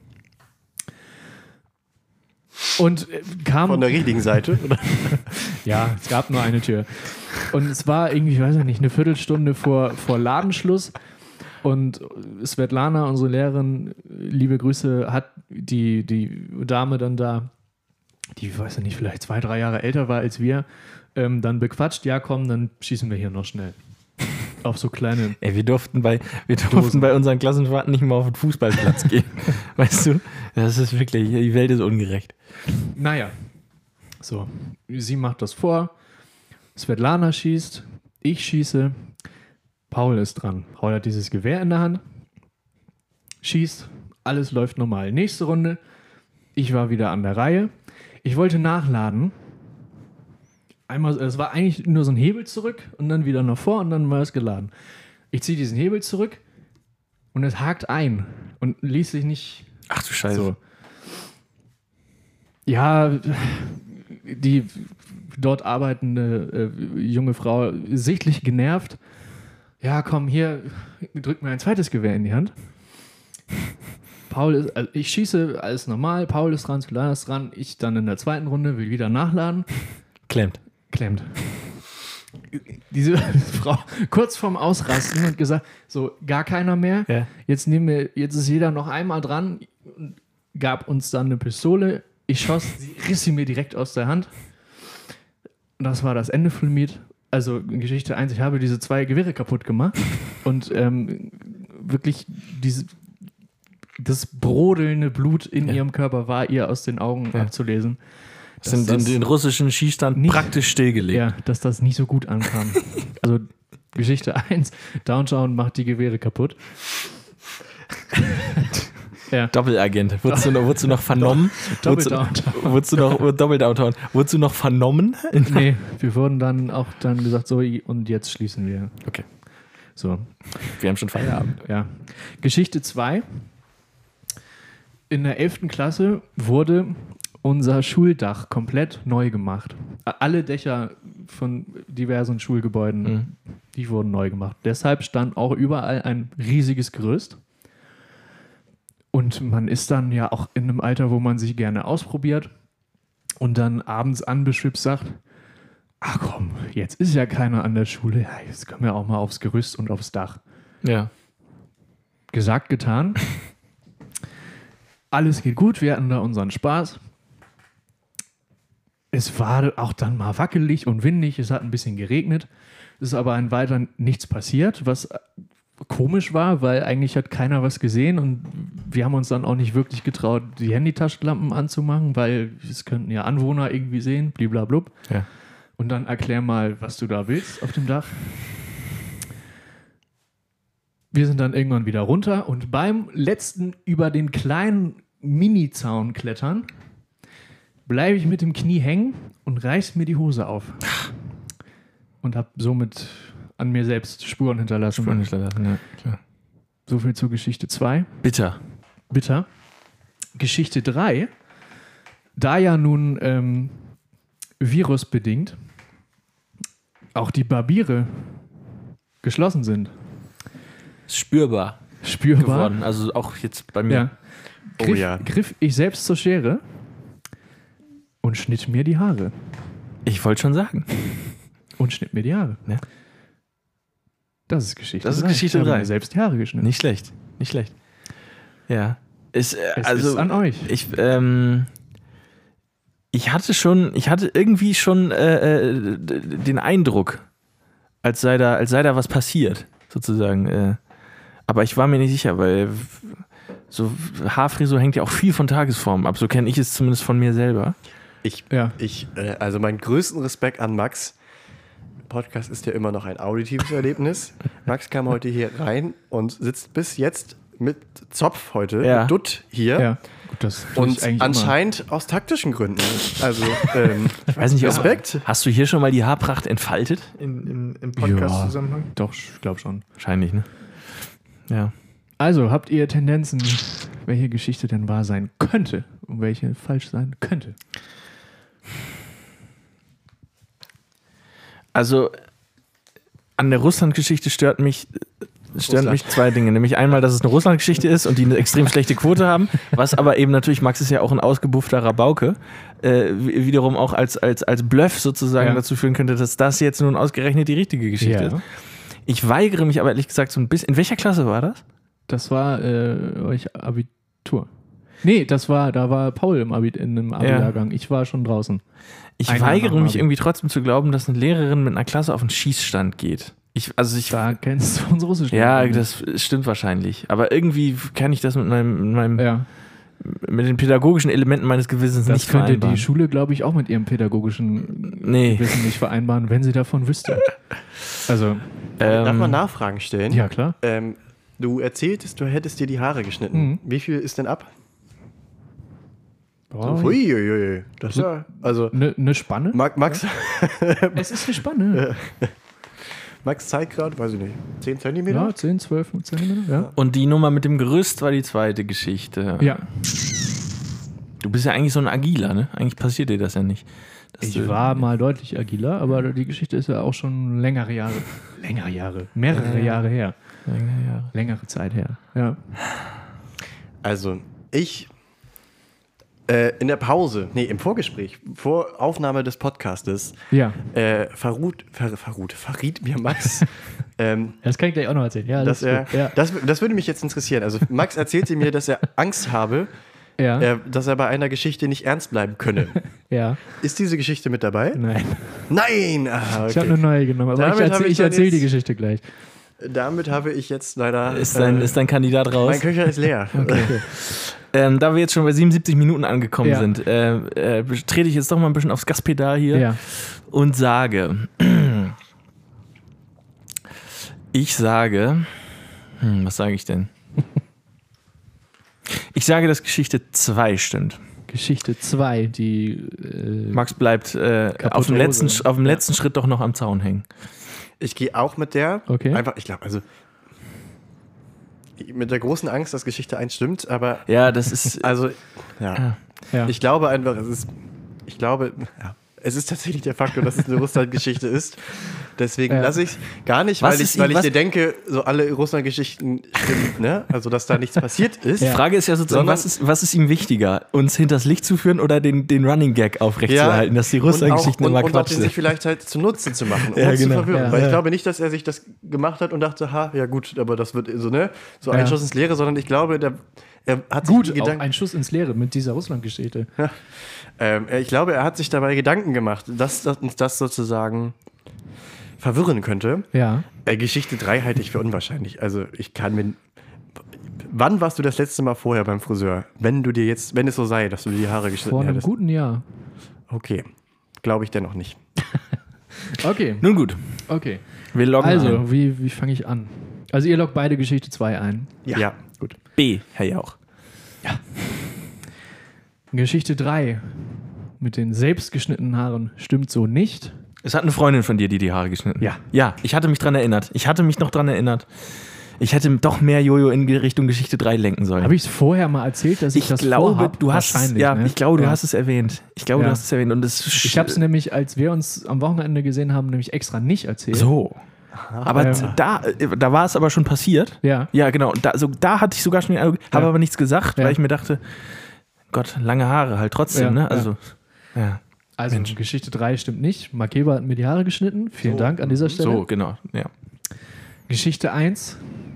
Speaker 3: und kamen...
Speaker 4: Von der richtigen Seite, oder?
Speaker 3: Ja, es gab nur eine Tür. Und es war irgendwie, ich weiß nicht, eine Viertelstunde vor Ladenschluss. Und Svetlana, unsere Lehrerin, liebe Grüße, hat die Dame dann da, die, weiß ich nicht, vielleicht 2-3 Jahre älter war als wir, dann bequatscht, ja komm, dann schießen wir hier noch schnell. Auf so kleine...
Speaker 5: Ey, wir durften bei unseren Klassenfahrten nicht mal auf den Fußballplatz gehen. Weißt du? Das ist wirklich, die Welt ist ungerecht.
Speaker 3: Naja, so, sie macht das vor, Svetlana schießt, ich schieße, Paul ist dran. Paul hat dieses Gewehr in der Hand, schießt, alles läuft normal. Nächste Runde, ich war wieder an der Reihe. Ich wollte nachladen. Einmal, es war eigentlich nur so ein Hebel zurück und dann wieder nach vor und dann war es geladen. Ich ziehe diesen Hebel zurück und es hakt ein und ließ sich nicht...
Speaker 5: Ach du Scheiße.
Speaker 3: So. Ja, die dort arbeitende junge Frau sichtlich genervt. Ja, komm, hier, drück mir ein zweites Gewehr in die Hand. Paul ist, also ich schieße, alles normal, Paul ist dran, Svetlana ist dran, ich dann in der zweiten Runde will wieder nachladen. Klemmt. Diese Frau kurz vorm Ausrasten und gesagt, so, gar keiner mehr,
Speaker 5: Ja.
Speaker 3: jetzt ist jeder noch einmal dran und gab uns dann eine Pistole. Ich schoss, sie riss sie mir direkt aus der Hand. Und das war das Ende von Lied. Also Geschichte 1, ich habe diese 2 Gewehre kaputt gemacht und wirklich das brodelnde Blut in ihrem Körper war ihr aus den Augen abzulesen.
Speaker 5: Sind den russischen Schießstand
Speaker 3: nicht,
Speaker 5: praktisch stillgelegt.
Speaker 3: Ja, dass das nicht so gut ankam. Also Geschichte 1, Downtown macht die Gewehre kaputt. Ja.
Speaker 5: Doppelagent. Wurdest du noch vernommen?
Speaker 3: Doppel-Downtown.
Speaker 5: Doppel-Downtown. Wurdest du noch vernommen?
Speaker 3: Nee, wir wurden dann gesagt, so, und jetzt schließen wir.
Speaker 5: Okay.
Speaker 3: So.
Speaker 5: Wir haben schon Feierabend.
Speaker 3: Ja. Geschichte 2. In der 11. Klasse wurde unser Schuldach komplett neu gemacht. Alle Dächer von diversen Schulgebäuden, die wurden neu gemacht. Deshalb stand auch überall ein riesiges Gerüst. Und man ist dann ja auch in einem Alter, wo man sich gerne ausprobiert und dann abends anbeschwipst sagt, ach komm, jetzt ist ja keiner an der Schule, ja, jetzt können wir auch mal aufs Gerüst und aufs Dach.
Speaker 5: Ja.
Speaker 3: Gesagt, getan. Alles geht gut, wir hatten da unseren Spaß. Es war auch dann mal wackelig und windig, es hat ein bisschen geregnet. Es ist aber weiter nichts passiert, was komisch war, weil eigentlich hat keiner was gesehen und wir haben uns dann auch nicht wirklich getraut, die Handytaschenlampen anzumachen, weil es könnten ja Anwohner irgendwie sehen, bliblablub.
Speaker 5: Ja.
Speaker 3: Und dann erklär mal, was du da willst auf dem Dach. Wir sind dann irgendwann wieder runter und beim letzten über den kleinen Mini-Zaun klettern bleibe ich mit dem Knie hängen und reiß mir die Hose auf. Und habe somit an mir selbst Spuren hinterlassen.
Speaker 5: Ja, klar.
Speaker 3: So viel zur Geschichte 2.
Speaker 5: Bitter.
Speaker 3: Geschichte 3. Da ja nun virusbedingt auch die Barbiere geschlossen sind.
Speaker 5: Spürbar geworden. Also auch jetzt bei mir.
Speaker 3: Ja. Griff ich selbst zur Schere und schnitt mir die Haare.
Speaker 5: Ich wollte schon sagen.
Speaker 3: Und schnitt mir die Haare.
Speaker 5: Ja.
Speaker 3: Das ist Geschichte 3.
Speaker 5: Das ist Geschichte
Speaker 3: Ich habe
Speaker 5: 3.
Speaker 3: mir selbst die Haare geschnitten.
Speaker 5: Nicht schlecht. Ja. Es
Speaker 3: ist an euch.
Speaker 5: Ich hatte irgendwie schon den Eindruck, als sei da was passiert, sozusagen. Aber ich war mir nicht sicher, weil So Haarfrisur hängt ja auch viel von Tagesform ab. So kenne ich es zumindest von mir selber.
Speaker 4: Also meinen größten Respekt an Max. Podcast ist ja immer noch ein auditives Erlebnis. Max kam heute hier rein und sitzt bis jetzt mit Zopf heute, mit Dutt hier.
Speaker 3: Ja. Gut, das
Speaker 4: und anscheinend aus taktischen Gründen. Also,
Speaker 5: ich weiß nicht,
Speaker 4: Respekt.
Speaker 5: Hast du hier schon mal die Haarpracht entfaltet?
Speaker 2: Im Podcast-Zusammenhang?
Speaker 3: Doch, ich glaube schon.
Speaker 5: Wahrscheinlich, ne? Ja.
Speaker 3: Also, habt ihr Tendenzen, welche Geschichte denn wahr sein könnte und welche falsch sein könnte?
Speaker 5: Also, an der Russland-Geschichte stören mich zwei Dinge. Nämlich einmal, dass es eine Russland-Geschichte ist und die eine extrem schlechte Quote haben, was aber eben natürlich, Max ist ja auch ein ausgebuffter Rabauke, wiederum auch als Bluff sozusagen dazu führen könnte, dass das jetzt nun ausgerechnet die richtige Geschichte ist. Ich weigere mich aber ehrlich gesagt so ein bisschen. In welcher Klasse war das?
Speaker 3: Das war euch Abitur. Nee, da war Paul in einem Abi-Jahrgang. Ich war schon draußen.
Speaker 5: Ich weigere mich irgendwie trotzdem zu glauben, dass eine Lehrerin mit einer Klasse auf einen Schießstand geht.
Speaker 3: Da kennst du uns Russisch.
Speaker 5: Ja, das stimmt wahrscheinlich. Aber irgendwie kann ich das mit meinem mit den pädagogischen Elementen meines Gewissens nicht vereinbaren.
Speaker 3: Das könnte die Schule, glaube ich, auch mit ihrem pädagogischen Gewissen nicht vereinbaren, wenn sie davon wüsste. Also,
Speaker 4: darf man Nachfragen stellen?
Speaker 3: Ja, klar.
Speaker 4: Du erzähltest, du hättest dir die Haare geschnitten. Wie viel ist denn ab? Uiuiui. Das ist ja, also
Speaker 3: eine Spanne?
Speaker 4: Max.
Speaker 3: Es ist eine Spanne.
Speaker 4: Max zeigt gerade, weiß ich nicht, 10 Zentimeter?
Speaker 3: Ja, 10, 12 Zentimeter, ja.
Speaker 5: Und die Nummer mit dem Gerüst war die zweite Geschichte.
Speaker 3: Ja.
Speaker 5: Du bist ja eigentlich so ein Agiler, ne? Eigentlich passiert dir das ja nicht.
Speaker 3: Ich war mal deutlich agiler, aber die Geschichte ist ja auch schon mehrere Jahre her. Längere Zeit her, ja.
Speaker 4: Also, in der Pause, im Vorgespräch, vor Aufnahme des Podcastes, verriet mir Max.
Speaker 3: Das kann ich gleich auch noch erzählen. Ja,
Speaker 4: das würde mich jetzt interessieren. Also Max erzählte mir, dass er Angst habe, dass er bei einer Geschichte nicht ernst bleiben könne.
Speaker 3: Ja.
Speaker 4: Ist diese Geschichte mit dabei?
Speaker 3: Nein.
Speaker 4: Nein! Ah, okay.
Speaker 3: Ich habe eine neue genommen, aber ich erzähle die Geschichte gleich.
Speaker 4: Damit habe ich jetzt leider...
Speaker 5: Ist dein Kandidat raus?
Speaker 4: Mein Köcher ist leer.
Speaker 3: Okay.
Speaker 5: Da wir jetzt schon bei 77 Minuten angekommen sind, trete ich jetzt doch mal ein bisschen aufs Gaspedal hier und sage, was sage ich denn? Ich sage, dass Geschichte 2 stimmt.
Speaker 3: Geschichte 2, die...
Speaker 5: Max bleibt auf dem letzten Schritt doch noch am Zaun hängen.
Speaker 4: Ich gehe auch mit der.
Speaker 3: Okay.
Speaker 4: Einfach, ich glaube, also mit der großen Angst, dass Geschichte 1 stimmt, aber...
Speaker 5: Ja, das ist...
Speaker 4: Also, ja. Ich glaube einfach, es ist tatsächlich der Faktor, dass es eine Russland-Geschichte ist. Deswegen lasse ich es gar nicht, weil ich dir denke, so alle Russland-Geschichten stimmen, ne? Also, dass da nichts passiert ist.
Speaker 5: Die Frage ist ja sozusagen, was ist ihm wichtiger? Uns hinters Licht zu führen oder den Running Gag aufrechtzuerhalten, dass die Russland-Geschichten immer Quatsch sind?
Speaker 4: Und auch den sich vielleicht halt zu Nutzen zu machen,
Speaker 5: um uns zu
Speaker 4: verwirren.
Speaker 5: Ja,
Speaker 4: weil ich glaube nicht, dass er sich das gemacht hat und dachte, ja gut, aber das wird so, ne? So ein Schuss ins Leere, sondern ich glaube, er hat sich
Speaker 3: Gut, auch ein Schuss ins Leere mit dieser Russland-Geschichte.
Speaker 4: Ich glaube, er hat sich dabei Gedanken gemacht, dass uns das sozusagen verwirren könnte.
Speaker 3: Ja.
Speaker 4: Geschichte 3 halte ich für unwahrscheinlich. Also ich kann mir... Wann warst du das letzte Mal vorher beim Friseur? Wenn es so sei, dass du dir die Haare geschnitten
Speaker 3: hättest.
Speaker 4: hättest.
Speaker 3: Vor einem guten Jahr.
Speaker 4: Okay. Glaube ich dennoch nicht.
Speaker 3: Okay.
Speaker 5: Nun gut.
Speaker 3: Okay.
Speaker 5: Wir loggen ein.
Speaker 3: Also, wie fange ich an? Also ihr loggt beide Geschichte 2 ein.
Speaker 4: Ja, gut.
Speaker 5: B, Herr Jauch.
Speaker 3: Ja. Geschichte 3 mit den selbstgeschnittenen Haaren stimmt so nicht.
Speaker 5: Es hat eine Freundin von dir, die Haare geschnitten.
Speaker 3: Ja.
Speaker 5: Ja, ich hatte mich noch dran erinnert. Ich hätte doch mehr Jojo in Richtung Geschichte 3 lenken sollen.
Speaker 3: Habe ich es vorher mal erzählt, dass ich das vorhabe?
Speaker 5: Du hast es erwähnt. Du hast es erwähnt. Und
Speaker 3: ich habe es nämlich, als wir uns am Wochenende gesehen haben, nämlich extra nicht erzählt.
Speaker 5: So. Aber da war es aber schon passiert.
Speaker 3: Ja.
Speaker 5: Ja, genau. Da hatte ich sogar schon den Eindruck, habe aber nichts gesagt, weil ich mir dachte, Gott, lange Haare halt trotzdem, ne? Also,
Speaker 3: Also, Geschichte 3 stimmt nicht. Makeba hat mir die Haare geschnitten. Vielen Dank an dieser Stelle.
Speaker 5: So, genau, ja.
Speaker 3: Geschichte 1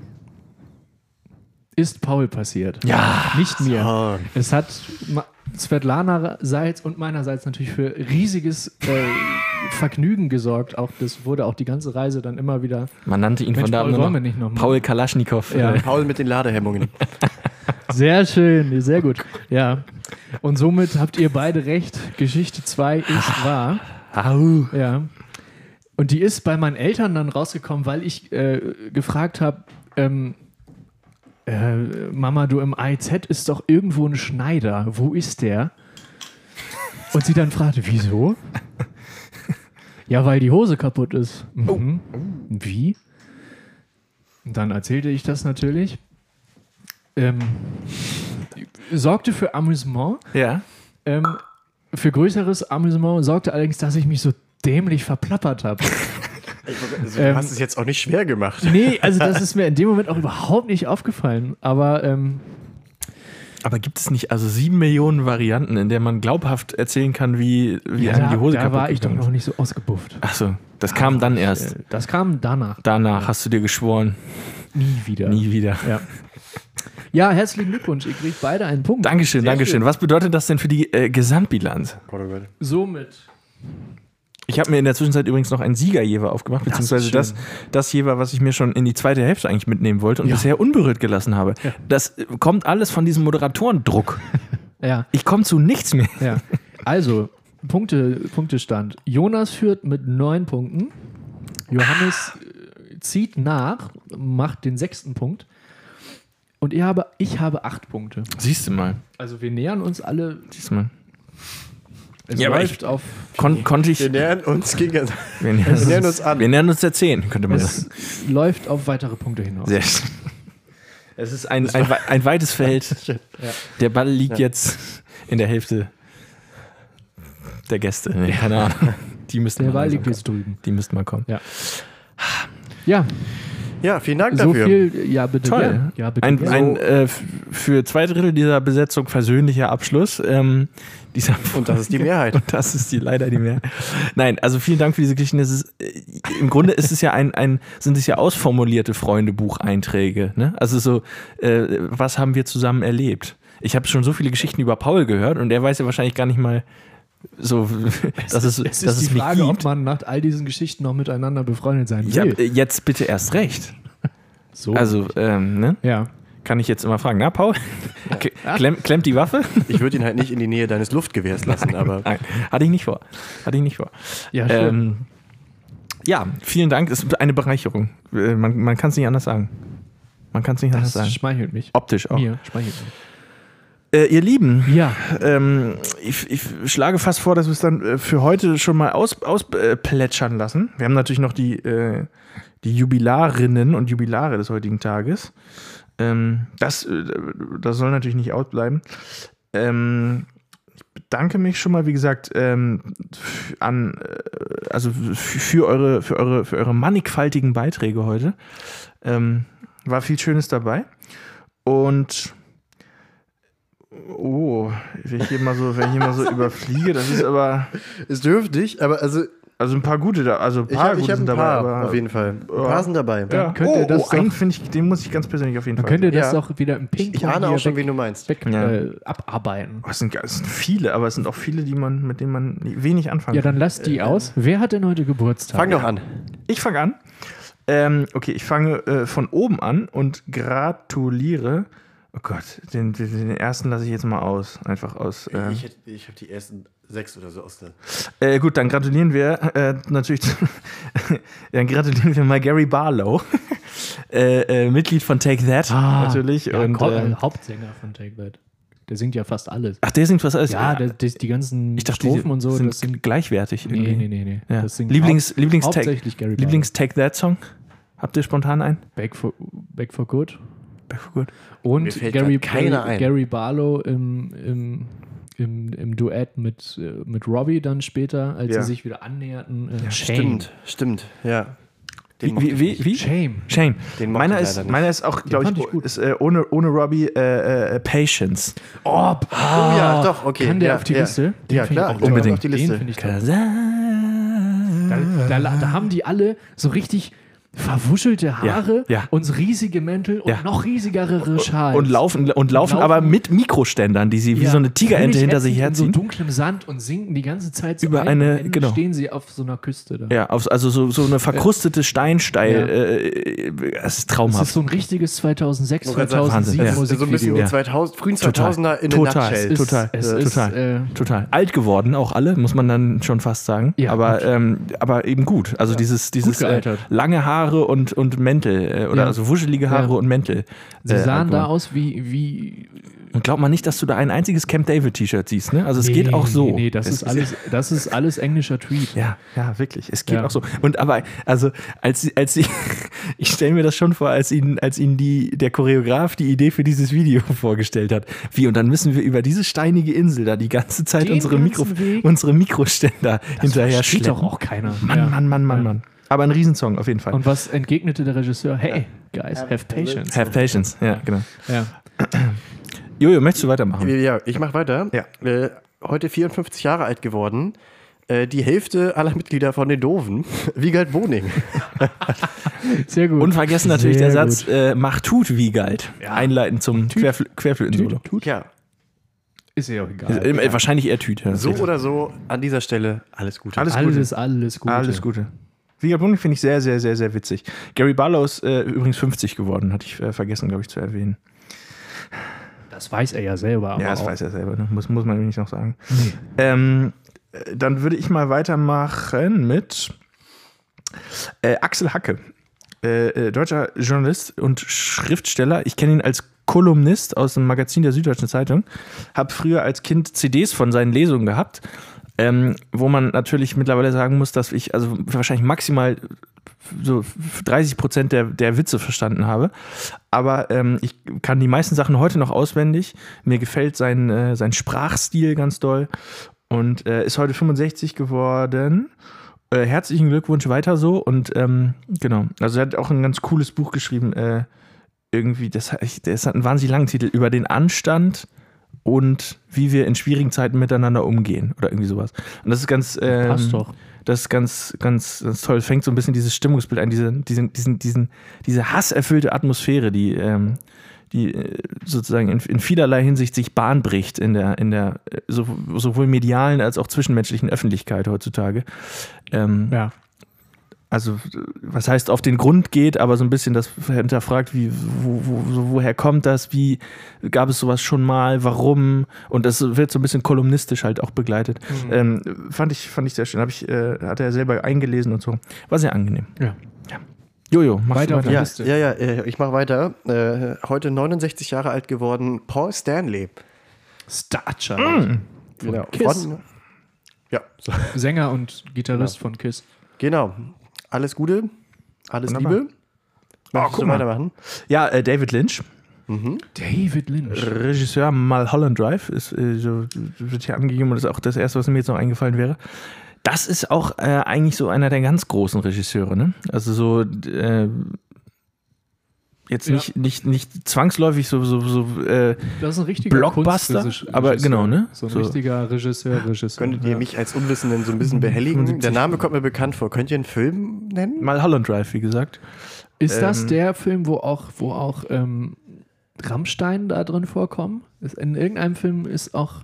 Speaker 3: ist Paul passiert.
Speaker 5: Ja.
Speaker 3: Nicht mir. Es hat Svetlana-seits und meinerseits natürlich für riesiges Vergnügen gesorgt. Das wurde auch die ganze Reise dann immer wieder...
Speaker 5: Man nannte ihn von da an nur noch
Speaker 3: nicht noch
Speaker 5: Paul Kalaschnikow.
Speaker 4: Ja. Paul mit den Ladehemmungen.
Speaker 3: Sehr schön, sehr gut. Ja. Und somit habt ihr beide recht. Geschichte 2 ist wahr.
Speaker 5: Au.
Speaker 3: Ja. Und die ist bei meinen Eltern dann rausgekommen, weil ich gefragt habe, Mama, du im AIZ ist doch irgendwo ein Schneider. Wo ist der? Und sie dann fragte, wieso? Ja, weil die Hose kaputt ist. Mhm. Wie? Und dann erzählte ich das natürlich. Sorgte für Amüsement.
Speaker 5: Ja.
Speaker 3: Für größeres Amüsement sorgte allerdings, dass ich mich so dämlich verplappert habe.
Speaker 4: Also, du hast es jetzt auch nicht schwer gemacht.
Speaker 3: Nee, also das ist mir in dem Moment auch überhaupt nicht aufgefallen. Aber
Speaker 5: Aber gibt es nicht 7 Millionen Varianten, in der man glaubhaft erzählen kann, wie einem die Hose
Speaker 3: da
Speaker 5: kaputt
Speaker 3: war ich doch
Speaker 5: gegangen
Speaker 3: noch
Speaker 5: ist?
Speaker 3: nicht so ausgebufft.
Speaker 5: Achso, das kam dann erst.
Speaker 3: Das kam danach.
Speaker 5: Danach hast du dir geschworen,
Speaker 3: Nie wieder.
Speaker 5: nie wieder.
Speaker 3: Ja. Ja, herzlichen Glückwunsch. Ihr kriegt beide einen Punkt.
Speaker 5: Dankeschön, Dankeschön. Was bedeutet das denn für die Gesamtbilanz?
Speaker 3: Somit.
Speaker 5: Ich habe mir in der Zwischenzeit übrigens noch einen Siegerjever aufgemacht, beziehungsweise das Jever, was ich mir schon in die zweite Hälfte eigentlich mitnehmen wollte und bisher unberührt gelassen habe.
Speaker 3: Ja.
Speaker 5: Das kommt alles von diesem Moderatorendruck.
Speaker 3: Ja.
Speaker 5: Ich komme zu nichts mehr.
Speaker 3: Ja. Also, Punktestand. Jonas führt mit 9 Punkten. Johannes zieht nach, macht den 6. Punkt. Und ich habe 8 Punkte.
Speaker 5: Siehst du mal.
Speaker 3: Also wir nähern uns alle.
Speaker 5: Siehst du mal.
Speaker 3: Es
Speaker 5: Ja, aber
Speaker 3: läuft auf.
Speaker 5: Konnte ich.
Speaker 4: Wir nähern uns gegen.
Speaker 5: Wir nähern
Speaker 4: uns an.
Speaker 5: Wir nähern uns der 10, könnte man sagen.
Speaker 3: Es läuft auf weitere Punkte hinaus.
Speaker 5: Sehr schön. Es ist ein weites Feld.
Speaker 3: Ja.
Speaker 5: Der Ball liegt jetzt in der Hälfte der Gäste. Nee, keine Ahnung. Die müssten
Speaker 3: Der
Speaker 5: mal
Speaker 3: Ball
Speaker 5: langsam
Speaker 3: liegt jetzt drüben.
Speaker 5: kommen. Die müssten mal kommen.
Speaker 3: Ja. Ja,
Speaker 4: Ja, vielen Dank
Speaker 3: so
Speaker 4: dafür.
Speaker 3: viel. Ja, bitte.
Speaker 5: Toll.
Speaker 3: Gern. Ja, bitte.
Speaker 5: Ein
Speaker 3: gern.
Speaker 5: für 2 Drittel dieser Besetzung versöhnlicher Abschluss.
Speaker 4: Und das ist die Mehrheit.
Speaker 5: Und das ist leider die Mehrheit. Nein, also vielen Dank für diese Geschichten. Das ist, im Grunde ist es ja sind es ja ausformulierte Freundebucheinträge. Ne? Also so, was haben wir zusammen erlebt? Ich habe schon so viele Geschichten über Paul gehört und er weiß ja wahrscheinlich gar nicht mal so, dass es
Speaker 3: die
Speaker 5: mich
Speaker 3: Frage, ob
Speaker 5: gibt.
Speaker 3: man nach all diesen Geschichten noch miteinander befreundet sein
Speaker 5: Ja,
Speaker 3: will.
Speaker 5: jetzt bitte erst recht.
Speaker 3: So.
Speaker 5: Also, ne?
Speaker 3: Ja.
Speaker 5: Kann ich jetzt immer fragen, na Paul, klemmt die Waffe?
Speaker 4: Ich würde ihn halt nicht in die Nähe deines Luftgewehrs lassen, aber
Speaker 5: Nein, hatte ich nicht vor.
Speaker 3: Ja, schön.
Speaker 5: Ja, vielen Dank, es ist eine Bereicherung. Man kann es nicht anders sagen.
Speaker 3: Das schmeichelt mich.
Speaker 5: Optisch auch.
Speaker 3: Mir schmeichelt mich.
Speaker 5: Ihr Lieben,
Speaker 3: Ja.
Speaker 5: ich schlage fast vor, dass wir es dann für heute schon mal ausplätschern lassen. Wir haben natürlich noch die Jubilarinnen und Jubilare des heutigen Tages. Das soll natürlich nicht ausbleiben. Ich bedanke mich schon mal, wie gesagt, für eure mannigfaltigen Beiträge heute. War viel Schönes dabei. Und wenn ich hier mal so überfliege, das ist aber.
Speaker 4: es dürfte nicht, aber also
Speaker 5: ein paar gute da, also ein
Speaker 4: ich
Speaker 5: paar
Speaker 4: habe
Speaker 5: gute
Speaker 4: ein
Speaker 5: sind
Speaker 4: paar
Speaker 5: dabei, aber
Speaker 4: auf jeden Fall. Ein paar sind dabei.
Speaker 5: Ja.
Speaker 3: Könnt ihr das
Speaker 5: einen
Speaker 3: doch-
Speaker 5: finde ich, den muss ich ganz persönlich auf jeden
Speaker 3: Dann
Speaker 5: Fall.
Speaker 3: könnt ihr das
Speaker 4: Ja.
Speaker 3: doch wieder im Ping-Pong
Speaker 4: Ich ahne auch
Speaker 3: hier
Speaker 4: schon, wen du meinst.
Speaker 3: abarbeiten.
Speaker 5: Es sind viele, aber es sind auch viele, mit denen man wenig anfangen
Speaker 3: Ja,
Speaker 5: kann.
Speaker 3: dann lasst die aus. Wer hat denn heute Geburtstag?
Speaker 4: Fang doch an.
Speaker 5: Ich fange an. Okay, ich fange von oben an und gratuliere. Oh Gott, den ersten lasse ich jetzt mal aus. Einfach aus.
Speaker 4: Ich habe die ersten 6 oder so ausge.
Speaker 5: Gut, dann gratulieren wir natürlich. Dann gratulieren wir mal Gary Barlow. Mitglied von Take That natürlich.
Speaker 3: Ja,
Speaker 5: und,
Speaker 3: Hauptsänger von Take That. Der singt ja fast alles.
Speaker 5: ach, der singt was alles.
Speaker 3: Ja, die ganzen
Speaker 5: ich dachte,
Speaker 3: Strophen und so,
Speaker 5: sind
Speaker 3: das sind
Speaker 5: gleichwertig irgendwie.
Speaker 3: Nee.
Speaker 5: Ja.
Speaker 3: Das singt
Speaker 5: Lieblings
Speaker 3: hauptsächlich Gary Barlow.
Speaker 5: Take That Song? Habt ihr spontan einen?
Speaker 3: Back for Good.
Speaker 5: Back for Good.
Speaker 3: Und
Speaker 4: Mir fällt grad keiner ein.
Speaker 3: Gary Barlow im Duett mit Robbie dann später, als
Speaker 5: Ja.
Speaker 3: sie sich wieder annäherten. Shame.
Speaker 4: Stimmt, ja. Den
Speaker 5: Wie?
Speaker 3: Shame.
Speaker 5: Shame.
Speaker 4: Den mochte
Speaker 5: Meiner
Speaker 4: ich
Speaker 5: ist,
Speaker 4: leider nicht.
Speaker 5: meiner ist auch, glaube
Speaker 3: fand
Speaker 5: ich,
Speaker 3: ich gut.
Speaker 5: ist, ohne Robbie Patience.
Speaker 4: Oh ja, doch, okay.
Speaker 3: Kann der
Speaker 4: ja,
Speaker 3: auf die
Speaker 4: ja.
Speaker 3: Liste? Den
Speaker 4: Ja,
Speaker 3: find ich
Speaker 4: klar.
Speaker 3: auch
Speaker 4: der
Speaker 5: unbedingt.
Speaker 4: kommt auf die
Speaker 3: Den
Speaker 4: Liste.
Speaker 3: finde ich toll. Da haben die alle so richtig verwuschelte Haare
Speaker 5: Ja.
Speaker 3: und riesige Mäntel und noch riesigere Schals.
Speaker 5: Und laufen aber mit Mikroständern, die sie wie so eine Tigerente
Speaker 3: völlig
Speaker 5: hinter sich
Speaker 3: ätzend
Speaker 5: herziehen.
Speaker 3: in so dunklem Sand und sinken die ganze Zeit so
Speaker 5: Über
Speaker 3: ein.
Speaker 5: eine-
Speaker 3: Am Ende
Speaker 5: genau.
Speaker 3: stehen sie auf so einer Küste da.
Speaker 5: Ja, also so eine verkrustete Steinsteil. Es ist traumhaft.
Speaker 3: Das ist so ein richtiges 2006,
Speaker 4: Wahnsinn,
Speaker 3: 2007
Speaker 5: ja.
Speaker 4: So ein bisschen
Speaker 3: Musikvideo.
Speaker 4: die 2000, frühen 2000er in der
Speaker 5: Total.
Speaker 4: Nutshell.
Speaker 3: Es ist-
Speaker 5: Total.
Speaker 3: es ist,
Speaker 5: Total. Alt geworden, auch alle, muss man dann schon fast sagen.
Speaker 3: Ja,
Speaker 5: aber eben gut. Also dieses
Speaker 3: gealtert.
Speaker 5: lange Haare und Mäntel oder
Speaker 3: Ja.
Speaker 5: also wuschelige Haare
Speaker 3: Ja.
Speaker 5: und Mäntel.
Speaker 3: Sie sahen da
Speaker 5: geworden.
Speaker 3: aus wie
Speaker 5: Und glaub mal nicht, dass du da ein einziges Camp David T-Shirt siehst, ne? Also es geht auch so.
Speaker 3: Nee, das ist alles englischer Tweet.
Speaker 5: Ja, wirklich. Es geht
Speaker 3: Ja.
Speaker 5: auch so. Und aber, also, als sie, ich stelle mir das schon vor, als ihnen der Choreograf die Idee für dieses Video vorgestellt hat. Wie, und dann müssen wir über diese steinige Insel da die ganze Zeit
Speaker 3: Den
Speaker 5: unsere
Speaker 3: ganzen Weg?
Speaker 5: Mikroständer hinterher
Speaker 3: Versteht doch
Speaker 5: schleppen.
Speaker 3: auch keiner.
Speaker 5: Mann. Aber ein Riesensong auf jeden Fall.
Speaker 3: Und was entgegnete der Regisseur? Hey, guys, have patience.
Speaker 5: Have Patience, ja, genau.
Speaker 3: Ja.
Speaker 5: Jojo, möchtest du weitermachen?
Speaker 4: Ja, ich mache weiter.
Speaker 5: Ja.
Speaker 4: Heute 54 Jahre alt geworden. Die Hälfte aller Mitglieder von den Doofen. Wiegald Boning.
Speaker 3: Sehr gut.
Speaker 5: Unvergessen natürlich
Speaker 3: Sehr
Speaker 5: der
Speaker 3: gut.
Speaker 5: Satz, mach tut Wiegald. Einleitend zum Querflöten-Solo.
Speaker 4: Ja,
Speaker 3: Ist ja auch egal.
Speaker 5: Wahrscheinlich eher Tüt. Ja.
Speaker 4: so oder so, an dieser Stelle alles Gute.
Speaker 5: Alles Gute.
Speaker 3: Alles Gute.
Speaker 5: Alles Gute. Wiegald Boning finde ich sehr, sehr, sehr, sehr witzig. Gary Barlow ist übrigens 50 geworden, hatte ich vergessen, glaube ich, zu erwähnen.
Speaker 3: Das weiß er ja selber. Aber
Speaker 5: Ja, das
Speaker 3: auch.
Speaker 5: weiß er selber, ne? muss man ihm nicht noch sagen. Dann würde ich mal weitermachen mit Axel Hacke. Deutscher Journalist und Schriftsteller. Ich kenne ihn als Kolumnist aus dem Magazin der Süddeutschen Zeitung. Habe früher als Kind CDs von seinen Lesungen gehabt, wo man natürlich mittlerweile sagen muss, dass ich also wahrscheinlich maximal so 30% der Witze verstanden habe. Aber ich kann die meisten Sachen heute noch auswendig. Mir gefällt sein Sprachstil ganz doll und ist heute 65 geworden. Herzlichen Glückwunsch, weiter so. Und genau, also er hat auch ein ganz cooles Buch geschrieben. Irgendwie, das hat einen wahnsinnig langen Titel, über den Anstand und wie wir in schwierigen Zeiten miteinander umgehen oder irgendwie sowas. Und das ist ganz,
Speaker 3: Passt doch.
Speaker 5: das ist ganz, ganz, ganz toll. Es fängt so ein bisschen dieses Stimmungsbild an, diese hasserfüllte Atmosphäre, die sozusagen in vielerlei Hinsicht sich Bahn bricht in der sowohl medialen als auch zwischenmenschlichen Öffentlichkeit heutzutage.
Speaker 3: Ja.
Speaker 5: Also, was heißt auf den Grund geht, aber so ein bisschen das hinterfragt, woher kommt das, wie gab es sowas schon mal, warum, und das wird so ein bisschen kolumnistisch halt auch begleitet. Fand ich sehr schön, hat er selber eingelesen und so. War sehr angenehm.
Speaker 3: Ja.
Speaker 5: Jojo, mach
Speaker 3: Weiter auf
Speaker 5: weiter.
Speaker 3: der
Speaker 4: Ja,
Speaker 3: Liste.
Speaker 4: ich mache weiter. Heute 69 Jahre alt geworden, Paul Stanley.
Speaker 3: Starchild.
Speaker 4: Genau.
Speaker 3: Kiss.
Speaker 4: Ja, so.
Speaker 3: Sänger und Gitarrist von Kiss.
Speaker 4: Genau. Alles Gute, alles
Speaker 5: Wunderbar.
Speaker 4: Liebe. Möchtest
Speaker 5: guck
Speaker 4: du
Speaker 5: mal.
Speaker 4: weitermachen?
Speaker 5: Ja, David Lynch,
Speaker 3: David Lynch.
Speaker 5: Regisseur Mulholland Drive, ist, so, wird hier angegeben und ist auch das Erste, was mir jetzt noch eingefallen wäre. Das ist auch eigentlich so einer der ganz großen Regisseure, ne? Also so jetzt nicht zwangsläufig so
Speaker 3: Das ist ein richtiger
Speaker 5: Blockbuster,
Speaker 3: Kunstregisseur.
Speaker 5: aber genau, ne?
Speaker 3: So ein
Speaker 5: So.
Speaker 3: richtiger Regisseur.
Speaker 4: Könntet ihr mich als Unwissenden so ein bisschen behelligen?
Speaker 5: 75.
Speaker 4: Der Name kommt mir bekannt vor. Könnt ihr einen Film nennen?
Speaker 5: Mulholland Drive, wie gesagt.
Speaker 3: Ist das der Film, wo auch Rammstein da drin vorkommen? In irgendeinem Film ist auch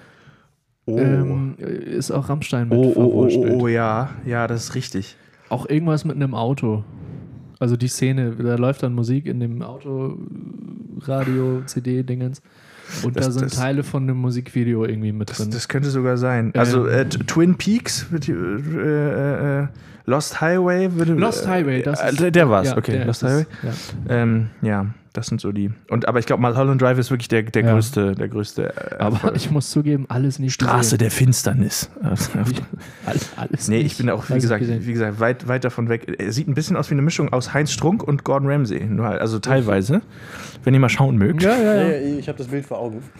Speaker 3: Rammstein mit verwurschtelt.
Speaker 5: ja, das ist richtig.
Speaker 3: Auch irgendwas mit einem Auto. Also die Szene, da läuft dann Musik in dem Auto, Radio, CD-Dingens. Und da sind Teile von einem Musikvideo irgendwie mit drin.
Speaker 5: Das könnte sogar sein. Also Twin Peaks, Lost Highway würde.
Speaker 3: Lost Highway, das ist.
Speaker 5: der war's,
Speaker 3: ja,
Speaker 5: okay.
Speaker 3: der
Speaker 5: Lost
Speaker 3: ist
Speaker 5: Highway.
Speaker 3: es, ja.
Speaker 5: Ja, das sind so die. Aber ich glaube, Mulholland Drive ist wirklich der größte.
Speaker 3: Aber ich muss zugeben, alles nicht
Speaker 5: Straße
Speaker 3: gesehen.
Speaker 5: der Finsternis.
Speaker 3: Alles
Speaker 5: Nee,
Speaker 3: nicht.
Speaker 5: ich bin auch, wie
Speaker 3: Alles
Speaker 5: gesagt,
Speaker 3: gesehen.
Speaker 5: weit davon weg. Er sieht ein bisschen aus wie eine Mischung aus Heinz Strunk und Gordon Ramsay. Nur halt, also teilweise, wenn ihr mal schauen mögt.
Speaker 3: Ja.
Speaker 4: Ich habe das Bild vor Augen.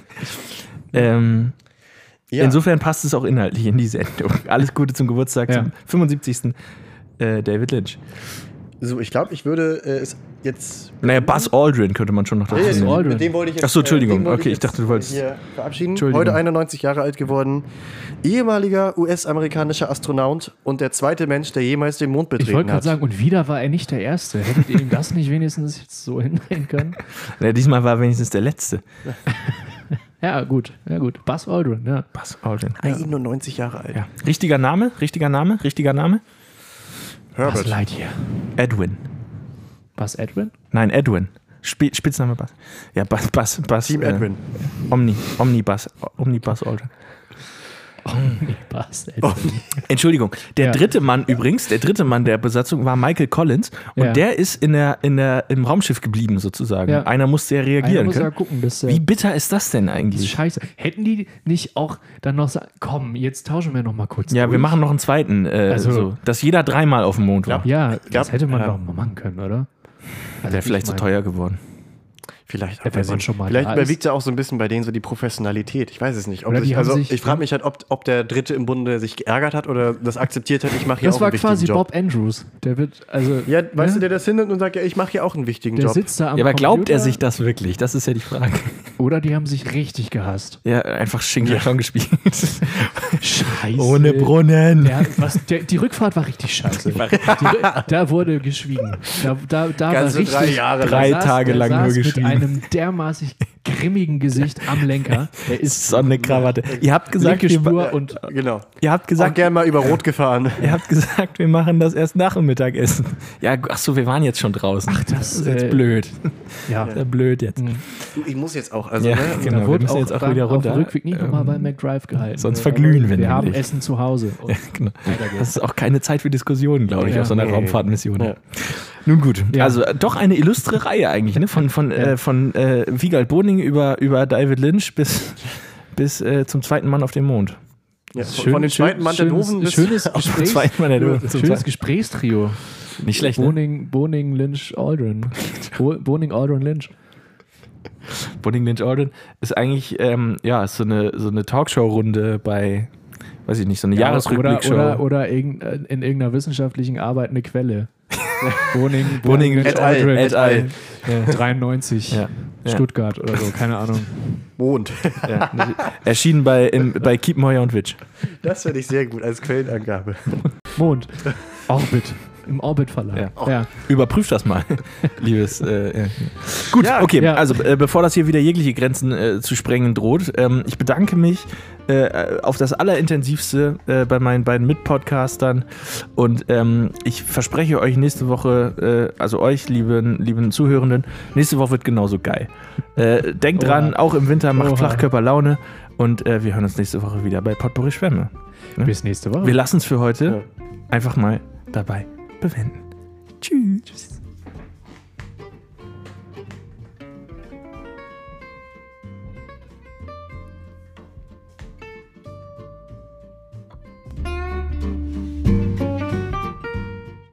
Speaker 4: Ja.
Speaker 5: Insofern passt es auch inhaltlich in die Sendung. Alles Gute zum Geburtstag,
Speaker 3: Ja.
Speaker 5: zum 75. David Lynch.
Speaker 4: So, ich glaube, ich würde es jetzt.
Speaker 5: Naja, Buzz Aldrin könnte man schon noch dazu nehmen.
Speaker 3: Aldrin.
Speaker 4: Mit dem wollte ich jetzt.
Speaker 5: Achso, Entschuldigung.
Speaker 4: den wollte
Speaker 5: Okay, ich
Speaker 4: jetzt
Speaker 5: dachte, du wolltest.
Speaker 4: hier verabschieden.
Speaker 5: Entschuldigung.
Speaker 4: Heute 91 Jahre alt geworden. Ehemaliger US-amerikanischer Astronaut und der zweite Mensch, der jemals den Mond
Speaker 3: Ich
Speaker 4: betreten
Speaker 3: wollte gerade
Speaker 4: hat.
Speaker 3: sagen, und wieder war er nicht der Erste. Hättet ihr ihm das nicht wenigstens jetzt so hinbringen können?
Speaker 5: Ja, diesmal war wenigstens der Letzte.
Speaker 3: Ja, gut. Buzz Aldrin, ja.
Speaker 5: Buzz Aldrin.
Speaker 4: 91 Jahre alt.
Speaker 5: Ja. Richtiger Name?
Speaker 3: Buzz Lightyear.
Speaker 5: Edwin.
Speaker 3: Buzz Edwin?
Speaker 5: Nein, Edwin. Spitzname Buzz. Ja, Buzz.
Speaker 4: Team Edwin.
Speaker 5: Omnibus Aldrin.
Speaker 3: Buzz Edwin.
Speaker 5: Entschuldigung. Der
Speaker 3: Ja.
Speaker 5: dritte Mann der Besatzung war Michael Collins und
Speaker 3: Ja.
Speaker 5: der ist im Raumschiff geblieben sozusagen.
Speaker 3: Ja.
Speaker 5: Einer musste ja
Speaker 3: Einer
Speaker 5: reagieren
Speaker 3: muss ja
Speaker 5: können.
Speaker 3: gucken, dass
Speaker 5: Wie bitter ist das denn
Speaker 3: das ist
Speaker 5: eigentlich?
Speaker 3: scheiße. Hätten die nicht auch dann noch sagen, komm, jetzt tauschen wir noch mal kurz
Speaker 5: Ja,
Speaker 3: durch.
Speaker 5: wir machen noch einen zweiten,
Speaker 3: Also-
Speaker 5: so, dass jeder 3-mal auf dem Mond war.
Speaker 3: Ja, das
Speaker 4: glaub,
Speaker 3: hätte man
Speaker 5: ja.
Speaker 3: doch mal machen können, oder? Also
Speaker 5: Wäre vielleicht
Speaker 3: ich
Speaker 5: zu
Speaker 3: mein,
Speaker 5: teuer geworden.
Speaker 4: Vielleicht,
Speaker 3: Ja, wenn man schon mal
Speaker 4: vielleicht
Speaker 3: da
Speaker 4: überwiegt ja auch so ein bisschen bei denen so die Professionalität. Ich weiß es nicht.
Speaker 3: Oder die haben sich-
Speaker 4: ich frage mich halt, ob der Dritte im Bunde sich geärgert hat oder das akzeptiert hat, ich mache hier
Speaker 3: Das
Speaker 4: auch
Speaker 3: war
Speaker 4: einen wichtigen
Speaker 3: quasi
Speaker 4: Job.
Speaker 3: Bob Andrews. Der wird, also.
Speaker 4: Ja, weißt du,
Speaker 3: ne?
Speaker 4: der das hinnimmt und sagt, ja, ich mache hier auch einen wichtigen
Speaker 3: Der
Speaker 4: Job.
Speaker 3: sitzt da am
Speaker 5: Ja, aber glaubt
Speaker 3: Computer,
Speaker 5: er sich das wirklich? Das ist ja die Frage.
Speaker 3: Oder die haben sich richtig gehasst.
Speaker 5: Ja, einfach Xing gespielt.
Speaker 3: Scheiße.
Speaker 5: Ohne Brunnen.
Speaker 3: Die Rückfahrt war richtig scheiße. Da wurde geschwiegen. Da
Speaker 4: Ganze
Speaker 3: war richtig,
Speaker 4: 3 Jahre lang.
Speaker 5: 3
Speaker 3: der
Speaker 5: Tage
Speaker 3: der
Speaker 5: lang nur
Speaker 3: saß
Speaker 5: geschwiegen.
Speaker 3: mit einem dermaßen grimmigen Gesicht am Lenker. Der ist
Speaker 5: Sonnekrawatte. Ihr habt gesagt,
Speaker 3: linke Spur und
Speaker 4: Genau.
Speaker 5: ihr habt
Speaker 4: Auch
Speaker 5: gesagt,
Speaker 4: gern mal über Rot gefahren.
Speaker 5: ihr habt gesagt, wir machen das erst nach dem Mittagessen. Ja, ach so, wir waren jetzt schon draußen. Ach,
Speaker 3: das
Speaker 5: ist jetzt blöd.
Speaker 3: ja.
Speaker 5: Das ist blöd jetzt.
Speaker 4: Du, ich muss jetzt auch. Also,
Speaker 5: Ja,
Speaker 4: ne?
Speaker 5: genau.
Speaker 3: Da
Speaker 5: wir
Speaker 3: wurde
Speaker 5: müssen jetzt auch
Speaker 3: dann
Speaker 5: wieder
Speaker 3: auf
Speaker 5: runter.
Speaker 3: dem Rückweg nicht nochmal bei McDrive gehalten.
Speaker 5: sonst verglühen wir
Speaker 3: Wir haben
Speaker 5: nämlich.
Speaker 3: Essen zu Hause. Und
Speaker 5: Genau. Das ist auch keine Zeit für Diskussionen, glaube ich,
Speaker 3: Ja.
Speaker 5: auf so einer
Speaker 4: Nee.
Speaker 5: Raumfahrtmission.
Speaker 4: Ja.
Speaker 5: Nun gut,
Speaker 3: Ja.
Speaker 5: also doch eine illustre Reihe eigentlich, ne? Von Wiegald Boning über David Lynch bis zum zweiten Mann auf dem Mond.
Speaker 4: Ja, von dem zweiten Mann der Doofen bis
Speaker 3: schönes
Speaker 5: Zum
Speaker 3: Gespräch,
Speaker 5: zweiten Mann der Doofen.
Speaker 3: schönes Gesprächstrio.
Speaker 5: Nicht schlecht, ne?
Speaker 3: Boning, Lynch, Aldrin. Boning, Aldrin, Lynch.
Speaker 5: Boning Lynch Aldrin ist eigentlich ist so eine Talkshow-Runde bei, weiß ich nicht, so eine Jahresrückblickshow.
Speaker 3: Oder in irgendeiner wissenschaftlichen Arbeit eine Quelle.
Speaker 5: Boning
Speaker 3: Lynch,
Speaker 4: et al.
Speaker 3: Aldrin,
Speaker 4: Et al.
Speaker 3: 93,
Speaker 5: Ja. Ja.
Speaker 3: Stuttgart oder so, keine Ahnung.
Speaker 4: Mond.
Speaker 5: Ja. Erschienen bei Kiepenheuer und Witsch.
Speaker 4: Das finde ich sehr gut als Quellenangabe.
Speaker 3: Mond. Orbit. Im Orbit Verlag. Ja.
Speaker 5: Überprüft das mal, liebes. Gut,
Speaker 4: Ja,
Speaker 5: okay,
Speaker 3: ja.
Speaker 5: also bevor das hier wieder jegliche Grenzen zu sprengen droht, ich bedanke mich auf das Allerintensivste bei meinen beiden Mitpodcastern und ich verspreche euch nächste Woche, also euch, lieben Zuhörenden, nächste Woche wird genauso geil. Denkt dran, auch im Winter macht Flachkörper Laune und wir hören uns nächste Woche wieder bei Potpourri Schwämme.
Speaker 3: Bis nächste Woche.
Speaker 5: Wir lassen es für heute einfach mal dabei bewenden. Tschüss.